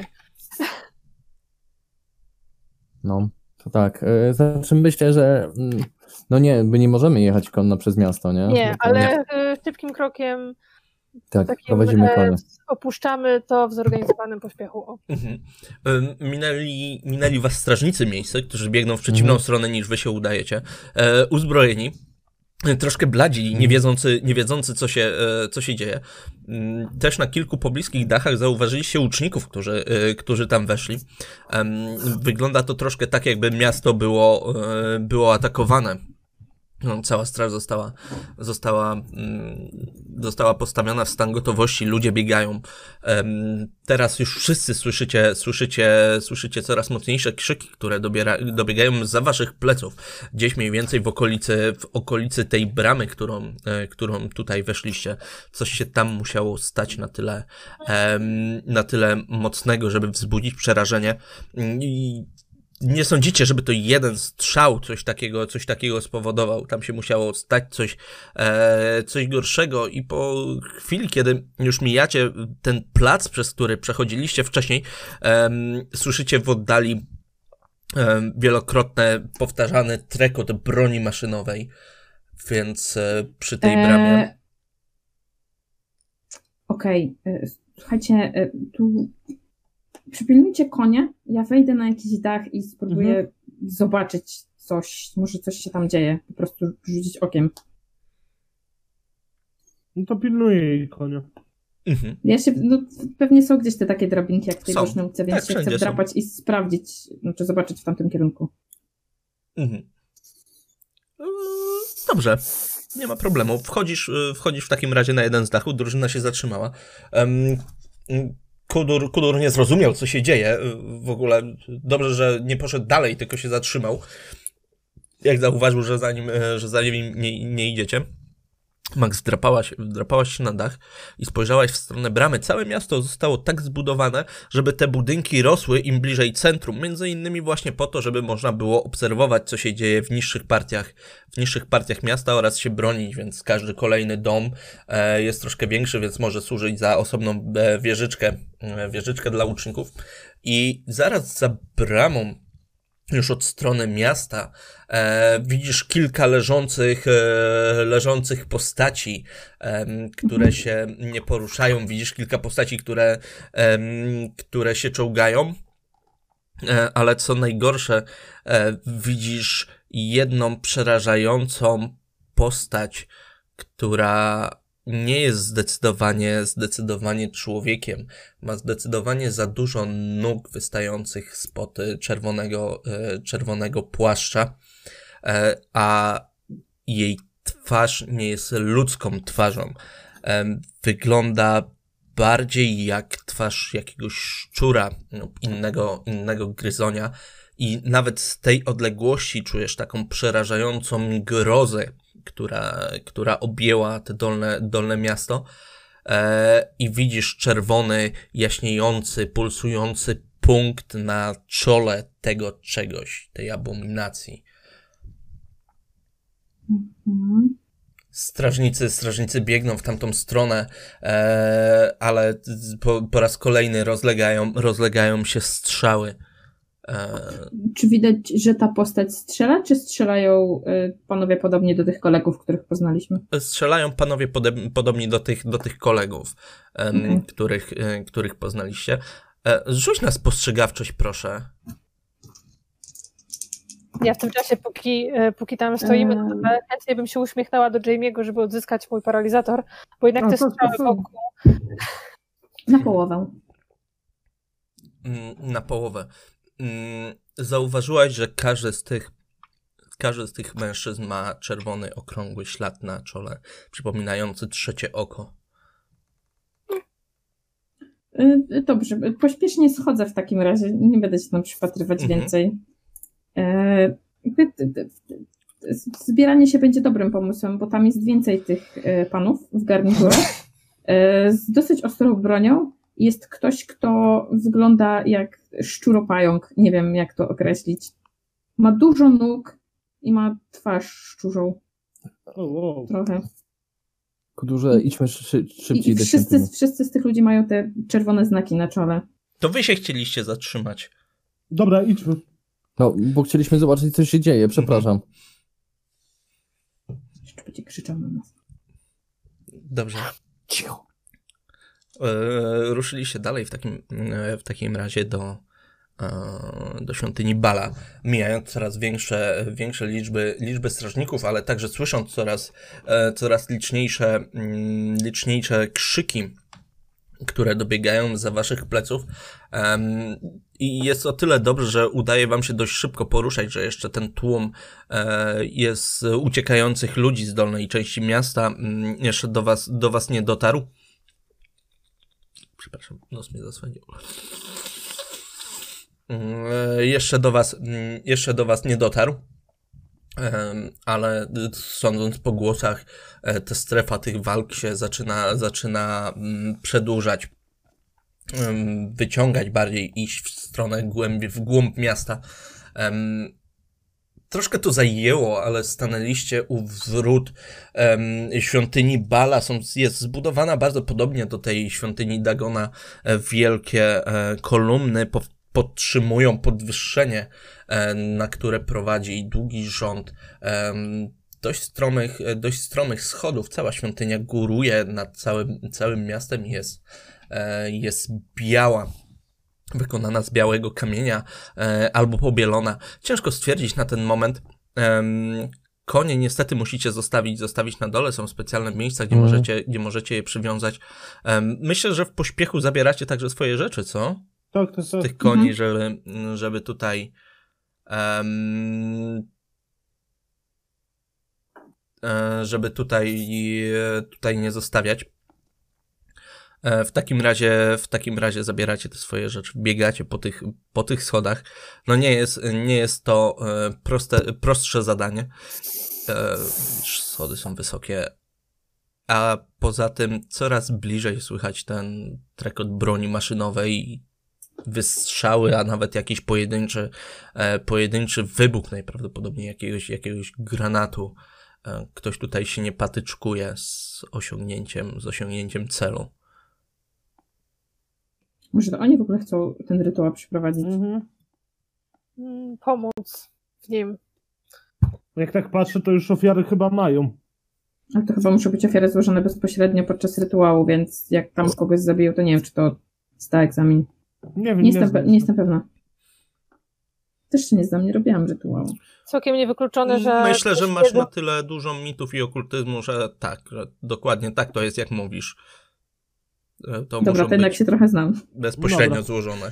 No, to tak. Y, Znaczy myślę, że mm, no nie, my nie możemy jechać konno przez miasto, nie? Nie, Bo to- ale y, szybkim krokiem Tak, takim, prowadzimy e, konie. opuszczamy to w zorganizowanym pośpiechu. O. Mhm. Ym, Minęli, minęli was strażnicy miejscy, którzy biegną w przeciwną Mhm. stronę niż wy się udajecie. E, uzbrojeni. e, Troszkę bladzi, nie wiedzący, nie wiedzący co się, e, co się dzieje. Ym, Też na kilku pobliskich dachach zauważyliście łuczników, którzy, e, którzy tam weszli. Em, Wygląda to troszkę tak, jakby miasto było, e, było atakowane. No, cała straż została, została, mm, została postawiona w stan gotowości, ludzie biegają. Em, teraz już wszyscy słyszycie, słyszycie, słyszycie coraz mocniejsze krzyki, które dobiera, dobiegają za waszych pleców. Gdzieś mniej więcej w okolicy, w okolicy tej bramy, którą, e, którą tutaj weszliście. Coś się tam musiało stać na tyle, em, na tyle mocnego, żeby wzbudzić przerażenie. I nie sądzicie, żeby to jeden strzał coś takiego, coś takiego spowodował. Tam się musiało stać coś, e, coś gorszego i po chwili, kiedy już mijacie ten plac, przez który przechodziliście wcześniej, em, słyszycie w oddali em, wielokrotne, powtarzany trekot broni maszynowej, więc e, przy tej bramie... Eee, Okej, e, słuchajcie, e, tu przypilnujcie konie, ja wejdę na jakiś dach i spróbuję Mhm. zobaczyć coś, może coś się tam dzieje, po prostu rzucić okiem. No to pilnuję jej konia. Mhm. Ja się, no, pewnie są gdzieś te takie drabinki jak w tej Są. boczniówce, więc Tak, się chcę wszędzie są. wdrapać i sprawdzić, znaczy zobaczyć w tamtym kierunku. Mhm. Eee, Dobrze, nie ma problemu. Wchodzisz, y, wchodzisz w takim razie na jeden z dachów, drużyna się zatrzymała. Em, mm, Kudur, Kudur nie zrozumiał, co się dzieje. y, W ogóle dobrze, że nie poszedł dalej, tylko się zatrzymał. Jak zauważył, że za nim, e, że za nim nie, nie idziecie. Max, wdrapałaś, wdrapałaś się na dach i spojrzałaś w stronę bramy. Całe miasto zostało tak zbudowane, żeby te budynki rosły im bliżej centrum, między innymi właśnie po to, żeby można było obserwować, co się dzieje w niższych partiach, w niższych partiach miasta oraz się bronić, więc każdy kolejny dom e, jest troszkę większy, więc może służyć za osobną e, wieżyczkę, e, wieżyczkę dla łuczników. I zaraz za bramą, już od strony miasta, e, widzisz kilka leżących, e, leżących postaci, e, które się nie poruszają. Widzisz kilka postaci, które, e, które się czołgają. E, ale co najgorsze, e, widzisz jedną przerażającą postać, która nie jest zdecydowanie, zdecydowanie człowiekiem. Ma zdecydowanie za dużo nóg wystających spod e, czerwonego, e, czerwonego płaszcza, e, a jej twarz nie jest ludzką twarzą. E, wygląda bardziej jak twarz jakiegoś szczura, no, innego, innego gryzonia, i nawet z tej odległości czujesz taką przerażającą grozę, która, która objęła te dolne, dolne miasto, e, i widzisz czerwony, jaśniejący, pulsujący punkt na czole tego czegoś, tej abominacji. Mhm. Strażnicy, strażnicy biegną w tamtą stronę, e, ale po, po raz kolejny rozlegają, rozlegają się strzały. E, Czy widać, że ta postać strzela, czy strzelają y, panowie podobnie do tych kolegów, których poznaliśmy? strzelają panowie pode, podobni do tych, do tych kolegów, em, Okej. których, e, których poznaliście. E, rzuć na spostrzegawczość, proszę. Ja w tym czasie, póki, e, póki tam stoimy, Eee. to chętnie bym się uśmiechnęła do Jamie'ego, żeby odzyskać mój paralizator, bo jednak A, te to- to- strzały to- wokół. Na połowę. Mm, Na połowę. Mm, Zauważyłaś, że każdy z tych każdy z tych mężczyzn ma czerwony, okrągły ślad na czole, przypominający trzecie oko. Y, Dobrze, pośpiesznie schodzę w takim razie, nie będę się tam przypatrywać Mhm. więcej. E, jakby, t- t- t- Zbieranie się będzie dobrym pomysłem, bo tam jest więcej tych e, panów w garniturach e, z dosyć ostrą bronią. Jest ktoś, kto wygląda jak szczuropająk, nie wiem jak to określić. Ma dużo nóg i ma twarz szczurzą O, wow. trochę. Kudurze, idźmy szy, I, szybciej i do wszyscy, świątyni. wszyscy z tych ludzi mają te czerwone znaki na czole. To wy się chcieliście zatrzymać. Dobra, idźmy. No, bo chcieliśmy zobaczyć, co się dzieje, przepraszam. Jeszcze będzie krzyczał na nas. Dobrze. Cicho. E, ruszyliście dalej w takim, e, w takim razie do, e, do świątyni Bala, mijając coraz większe, większe liczby, liczby strażników, ale także słysząc coraz, e, coraz liczniejsze, mm, liczniejsze krzyki, które dobiegają za waszych pleców. Em, I jest o tyle dobrze, że udaje wam się dość szybko poruszać, że jeszcze ten tłum e, jest uciekających ludzi z dolnej części miasta mm, jeszcze do was, do was nie dotarł. Przepraszam, nos mnie zasłonił. E, jeszcze do was, mm, jeszcze do was nie dotarł. Em, ale sądząc po głosach, e, ta strefa tych walk się zaczyna, zaczyna mm, przedłużać, em, wyciągać bardziej, iść w stronę głębi, w głąb miasta. Em, Troszkę to zajęło, ale stanęliście u wrót em, świątyni Bala. Są, jest zbudowana bardzo podobnie do tej świątyni Dagona. E, wielkie e, kolumny po, podtrzymują podwyższenie, e, na które prowadzi długi rząd e, dość stromych, e, dość stromych schodów. Cała świątynia góruje nad całym, całym miastem i jest, e, jest biała. wykonana z białego kamienia e, albo pobielona. Ciężko stwierdzić na ten moment. Ehm, konie niestety musicie zostawić, zostawić na dole. Są specjalne miejsca, gdzie, Mhm. możecie, gdzie możecie je przywiązać. Ehm, myślę, że w pośpiechu zabieracie także swoje rzeczy, co? Tak, tak, Z tak. tych koni, Mhm. żeby, żeby tutaj em, e, żeby tutaj e, tutaj nie zostawiać. E, W takim razie, w takim razie zabieracie te swoje rzeczy, biegacie po tych, po tych schodach. No nie jest, nie jest to e, proste, prostsze zadanie. E, Schody są wysokie. A poza tym coraz bliżej słychać ten trekot broni maszynowej, wystrzały, a nawet jakiś pojedynczy, e, pojedynczy wybuch najprawdopodobniej jakiegoś, jakiegoś granatu. E, ktoś tutaj się nie patyczkuje z osiągnięciem, z osiągnięciem celu. Może to oni w ogóle chcą ten rytuał przeprowadzić. Mhm. Mm, Pomóc w nim. Jak tak patrzę, to już ofiary chyba mają. Ale to chyba muszą być ofiary złożone bezpośrednio podczas rytuału, więc jak tam kogoś zabiją, to nie wiem, czy to zda egzamin. Nie wiem, Nie nie, jestem, znam pe- nie się. jestem pewna. Też się nie znam, nie robiłam rytuału. Całkiem niewykluczone, że... Myślę, że ktoś masz wiedzy- na tyle dużo mitów i okultyzmu, że tak, że dokładnie tak to jest, jak mówisz. E, To Dobra, muszą to jednak być się trochę znam. bezpośrednio Dobra. złożone.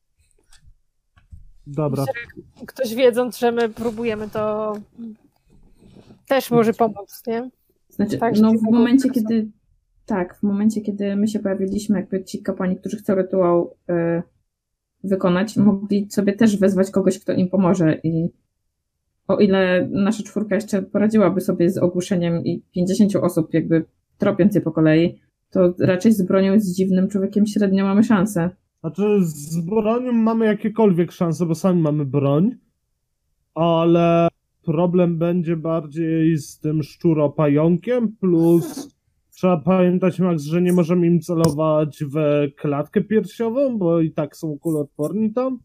Dobra. Ktoś wiedząc, że my próbujemy, to też może pomóc, nie? Znaczy, Tak, że no ci w mogą momencie, tak samo. kiedy tak, w momencie, kiedy my się pojawiliśmy, jakby ci kapłani, którzy chcą rytuał y, wykonać, mogli sobie też wezwać kogoś, kto im pomoże i o ile nasza czwórka jeszcze poradziłaby sobie z ogłuszeniem i pięćdziesięciu osób jakby tropiąc je po kolei, to raczej z bronią i z dziwnym człowiekiem średnio mamy szansę. Znaczy z bronią mamy jakiekolwiek szanse, bo sami mamy broń, ale problem będzie bardziej z tym szczuropająkiem, plus trzeba pamiętać, Max, że nie możemy im celować w klatkę piersiową, bo i tak są kuloodporni tam.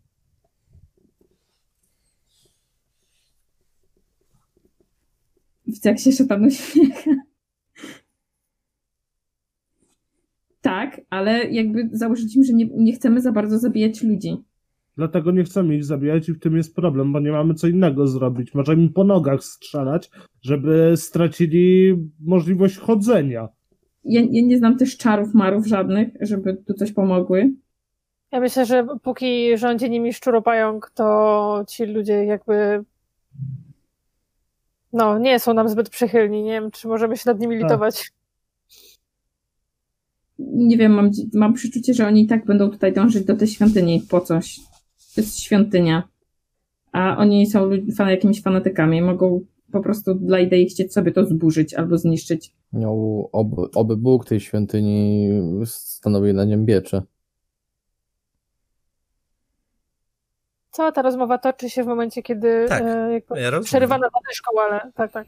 Widzę, jak się szatan uśmiecha. Tak, ale jakby założyliśmy, że nie, nie chcemy za bardzo zabijać ludzi. Dlatego nie chcemy ich zabijać i w tym jest problem, bo nie mamy co innego zrobić. Możemy im po nogach strzelać, żeby stracili możliwość chodzenia. Ja, ja nie znam też czarów, marów żadnych, żeby tu coś pomogły. Ja myślę, że póki rządzi nimi szczuropająk, to ci ludzie jakby no, nie są nam zbyt przychylni. Nie wiem, czy możemy się nad nimi Tak. litować. Nie wiem, mam, mam przeczucie, że oni i tak będą tutaj dążyć do tej świątyni po coś. To jest świątynia. A oni są lud- fan, jakimiś fanatykami. Mogą po prostu dla idei chcieć sobie to zburzyć albo zniszczyć. Miał oby, oby Bóg tej świątyni stanowił nad nią pieczę. Cała ta rozmowa toczy się w momencie, kiedy Tak, e, jakby ja rozumiem. przerywana zadeszką, ale tak, tak.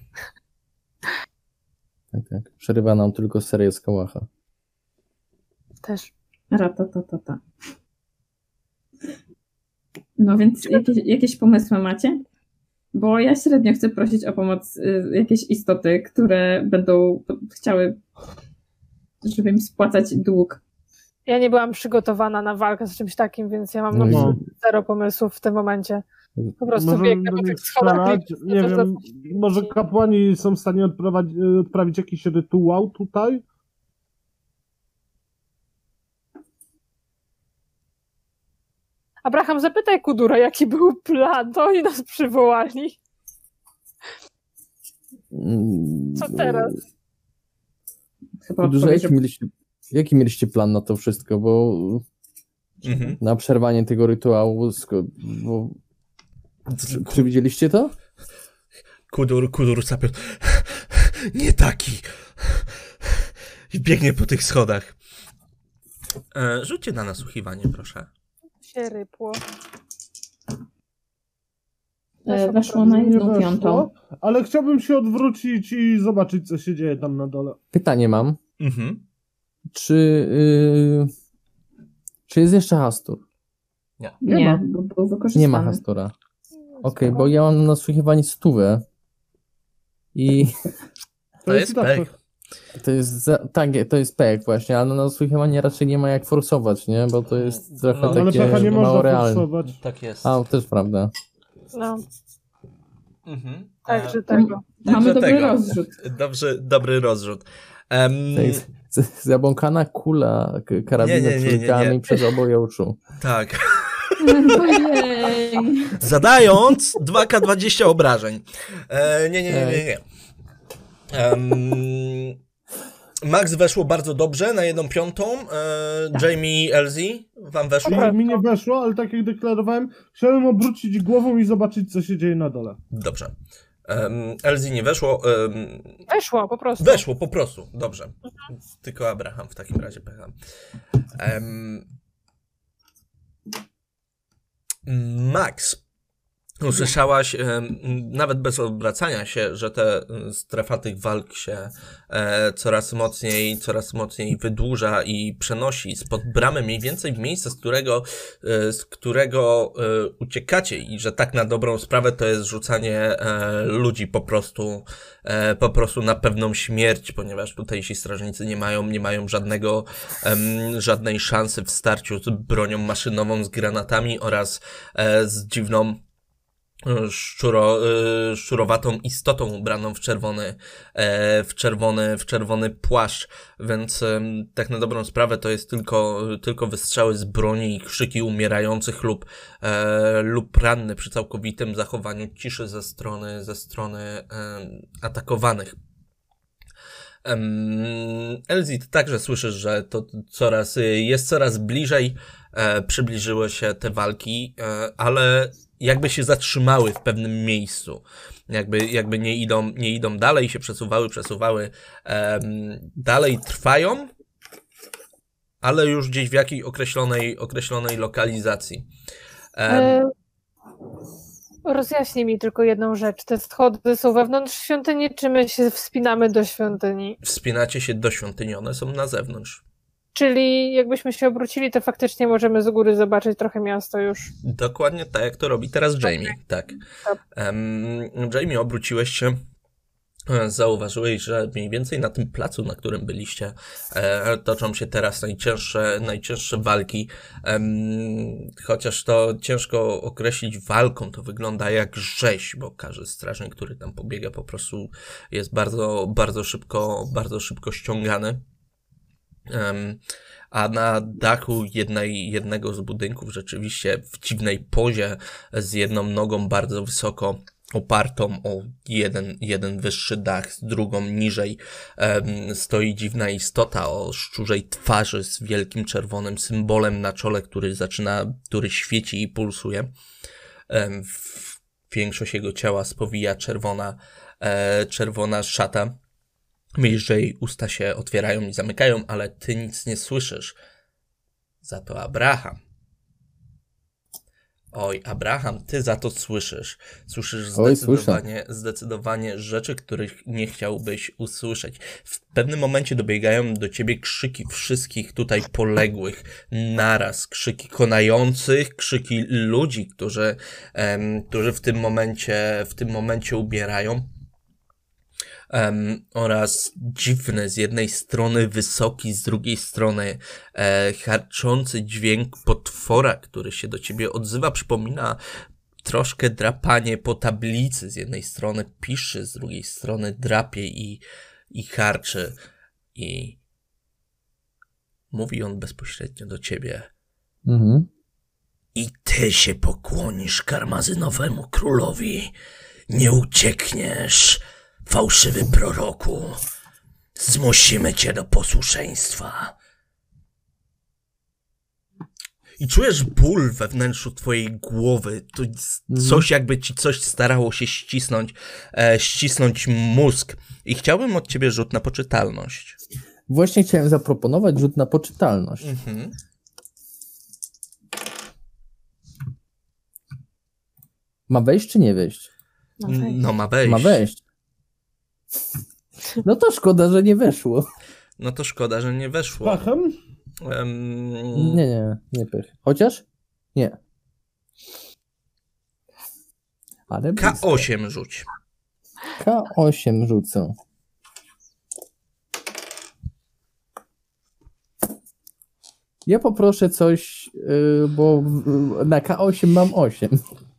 Tak, tak. Przerywa nam tylko serię z Kałacha. Też. Ratatatata. No więc jakieś, jakieś pomysły macie? Bo ja średnio chcę prosić o pomoc y, jakieś istoty, które będą p- chciały, żeby im spłacać dług. Ja nie byłam przygotowana na walkę z czymś takim, więc ja mam No i- no. zero pomysłów w tym momencie. Po prostu Możemy biegnę do po nich tych schodach. strzelać. Nie to wiem, za- może kapłani są w stanie odprowadzić, odprawić jakiś rytuał tutaj? Abraham, zapytaj Kudura, jaki był plan, to oni nas przywołali. Co teraz? Chyba Dużo, odpowie, jaki, mieliście, jaki mieliście plan na to wszystko? Bo Mhm. na przerwanie tego rytuału, sko- bo Czy- przewidzieliście to? Kudur, kudur sapio. Nie taki. I biegnie po tych schodach. E, rzućcie na nasłuchiwanie, proszę. Się rypło. E, weszło na Nie jedną weszło, piątą. ale chciałbym się odwrócić i zobaczyć, co się dzieje tam na dole. Pytanie mam. Mhm. Czy, yy, czy jest jeszcze Hastur? Nie Nie, ma. bo był wykorzystany. Nie ma Hastura. Okej, bo ja mam na nasłuchiwanie stówę. I To jest i tak pech. To jest, za, tak, to jest pek właśnie, ale no swój chyba nie, raczej nie ma jak forsować, nie? Bo to jest trochę No, Ale takie pecha nie mało można realne. forsować. Tak jest. A, też prawda. No, Mhm. także E, tego. Mamy dobry tego. rozrzut. Dobrze, dobry rozrzut. Um, To jest z- zabłąkana kula k- karabinu Nie, nie, nie, nie, przerzucamy nie. przez oboje oczu. tak. Ojej. Zadając dwa K dwadzieścia obrażeń. E, nie, nie, nie, nie. nie. Um, Max weszło bardzo dobrze na jedną piątą. E, Jamie, Elsie, wam weszło? Mi, mi nie weszło, ale tak jak deklarowałem, chciałem obrócić głową i zobaczyć, co się dzieje na dole. Dobrze. Um, Elsie nie weszło. Um, Weszło po prostu. weszło po prostu. Dobrze. Tylko Abraham w takim razie pecham. Um, Max. Usłyszałaś, e, nawet bez obracania się, że ta strefa tych walk się e, coraz mocniej, coraz mocniej wydłuża i przenosi spod bramy mniej więcej w miejsce, z którego, e, z którego e, uciekacie i że tak na dobrą sprawę to jest rzucanie e, ludzi po prostu, e, po prostu na pewną śmierć, ponieważ tutejsi strażnicy nie mają, nie mają żadnego, em, żadnej szansy w starciu z bronią maszynową, z granatami oraz e, z dziwną szczuro, y, szczurowatą istotą ubraną w czerwony, e, w czerwony, w czerwony płaszcz, więc e, tak na dobrą sprawę to jest tylko, tylko wystrzały z broni i krzyki umierających lub, e, lub ranny przy całkowitym zachowaniu ciszy ze strony, ze strony e, atakowanych. Um, Elsie, ty także słyszysz, że to coraz, jest coraz bliżej, e, przybliżyły się te walki, e, ale jakby się zatrzymały w pewnym miejscu. Jakby, jakby nie idą, nie idą dalej, się przesuwały, przesuwały, e, dalej trwają, ale już gdzieś w jakiej określonej, określonej lokalizacji. E, E, rozjaśnij mi tylko jedną rzecz. Te schody są wewnątrz świątyni, czy my się wspinamy do świątyni? Wspinacie się do świątyni, one są na zewnątrz. Czyli jakbyśmy się obrócili, to faktycznie możemy z góry zobaczyć trochę miasto już. Dokładnie tak, jak to robi teraz Jamie, tak. Um, Jamie, obróciłeś się, zauważyłeś, że mniej więcej na tym placu, na którym byliście, e, toczą się teraz najcięższe, najcięższe walki. Um, chociaż to ciężko określić walką, to wygląda jak rzeź, bo każdy strażnik, który tam pobiega, po prostu jest bardzo, bardzo szybko, bardzo szybko ściągany. Um, a na dachu jednej, jednego z budynków rzeczywiście w dziwnej pozie z jedną nogą bardzo wysoko opartą o jeden, jeden wyższy dach, z drugą niżej um, stoi dziwna istota o szczurzej twarzy z wielkim czerwonym symbolem na czole, który zaczyna, który świeci i pulsuje. Um, w większość jego ciała spowija czerwona, e, czerwona szata. Myślisz, że jej usta się otwierają i zamykają, ale ty nic nie słyszysz. Za to Abraham. Oj, Abraham, ty za to słyszysz. Słyszysz zdecydowanie, zdecydowanie rzeczy, których nie chciałbyś usłyszeć. W pewnym momencie dobiegają do ciebie krzyki wszystkich tutaj poległych naraz. Krzyki konających, krzyki ludzi, którzy, em, którzy w tym momencie, w tym momencie ubierają. Um, oraz dziwny, z jednej strony wysoki, z drugiej strony e, charczący dźwięk potwora, który się do ciebie odzywa, przypomina troszkę drapanie po tablicy. Z jednej strony piszy, z drugiej strony drapie i, i harczy. I mówi on bezpośrednio do ciebie. Mhm. I ty się pokłonisz karmazynowemu królowi. Nie uciekniesz. Fałszywy proroku, zmusimy cię do posłuszeństwa. I czujesz ból we wnętrzu twojej głowy. To jest coś, jakby ci coś starało się ścisnąć, e, ścisnąć mózg. I chciałbym od ciebie rzut na poczytalność. Właśnie chciałem zaproponować rzut na poczytalność. Mhm. Ma wejść czy nie wejść? No, okay. No ma wejść. Ma wejść. No to szkoda, że nie weszło. No to szkoda, że nie weszło. Pachem? Um... Nie, nie, nie pech. Chociaż? Nie. Ale K blisko. osiem rzuć. K osiem rzucę. Ja poproszę coś, yy, bo w- na K osiem mam osiem.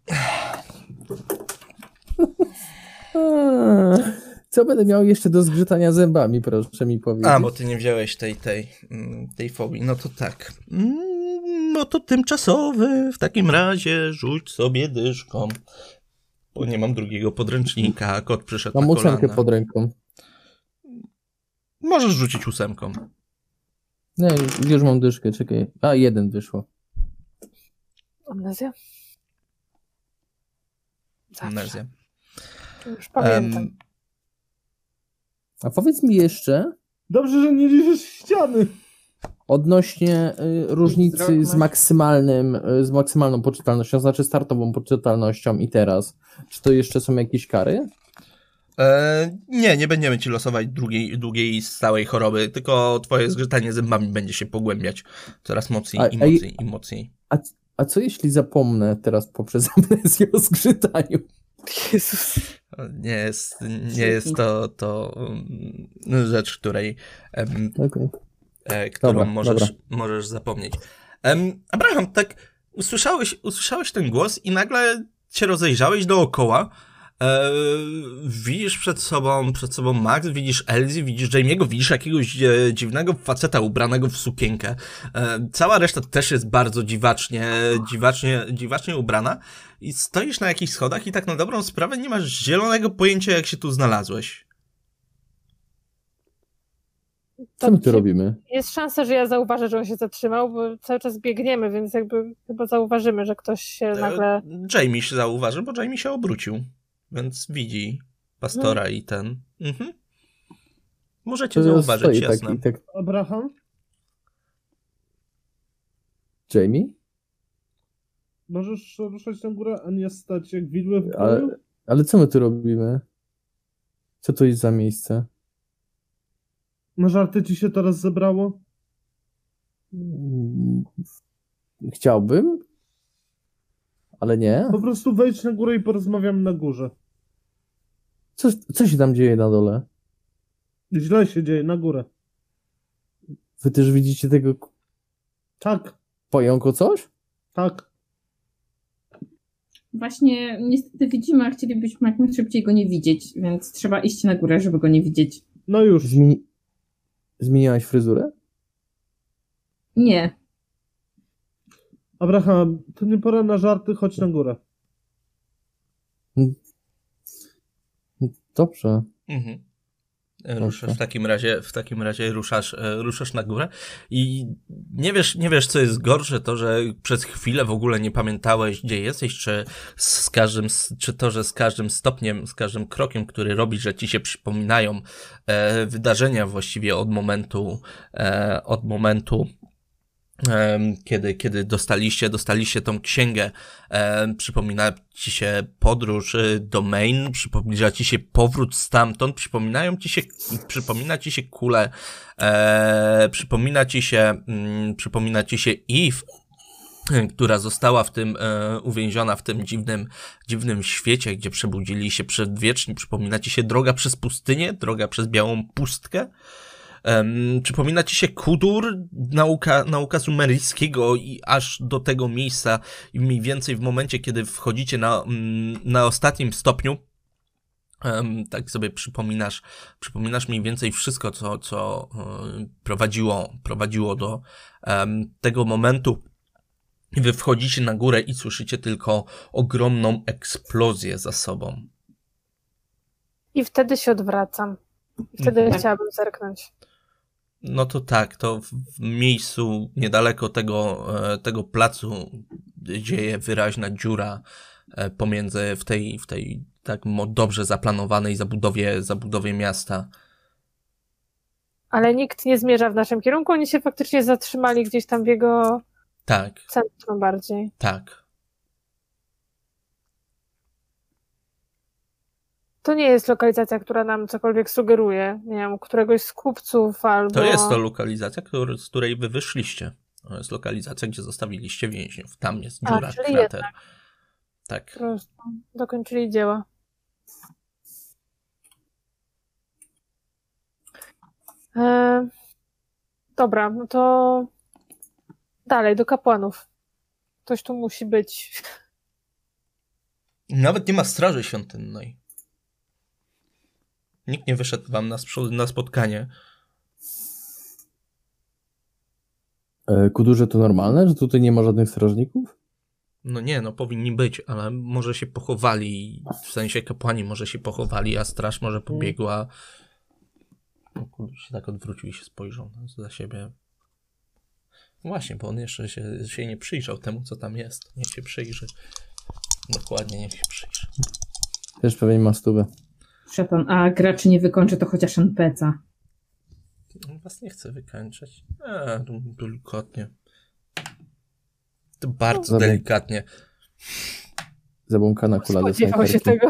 Co będę miał jeszcze do zgrzytania zębami, proszę mi powiedzieć. A, bo ty nie wziąłeś tej, tej, mm, tej fobii. No to tak. Mm, No to tymczasowy. W takim razie rzuć sobie dyszką. Bo nie mam drugiego podręcznika, a kot przyszedł Mam na ósemkę kolana. pod ręką. Możesz rzucić ósemką. Nie, już mam dyszkę, czekaj. A, jeden wyszło. Amnezja? Zawsze. Amnezja. Już pamiętam. Em, A powiedz mi jeszcze Dobrze, że nie liczysz ściany. odnośnie y, różnicy Wzrok z masz. maksymalnym, y, z maksymalną poczytalnością, znaczy startową poczytalnością i teraz. Czy to jeszcze są jakieś kary? E, nie, nie będziemy ci losować drugiej, drugiej stałej choroby, tylko twoje zgrzytanie zębami będzie się pogłębiać coraz mocniej A- i a i- mocniej i mocniej. A, a co jeśli zapomnę teraz poprzez amnezję o zgrzytaniu? Jezus. Nie jest, nie jest to, to um, rzecz, której, em, Okay. e, którą Dobra, możesz, dobra. możesz zapomnieć. Em, Abraham, tak usłyszałeś, usłyszałeś ten głos i nagle się rozejrzałeś dookoła. E, widzisz przed sobą, przed sobą Max, widzisz Elsie, widzisz Jamie'ego, widzisz jakiegoś e, dziwnego faceta ubranego w sukienkę. E, cała reszta też jest bardzo dziwacznie, dziwacznie, dziwacznie ubrana i stoisz na jakichś schodach i tak na dobrą sprawę nie masz zielonego pojęcia, jak się tu znalazłeś. Co my tu się- robimy? Jest szansa, że ja zauważę, że on się zatrzymał, bo cały czas biegniemy, więc jakby chyba zauważymy, że ktoś się nagle... E, Jamie się zauważy, bo Jamie się obrócił, więc widzi pastora i ten. Mhm. Możecie To zauważyć, stoi tak, jasne. i tak. Abraham, Jamie? możesz ruszać na górę, a nie stać jak widły w Ale, boju? ale co my tu robimy? Co to jest za miejsce? Na żarty ci się teraz zebrało? Mm, Chciałbym, ale nie. Po prostu wejdź na górę i porozmawiam na górze. Co, co się tam dzieje na dole? Źle się dzieje, na górę. Wy też widzicie tego Tak, pająko coś? tak. Właśnie niestety widzimy, a chcielibyśmy jak najszybciej go nie widzieć, więc trzeba iść na górę, żeby go nie widzieć. No już. Zmieni... Zmieniłaś fryzurę? Nie. Abraham, to nie pora na żarty, chodź na górę. Dobrze. Mhm. Ruszasz w takim razie, w takim razie ruszasz, e, ruszasz na górę i nie wiesz, nie wiesz, co jest gorsze, to, że przez chwilę w ogóle nie pamiętałeś, gdzie jesteś, czy z każdym, s- czy to, że z każdym stopniem, z każdym krokiem, który robisz, że ci się przypominają e, wydarzenia właściwie od momentu, e, od momentu, em, kiedy, kiedy dostaliście, dostaliście tą księgę, em, przypomina ci się podróż y, do Maine, przypomina ci się powrót stamtąd, przypominają ci się, przypomina ci się kule, e, przypomina ci się, mm, przypomina ci się Eve, y, która została w tym, e, uwięziona w tym dziwnym, dziwnym świecie, gdzie przebudzili się przedwieczni, przypomina ci się droga przez pustynię, droga przez białą pustkę. Um, przypomina ci się Kudur, nauka, nauka sumeryjskiego i aż do tego miejsca i mniej więcej w momencie, kiedy wchodzicie na, mm, na ostatnim stopniu, um, tak sobie przypominasz, przypominasz mniej więcej wszystko, co, co um, prowadziło, prowadziło do um, tego momentu. I wy wchodzicie na górę i słyszycie tylko ogromną eksplozję za sobą. I wtedy się odwracam. I wtedy Mhm. chciałabym zerknąć. No to tak, to w w miejscu niedaleko tego, e, tego placu dzieje wyraźna dziura e, pomiędzy w tej, w tej tak mo- dobrze zaplanowanej zabudowie, zabudowie miasta. Ale nikt nie zmierza w naszym kierunku, oni się faktycznie zatrzymali gdzieś tam w jego Tak, centrum bardziej. tak. To nie jest lokalizacja, która nam cokolwiek sugeruje. Nie wiem, któregoś z kupców albo... To jest to lokalizacja, który, z której wy wyszliście. To jest lokalizacja, gdzie zostawiliście więźniów. Tam jest A, dziura, czyli krater. Tak. Po prostu dokończyli dzieła. E, dobra, no to Dalej, do kapłanów. Ktoś tu musi być. Nawet nie ma straży świątynnej. Nikt nie wyszedł wam na, sprzo- na spotkanie. E, Kudurze, to normalne, że tutaj nie ma żadnych strażników? No nie, no powinni być, ale może się pochowali, w sensie kapłani może się pochowali, a straż może pobiegła. No Kudur się tak odwrócił i się spojrzał za siebie. Właśnie, bo on jeszcze się, się nie przyjrzał temu, co tam jest. Niech się przyjrzy. Dokładnie, niech się przyjrzy. Też pewnie ma stówę. Szatan, a graczy nie wykończy to chociaż en pe ce a. On was nie chce wykańczać. Eee, delikatnie. To bardzo No, delikatnie. Zabłąkana kula do Spodziewał się snajperki. tego.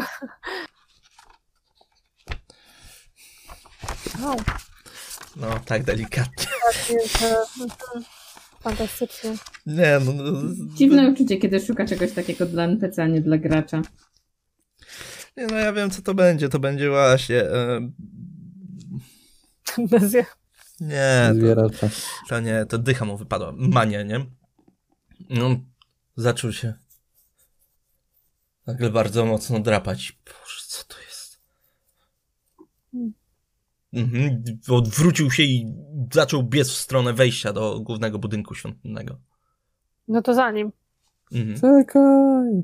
No, No, tak delikatnie. tak jest. e, mhm. Fantastycznie. Nie, no... no Dziwne uczucie, kiedy szuka czegoś takiego dla en pe ce, a nie dla gracza. Nie, no ja wiem, co to będzie. To będzie właśnie... E... Amnezja. Nie, to, Zwieracza. to nie, to dycha mu wypadła. Mania, nie? No, zaczął się nagle bardzo mocno drapać. Boże, co to jest? Mhm. Odwrócił się i zaczął biec w stronę wejścia do głównego budynku świątynnego. No to za nim. Mhm. Czekaj!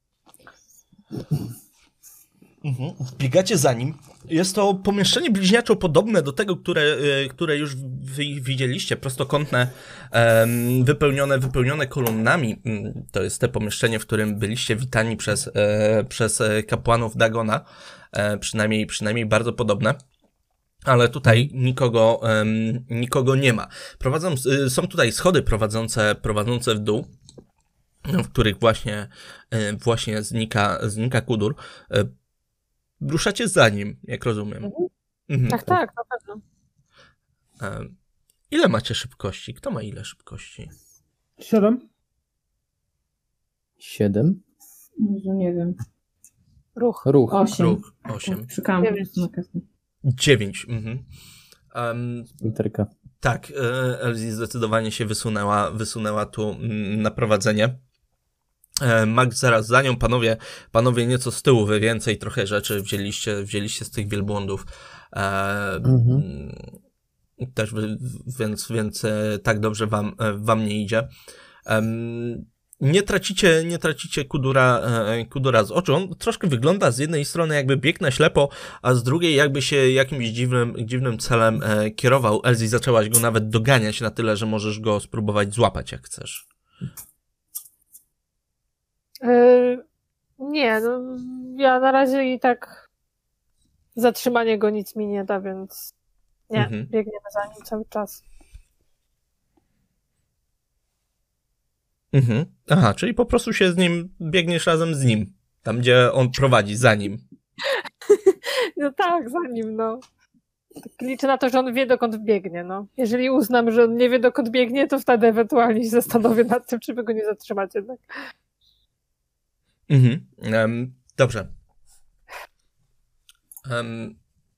Mhm. Biegacie za nim. Jest to pomieszczenie bliźniaczo podobne do tego, które, y, które już wy widzieliście, prostokątne, em, wypełnione, wypełnione kolumnami. Mm, To jest te pomieszczenie, w którym byliście witani przez, e, przez e, kapłanów Dagona. E, przynajmniej, przynajmniej bardzo podobne. Ale tutaj nikogo, em, nikogo nie ma. Prowadzą, y, są tutaj schody prowadzące, prowadzące w dół, w których właśnie, y, właśnie znika, znika Kudur. Y, Ruszacie za nim, jak rozumiem. Mhm. Mhm. Tak, tak, na pewno. Em, Ile macie szybkości? Kto ma ile szybkości? Siedem? Siedem? Może nie wiem. Ruch. Ruch. Osiem. Kruk, osiem. Szukałam Dziewięć. na kartę. Dziewięć. Mhm. Um, Literka. tak, e, Elsie zdecydowanie się wysunęła, wysunęła tu mm, na prowadzenie. E, Max zaraz za nią, panowie, panowie nieco z tyłu, wy więcej trochę rzeczy wzięliście, wzięliście z tych wielbłądów. E, Mhm. mm, Też, wy- więc, więc e, tak dobrze wam, e, wam nie idzie. Em, Nie tracicie, nie tracicie Kudura, e, Kudura z oczu. On troszkę wygląda z jednej strony jakby biegł na ślepo, a z drugiej jakby się jakimś dziwnym, dziwnym celem e, kierował. Elsie, zaczęłaś go nawet doganiać na tyle, że możesz go spróbować złapać jak chcesz. Yy, nie, no, ja na razie i tak zatrzymanie go nic mi nie da, więc nie, Mhm. biegniemy za nim cały czas. Mhm. Aha, czyli po prostu się z nim, biegniesz razem z nim. Tam, gdzie on prowadzi, za nim. No tak, za nim, no. Tak liczę na to, że on wie, dokąd biegnie, no. Jeżeli uznam, że on nie wie, dokąd biegnie, to wtedy ewentualnie się zastanowię nad tym, czy by go nie zatrzymać jednak. Mhm. Em, dobrze. Um,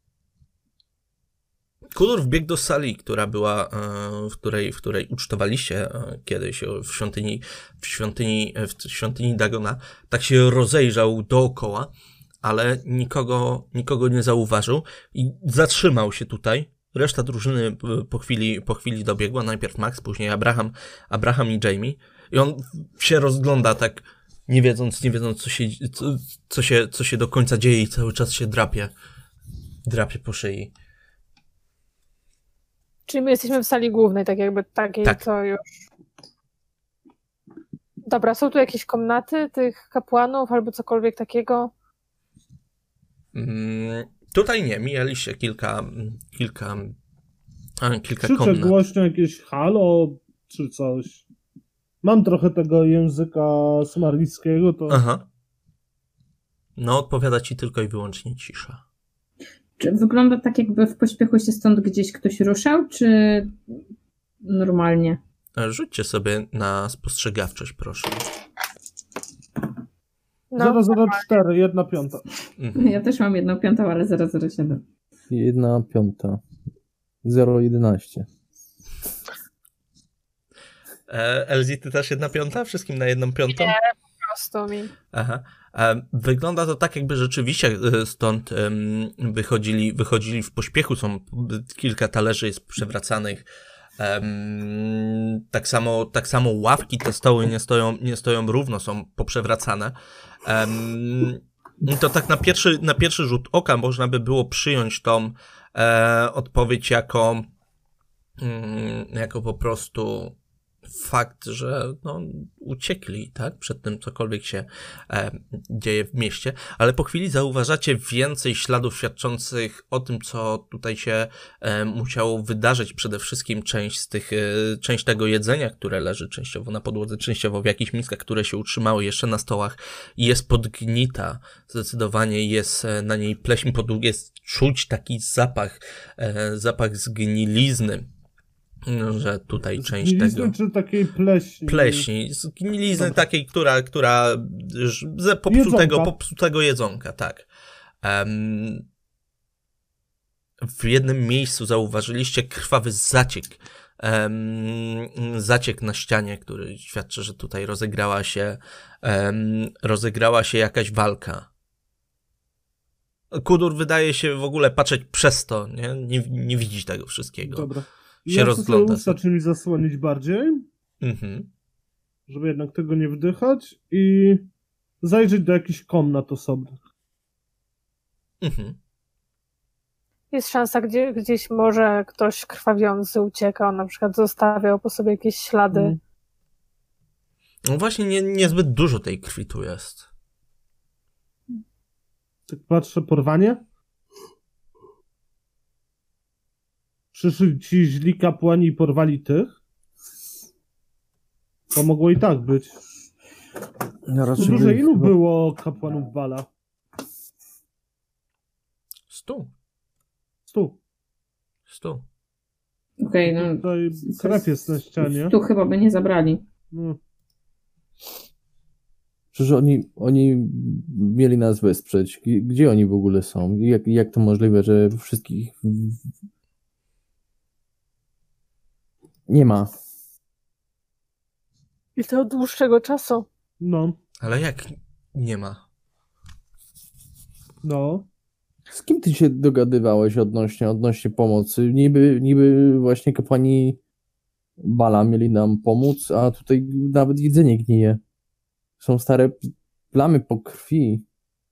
Kudur wbiegł do sali, która była, e, w której, w której ucztowaliście e, kiedyś w świątyni, w świątyni, w świątyni Dagona. Tak się rozejrzał dookoła, ale nikogo, nikogo nie zauważył i zatrzymał się tutaj. Reszta drużyny e, po chwili, po chwili dobiegła. Najpierw Max, później Abraham, Abraham i Jamie. I on się rozgląda tak, nie wiedząc, nie wiedząc co się, co, co się, co się do końca dzieje i cały czas się drapie. Drapie po szyi. Czyli my jesteśmy w sali głównej, tak jakby takiej, Tak. co już... Dobra, są tu jakieś komnaty tych kapłanów albo cokolwiek takiego? Mm, tutaj nie, mijaliście kilka, kilka, a, kilka Krzyczę komnat. głośno jakieś halo czy coś. Mam trochę tego języka smarlickiego, to Aha. No, odpowiada ci tylko i wyłącznie cisza. Czy wygląda tak, jakby w pośpiechu się stąd gdzieś ktoś ruszał, czy normalnie? Rzućcie sobie na spostrzegawczość, proszę. No, zero zero cztery, jedna piąta. Mhm. Ja też mam jedną piątą, ale zero zero siedem. Jedna piąta. Zero jedenaście. E, Elzi, ty też jedna piąta? Wszystkim na jedną piątą? Nie, po prostu mi. Aha. E, wygląda to tak, jakby rzeczywiście stąd um, wychodzili, wychodzili w pośpiechu. Są kilka talerzy jest przewracanych. Um, tak samo, tak samo ławki, te stoły nie stoją, nie stoją równo, są poprzewracane. Um, to tak na pierwszy, na pierwszy rzut oka można by było przyjąć tą e, odpowiedź jako, mm, jako po prostu fakt, że no, uciekli, tak, przed tym cokolwiek się e, dzieje w mieście, ale po chwili zauważacie więcej śladów świadczących o tym, co tutaj się e, musiało wydarzyć. Przede wszystkim część z tych, e, część tego jedzenia, które leży częściowo na podłodze, częściowo w jakichś miskach, które się utrzymały jeszcze na stołach, jest podgnita. Zdecydowanie jest na niej pleśń, podłóg, jest czuć taki zapach, e, zapach zgnilizny. Że tutaj część Zgnilizny tego... czy takiej pleśni? Pleśni. Zgnilizny Dobra. takiej, która, która ze popsutego, Jedzonka. popsutego jedzonka, tak. Um, w jednym miejscu zauważyliście krwawy zaciek. Um, zaciek na ścianie, który świadczy, że tutaj rozegrała się um, rozegrała się jakaś walka. Kudur wydaje się w ogóle patrzeć przez to, nie, nie, nie widzieć tego wszystkiego. Dobra. Się ja rozgląda. usta czymś zasłonić bardziej, Mhm. żeby jednak tego nie wdychać i zajrzeć do jakichś komnat osobnych. Mhm. Jest szansa, gdzie, gdzieś może ktoś krwawiący uciekał, na przykład zostawiał po sobie jakieś ślady. Mm. No właśnie, nie, niezbyt dużo tej krwi tu jest. Tak patrzę, porwanie? Przyszli ci źli kapłani i porwali tych? To mogło i tak być. No, Po raczej duże by- ilu chyba- było kapłanów Bala? Stu. Stu. Stu. Okej, no Tutaj krew jest na ścianie. tu chyba by nie zabrali. No. Przecież oni, oni mieli nas wesprzeć. G- Gdzie oni w ogóle są? I Jak, jak to możliwe, że wszystkich nie ma? I to od dłuższego czasu. No. Ale jak nie ma? No. Z kim ty się dogadywałeś odnośnie, odnośnie pomocy? Niby, niby właśnie kapłani Bala mieli nam pomóc, a tutaj nawet jedzenie gnije. Są stare p- plamy po krwi.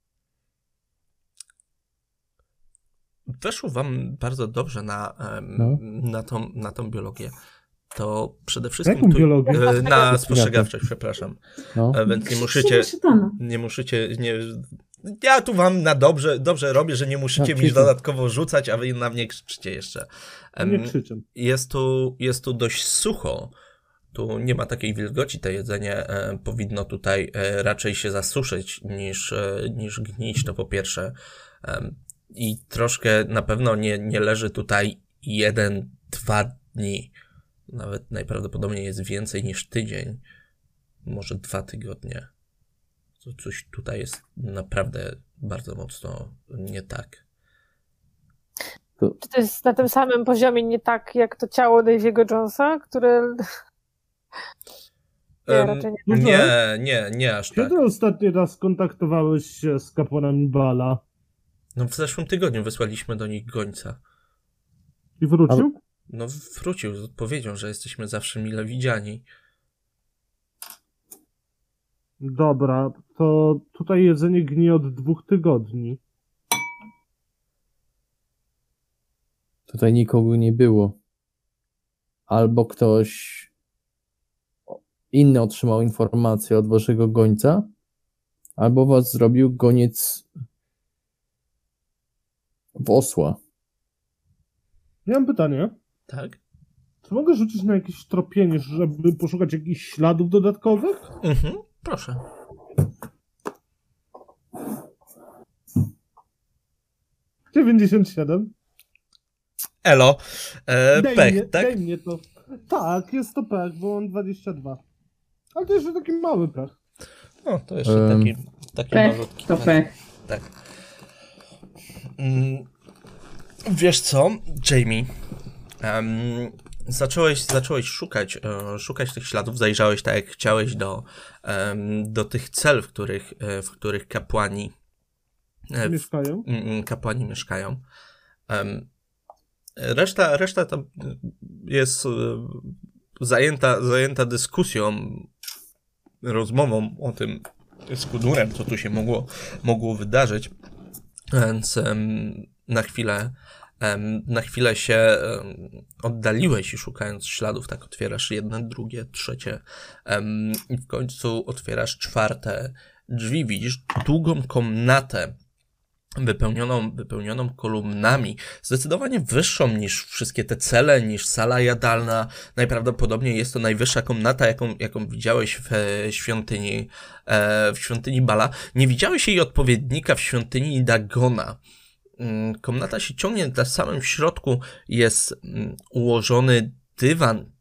Weszło wam bardzo dobrze na, em, No. na, tą, na tą biologię. To przede Jaką wszystkim tu, biologię? e, na spostrzegawczość, przepraszam. No. E, Więc nie musicie, Szatana. nie musicie, nie, ja tu wam na dobrze, dobrze robię, że nie musicie Tak, mi krzyczę. dodatkowo rzucać, a wy na mnie krzyczycie jeszcze. Em, Nie krzyczę. Jest tu, jest tu dość sucho. Tu nie ma takiej wilgoci. To jedzenie e, powinno tutaj e, raczej się zasuszyć niż, e, niż gnić, to po pierwsze. Em, I troszkę na pewno nie, nie leży tutaj jeden, dwa dni. Nawet najprawdopodobniej jest więcej niż tydzień. Może dwa tygodnie. To coś tutaj jest naprawdę bardzo mocno nie tak. Czy to jest na tym samym poziomie nie tak jak to ciało Davy'ego Jonesa, które... Nie, Em, raczej nie. No nie, nie, nie aż tak. Kiedy ostatni raz kontaktowałeś się z kapłanami Bala? No w zeszłym tygodniu wysłaliśmy do nich gońca. I wrócił? No wrócił z odpowiedzią, że jesteśmy zawsze mile widziani. Dobra, to tutaj jedzenie gnije od dwóch tygodni. Tutaj nikogo nie było. Albo ktoś inny otrzymał informację od waszego gońca, albo was zrobił goniec w osła. Ja mam pytanie. Tak? Czy mogę rzucić na jakieś tropienie, żeby poszukać jakichś śladów dodatkowych? Mhm, proszę. dziewięćdziesiąt siedem. Elo, e, Daj, pech, mnie, tak? daj mnie to. Tak, jest to pech, bo mam dwadzieścia dwa. Ale to jeszcze taki mały pech. O, to jeszcze Em, taki, taki Pech malutki. to pech. Tak. Mm, wiesz co, Jamie? Em, zacząłeś, zacząłeś szukać, e, szukać tych śladów, zajrzałeś tak jak chciałeś do, em, do tych cel, w których, e, w których kapłani e, w, Mieszkają. m, kapłani mieszkają. Em, reszta, reszta tam jest e, zajęta, zajęta dyskusją, rozmową o tym z Kudurem, co tu się mogło, mogło wydarzyć. Więc em, na chwilę em, na chwilę się em, oddaliłeś i szukając śladów, tak otwierasz jedne, drugie, trzecie em, i w końcu otwierasz czwarte drzwi. Widzisz długą komnatę wypełnioną, wypełnioną kolumnami, zdecydowanie wyższą niż wszystkie te cele, niż sala jadalna. Najprawdopodobniej jest to najwyższa komnata, jaką, jaką widziałeś w e, świątyni, e, w świątyni Bala. Nie widziałeś jej odpowiednika w świątyni Dagona. Mm, komnata się ciągnie, na samym środku jest mm, ułożony dywan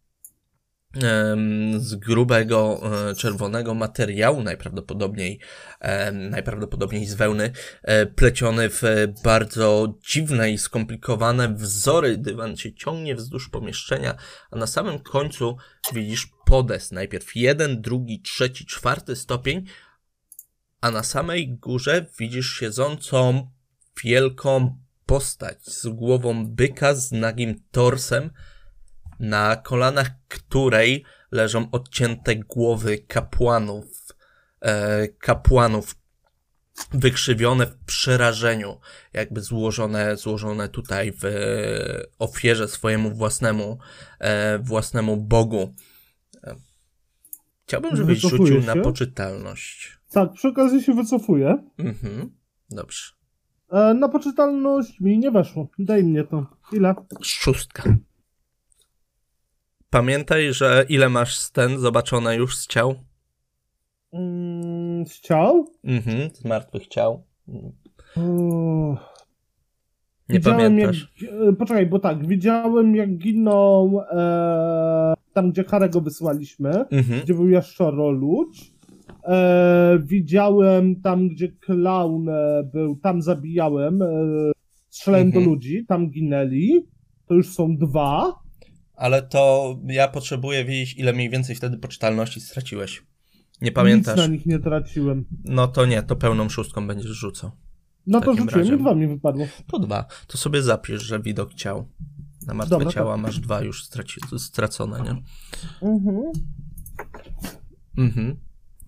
z grubego, czerwonego materiału, najprawdopodobniej, najprawdopodobniej z wełny, pleciony w bardzo dziwne i skomplikowane wzory. Dywan się ciągnie wzdłuż pomieszczenia, a na samym końcu widzisz podest. Najpierw jeden, drugi, trzeci, czwarty stopień, a na samej górze widzisz siedzącą wielką postać z głową byka, z nagim torsem, na kolanach której leżą odcięte głowy kapłanów, e, kapłanów wykrzywione w przerażeniu, jakby złożone, złożone tutaj w ofierze swojemu własnemu, e, własnemu Bogu. E, chciałbym, żebyś Wycofuję rzucił się. na poczytalność. Tak, przy okazji się wycofuję. Mhm, dobrze. E, na poczytalność mi nie weszło. Daj mnie to. Ile? Szóstka. Pamiętaj, że ile masz scen zobaczone już z ciał? Mm, z ciał? Mhm, z martwych ciał. Uuu. Nie Widziałem, pamiętasz. Jak, e, poczekaj, bo tak, widziałem jak ginął e, tam, gdzie Harego wysłaliśmy, Mhm. gdzie był Jaszczoroludź. E, widziałem tam, gdzie Klaun e, był, tam zabijałem, e, strzelałem Mhm. do ludzi, tam ginęli. To już są dwa. Ale to ja potrzebuję wiedzieć, ile mniej więcej wtedy poczytalności straciłeś. Nie Nic pamiętasz? na nich nie traciłem. No to nie, to pełną szóstką będziesz rzucał. No to takim rzuciłem razie. i dwa mi wypadło. Po dwa. To sobie zapisz, że widok ciał. Na martwe Dobra, ciała tak. masz dwa już straci, stracone, nie? Mhm. Mhm.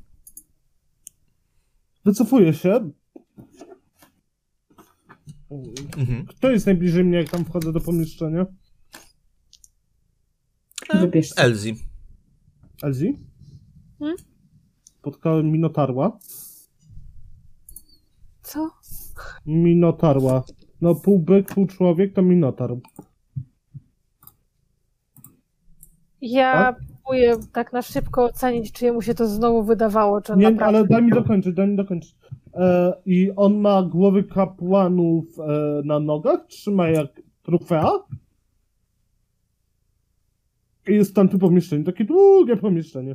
Wycofuję się. Mhm. Kto jest najbliżej mnie, jak tam wchodzę do pomieszczenia? Wybierz sobie. Elzi. Elzi? Hmm? Spotkałem Minotarła. Co? Minotarła. No pół byk, pół człowiek to Minotar. Ja Tak? próbuję tak na szybko ocenić, czy jemu się to znowu wydawało, czy on Nie, naprawdę... ale daj mi dokończyć, daj mi dokończyć. E, I on ma głowy kapłanów e, na nogach, trzyma jak trofea. I jest tam tu pomieszczenie, takie długie pomieszczenie.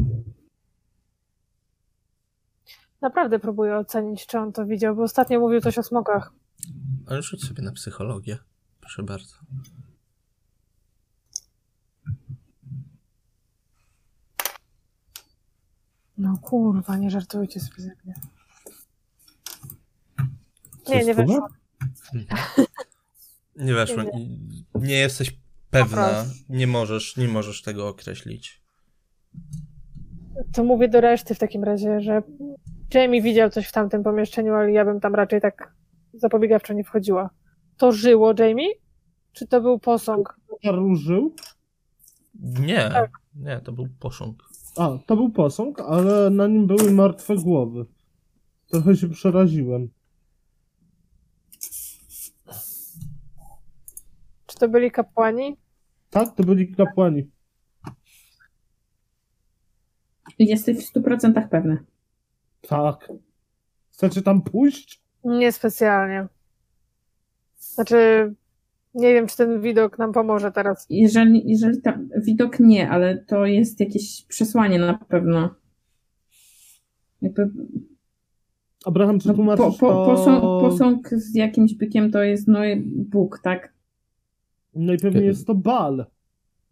Naprawdę próbuję ocenić, czy on to widział, bo ostatnio mówił coś o smokach. Ale rzuć sobie na psychologię. Proszę bardzo. No kurwa, nie żartujcie sobie ze mnie. Co, Nie, nie stówę? weszło. Nie weszło. Nie. Nie, nie jesteś pewna. Poproszę. Nie możesz, nie możesz tego określić. To mówię do reszty w takim razie, że Jamie widział coś w tamtym pomieszczeniu, ale ja bym tam raczej tak zapobiegawczo nie wchodziła. To żyło Jamie? Czy to był posąg? Minotar żył. Nie, Tak. nie, to był posąg. A, to był posąg, ale na nim były martwe głowy. Trochę się przeraziłem. Czy to byli kapłani? Tak, to byli kapłani. Jesteś w stu procentach pewny. Tak. Chcecie tam pójść? Niespecjalnie. Znaczy, nie wiem, czy ten widok nam pomoże teraz. Jeżeli, jeżeli tam widok nie, ale to jest jakieś przesłanie na pewno. Jakby, Abraham, czy no, po, tłumaczysz po, to... posąg, posąg z jakimś bykiem to jest no Bóg, tak? Najpewniej jest to Baal.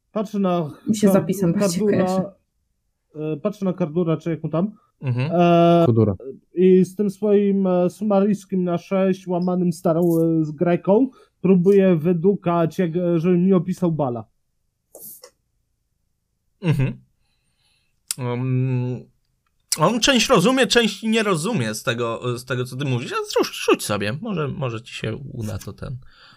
Patrzę na... Mi się zapisem bardziej kojarzy. Kardura, e, patrzę na Kardura, czy jak mu tam. Mhm. E, Kudura. I z tym swoim e, sumaryjskim na sześć, łamanym starą e, z grajką, próbuję wydukać, jak, e, żeby mi opisał Bala. Mhm. Um, on część rozumie, część nie rozumie z tego, z tego co ty mówisz, ale rzuć, rzuć sobie. Może, może ci się uda to ten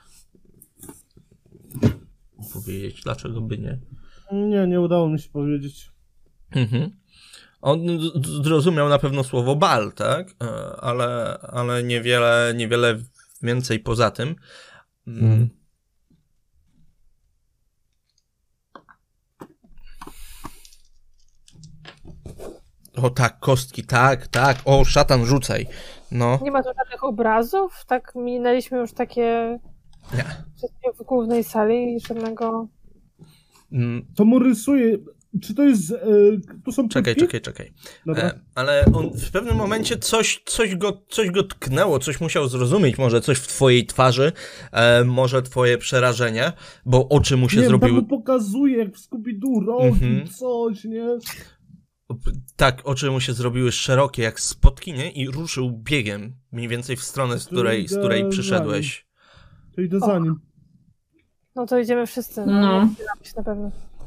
powiedzieć, dlaczego by nie. Nie, nie udało mi się powiedzieć. Mhm. On z- zrozumiał na pewno słowo bal, tak? E, Ale, ale niewiele, niewiele więcej poza tym. Mm. Mhm. O tak, kostki, tak, tak. O, szatan, rzucaj. No. Nie ma tu żadnych obrazów? Tak minęliśmy już takie Nie. wszystkie w głównej sali i żadnego... Mm, To mu rysuje... Czy to jest... E, tu są Czekaj, próbki? czekaj, czekaj. Dobra. E, ale on w pewnym momencie coś, coś, go, coś go tknęło, coś musiał zrozumieć, może coś w twojej twarzy, e, może twoje przerażenie, bo oczy mu się nie, zrobiły... tam mu pokazuje, jak w Scooby-Doo robi Mhm. coś, nie? Tak, oczy mu się zrobiły szerokie jak spotki, nie? I ruszył biegiem, mniej więcej w stronę, z której, z której Idę przyszedłeś. To idę za nim. No to idziemy wszyscy. No. No. Nie się na pewno.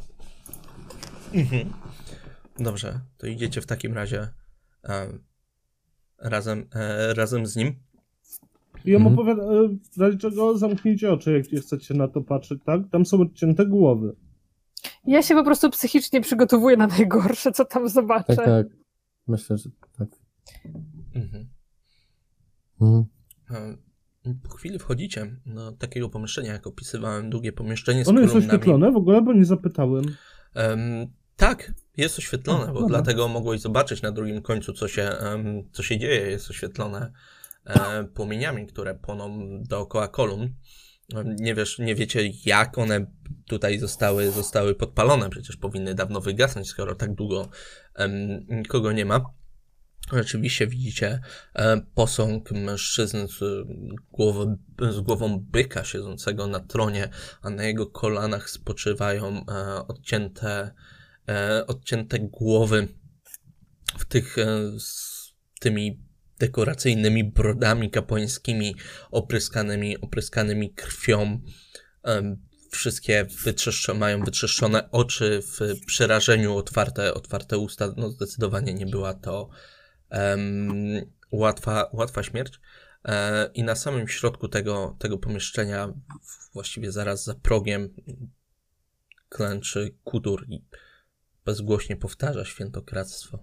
Mhm. Dobrze, to idziecie w takim razie e, razem, e, razem z nim. I ja mu Mhm. powiadam, e, w razie czego zamknijcie oczy, jak nie chcecie na to patrzeć, tak? Tam są odcięte głowy. Ja się po prostu psychicznie przygotowuję na najgorsze, co tam zobaczę. Tak, tak. Myślę, że tak. Mhm. Mhm. E, po chwili wchodzicie do takiego pomieszczenia, jak opisywałem, długie pomieszczenie z Ono jest kolumnami. oświetlone w ogóle, bo nie zapytałem. Em, tak, jest oświetlone, O, bo dobra. dlatego mogłeś zobaczyć na drugim końcu, co się, em, co się dzieje. Jest oświetlone e, płomieniami, które płoną dookoła kolumn. Em, Nie wiesz, nie wiecie, jak one tutaj zostały, zostały podpalone. Przecież powinny dawno wygasnąć, skoro tak długo em, nikogo nie ma. Rzeczywiście widzicie e, posąg mężczyzny z, głowy, z głową byka siedzącego na tronie, a na jego kolanach spoczywają e, odcięte, e, odcięte głowy w tych, e, z tymi dekoracyjnymi brodami kapłańskimi opryskanymi, opryskanymi krwią. E, wszystkie wytrzeszczo, mają wytrzeszczone oczy, w przerażeniu otwarte, otwarte usta. No zdecydowanie nie była to Um, łatwa, łatwa śmierć. E, I na samym środku tego, tego pomieszczenia, właściwie zaraz za progiem, klęczy Kudur i bezgłośnie powtarza świętokradztwo.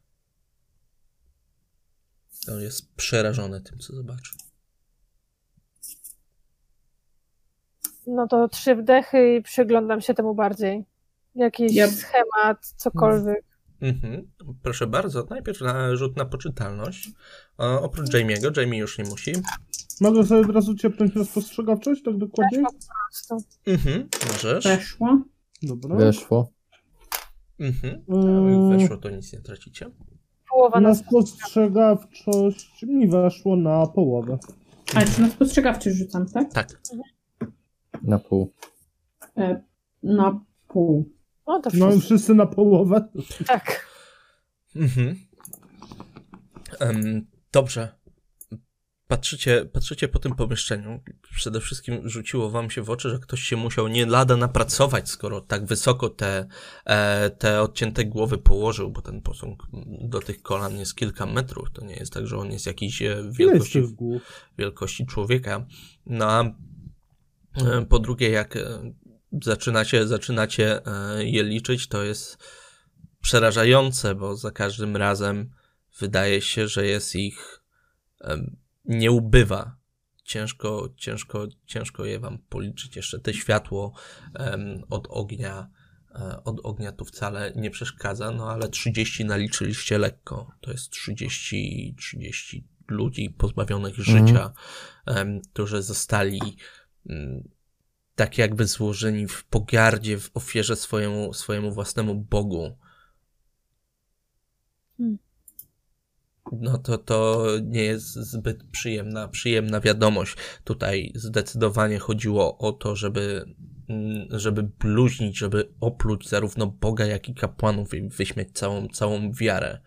On jest przerażony tym, co zobaczył. No to trzy wdechy i przyglądam się temu bardziej. Jakiś Ja- schemat, cokolwiek. Mhm. Proszę bardzo, najpierw na rzut na poczytalność. E, oprócz Jamie'ego, Jamie już nie musi. Mogę sobie od razu ciepnąć na spostrzegawczość, tak dokładniej? Weszło po prostu. Mhm. Możesz. Weszło. Dobra. Weszło. Mhm. Mm. Jak weszło, to nic nie tracicie. Połowa Na nas. spostrzegawczość mi weszło na połowę. Ale czy na spostrzegawczy rzucam, tak? Tak. Na pół. E, na pół. No to No i wszyscy. wszyscy na połowę. Tak. Mhm. Em, dobrze. Patrzycie, patrzycie po tym pomieszczeniu. Przede wszystkim rzuciło wam się w oczy, że ktoś się musiał nie lada napracować, skoro tak wysoko te, e, te odcięte głowy położył, bo ten posąg do tych kolan jest kilka metrów. To nie jest tak, że on jest jakiś e, Ile jest wielkości, tych głów? wielkości człowieka. No a e, po drugie, jak e, zaczynacie, zaczynacie e, je liczyć, to jest przerażające, bo za każdym razem wydaje się, że jest ich em, nie ubywa. Ciężko, ciężko, ciężko je wam policzyć. Jeszcze te światło em, od ognia, e, od ognia tu wcale nie przeszkadza, no ale trzydzieści naliczyliście lekko. To jest trzydzieści, trzydzieści ludzi pozbawionych Mhm. życia, em, którzy zostali mm, tak jakby złożeni w pogardzie, w ofierze swojemu, swojemu własnemu Bogu. Hmm. No to to nie jest zbyt przyjemna, przyjemna wiadomość. Tutaj zdecydowanie chodziło o to, żeby żeby bluźnić, żeby opluć zarówno Boga, jak i kapłanów i wyśmieć całą, całą wiarę.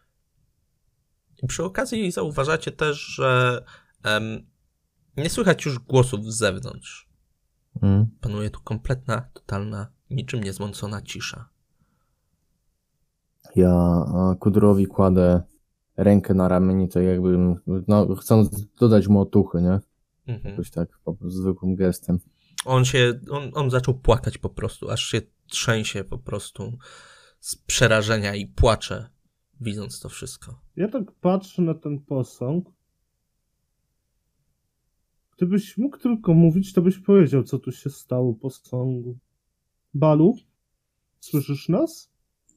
I przy okazji zauważacie też, że um, nie słychać już głosów z zewnątrz. Mm. Panuje tu kompletna, totalna, niczym niezmącona cisza. Ja a, Kudurowi kładę rękę na ramieniu, to jakbym, no, chcąc dodać mu otuchy, nie? Mhm. Jakoś tak, po prostu zwykłym gestem. On się, on, on zaczął płakać po prostu, aż się trzęsie po prostu z przerażenia i płacze, widząc to wszystko. Ja tak patrzę na ten posąg. Gdybyś mógł tylko mówić, to byś powiedział, co tu się stało posągu. Balu? Słyszysz nas?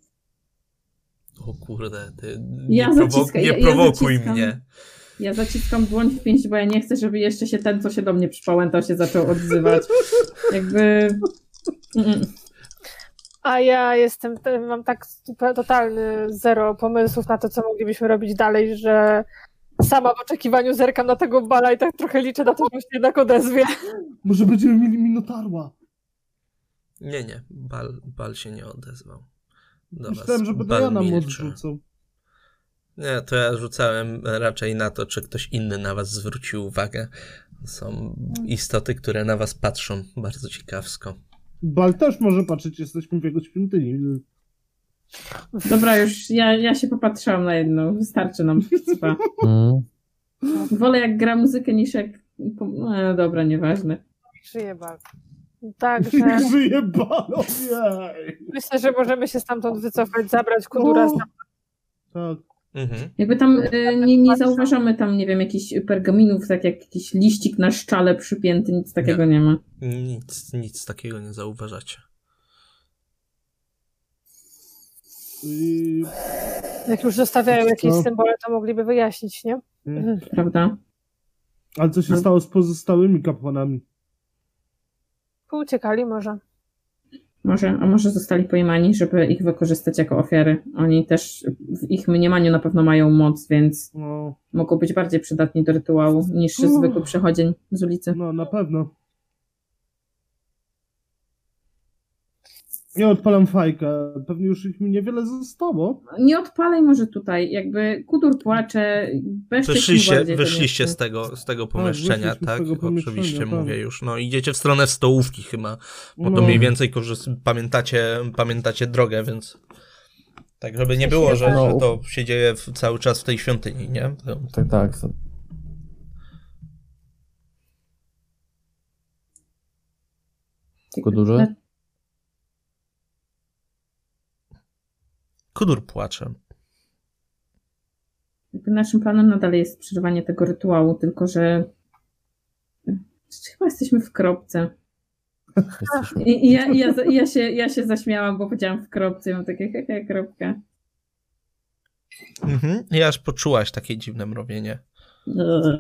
O kurde, ty Ja nie, prowo- zaciskam- nie ja- ja prowokuj zaciskam. mnie. Ja zaciskam dłoń w pięść, bo ja nie chcę, żeby jeszcze się ten, co się do mnie przypałętał, się zaczął odzywać. Jakby... Mm. A ja jestem, te- mam tak super- totalny zero pomysłów na to, co moglibyśmy robić dalej, że sama w oczekiwaniu zerkam na tego Bala i tak trochę liczę na to, że się jednak odezwie. Może będziemy mieli Minotarła. Nie, nie, Bal, Bal się nie odezwał. Do Myślałem, was. że będę Bal ja na moc milczy. rzucał. Nie, to ja rzucałem raczej na to, czy ktoś inny na was zwrócił uwagę. Są istoty, które na was patrzą bardzo ciekawsko. Bal też może patrzeć, jesteśmy w jego świątyni. Dobra, już ja, ja się popatrzyłam na jedną. Wystarczy nam chyba. Mm. Wolę jak gra muzykę niż jak... No dobra, nieważne. Żyje Bal. Także Żyje Bal, ojej. myślę, że możemy się stamtąd wycofać, zabrać Kudura O! z Tak. Mhm. Jakby tam y, nie, nie zauważamy tam, nie wiem, jakichś pergaminów, tak jak jakiś liścik na szczale przypięty, nic takiego nie, ma. Nic, nic takiego nie zauważacie. I... Jak już zostawiają jakieś No. symbole, to mogliby wyjaśnić, nie? Mm. Prawda? Ale co się stało z pozostałymi kapłanami? Pouciekali może. Może, a może zostali pojmani, żeby ich wykorzystać jako ofiary. Oni też w ich mniemaniu na pewno mają moc, więc No, mogą być bardziej przydatni do rytuału niż Uff. zwykły przechodzień z ulicy. no na pewno. Nie odpalam fajka. Pewnie już ich mi niewiele zostało. Nie odpalaj może tutaj, jakby Kudur płacze, bezcześć Wyszliście, bardziej to wyszliście nie z tego, z tego pomieszczenia, wyszliśmy z tak? tego pomieszczenia, Oczywiście tak. mówię już. No idziecie w stronę stołówki chyba, bo to No. mniej więcej korzyst- pamiętacie, pamiętacie drogę, więc tak, żeby nie było, że, No. że to się dzieje w, cały czas w tej świątyni, nie? To, Tak, tak. Kudurze? Kudur płacze. Jakby naszym planem nadal jest przeżywanie tego rytuału, tylko że chyba jesteśmy w kropce. Jesteśmy. I, i ja, i ja, i ja, się, ja się zaśmiałam, bo powiedziałam w kropce, i mam takie hehe, kropka. Mhm. I aż poczułaś takie dziwne mrowienie. Eee.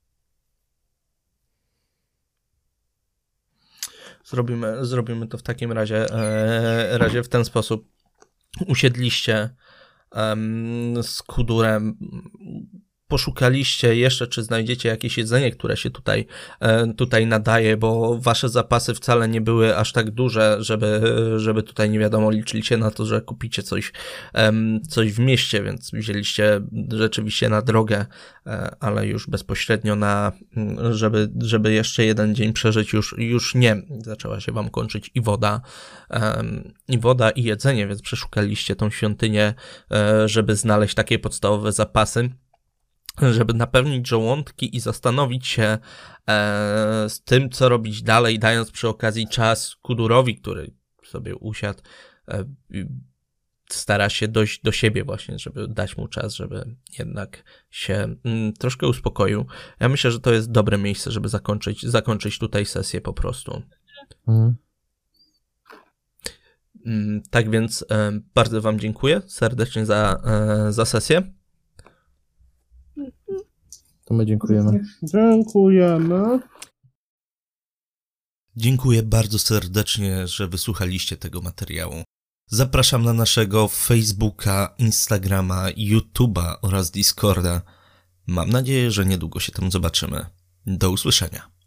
Zrobimy, zrobimy to w takim razie, e, razie w ten sposób. Usiedliście em, z Kudurem, poszukaliście jeszcze, czy znajdziecie jakieś jedzenie, które się tutaj, e, tutaj nadaje, bo wasze zapasy wcale nie były aż tak duże, żeby, żeby tutaj nie wiadomo, liczyliście na to, że kupicie coś, em, coś w mieście, więc wzięliście rzeczywiście na drogę, e, ale już bezpośrednio na, żeby, żeby jeszcze jeden dzień przeżyć, już, już nie. Zaczęła się wam kończyć i woda, em, i woda, i jedzenie, więc przeszukaliście tą świątynię, e, żeby znaleźć takie podstawowe zapasy, żeby napełnić żołądki i zastanowić się e, z tym, co robić dalej, dając przy okazji czas Kudurowi, który sobie usiadł, e, i stara się dojść do siebie właśnie, żeby dać mu czas, żeby jednak się mm, troszkę uspokoił. Ja myślę, że to jest dobre miejsce, żeby zakończyć, zakończyć tutaj sesję po prostu. Mhm. Mm, tak więc e, bardzo wam dziękuję serdecznie za, e, za sesję. To my dziękujemy. Dziękujemy. Dziękuję bardzo serdecznie, że wysłuchaliście tego materiału. Zapraszam na naszego Facebooka, Instagrama, YouTube'a oraz Discorda. Mam nadzieję, że niedługo się tam zobaczymy. Do usłyszenia.